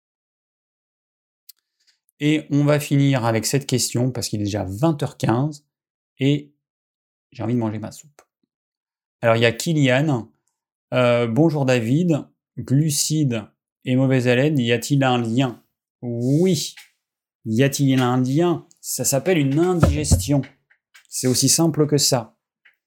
A: Et on va finir avec cette question, parce qu'il est déjà vingt heures quinze, et j'ai envie de manger ma soupe. Alors il y a Kylian. Euh, bonjour David, glucides et mauvaise haleine, y a-t-il un lien? Oui. Y a-t-il un lien? Ça s'appelle une indigestion. C'est aussi simple que ça.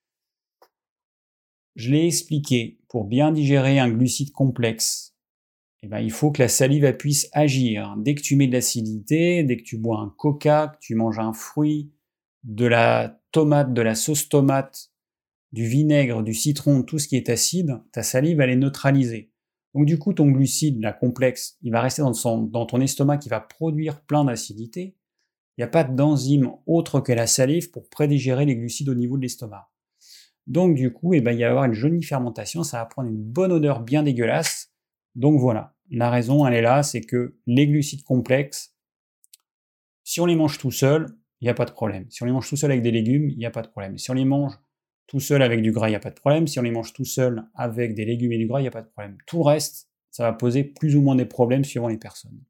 A: Je l'ai expliqué, pour bien digérer un glucide complexe, eh ben, il faut que la salive puisse agir. Dès que tu mets de l'acidité, dès que tu bois un coca, que tu manges un fruit, de la tomate, de la sauce tomate, du vinaigre, du citron, tout ce qui est acide, ta salive elle est neutralisée. Donc du coup, ton glucide, la complexe, il va rester dans, son, dans ton estomac qui va produire plein d'acidité. Il n'y a pas d'enzyme autre que la salive pour prédigérer les glucides au niveau de l'estomac. Donc du coup, eh ben, il va y avoir une jolie fermentation, ça va prendre une bonne odeur bien dégueulasse. Donc voilà, la raison, elle est là, c'est que les glucides complexes, si on les mange tout seul, il n'y a pas de problème. Si on les mange tout seul avec des légumes, il n'y a pas de problème. Si on les mange tout seul avec du gras, il n'y a pas de problème. Si on les mange tout seul avec des légumes et du gras, il n'y a pas de problème. Tout le reste, ça va poser plus ou moins des problèmes suivant les personnes.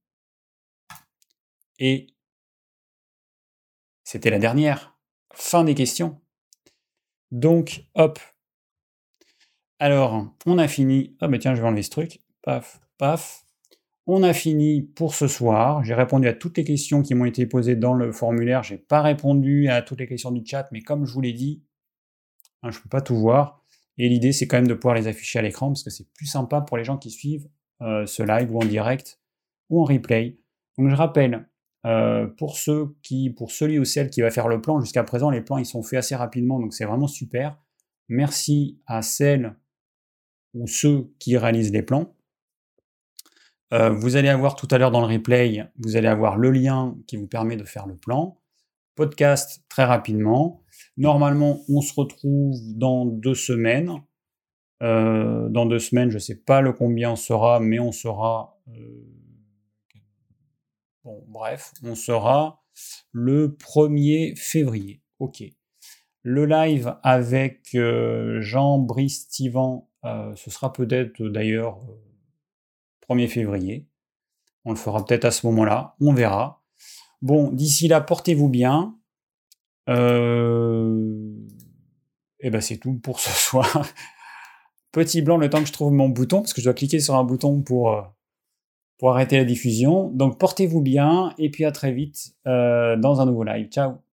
A: Et c'était la dernière. Fin des questions. Donc, hop. Alors, on a fini. Ah, bah tiens, je vais enlever ce truc. Paf, paf. On a fini pour ce soir. J'ai répondu à toutes les questions qui m'ont été posées dans le formulaire. J'ai pas répondu à toutes les questions du chat, mais comme je vous l'ai dit, hein, je peux pas tout voir. Et l'idée, c'est quand même de pouvoir les afficher à l'écran parce que c'est plus sympa pour les gens qui suivent euh, ce live ou en direct ou en replay. Donc je rappelle, euh, pour ceux qui, pour celui ou celle qui va faire le plan, jusqu'à présent, les plans ils sont faits assez rapidement, donc c'est vraiment super. Merci à celles ou ceux qui réalisent les plans. Euh, vous allez avoir tout à l'heure dans le replay, vous allez avoir le lien qui vous permet de faire le plan. Podcast très rapidement. Normalement, on se retrouve dans deux semaines. Euh, dans deux semaines, je ne sais pas le combien on sera, mais on sera... Euh, bon, bref, on sera le premier février. Ok. Le live avec euh, Jean-Brice Tivan, euh, ce sera peut-être d'ailleurs euh, premier février. On le fera peut-être à ce moment-là, on verra. Bon, d'ici là, portez-vous bien. Euh... Et ben c'est tout pour ce soir. Petit blanc le temps que je trouve mon bouton, parce que je dois cliquer sur un bouton pour, euh, pour arrêter la diffusion. Donc portez-vous bien, et puis à très vite euh, dans un nouveau live. Ciao!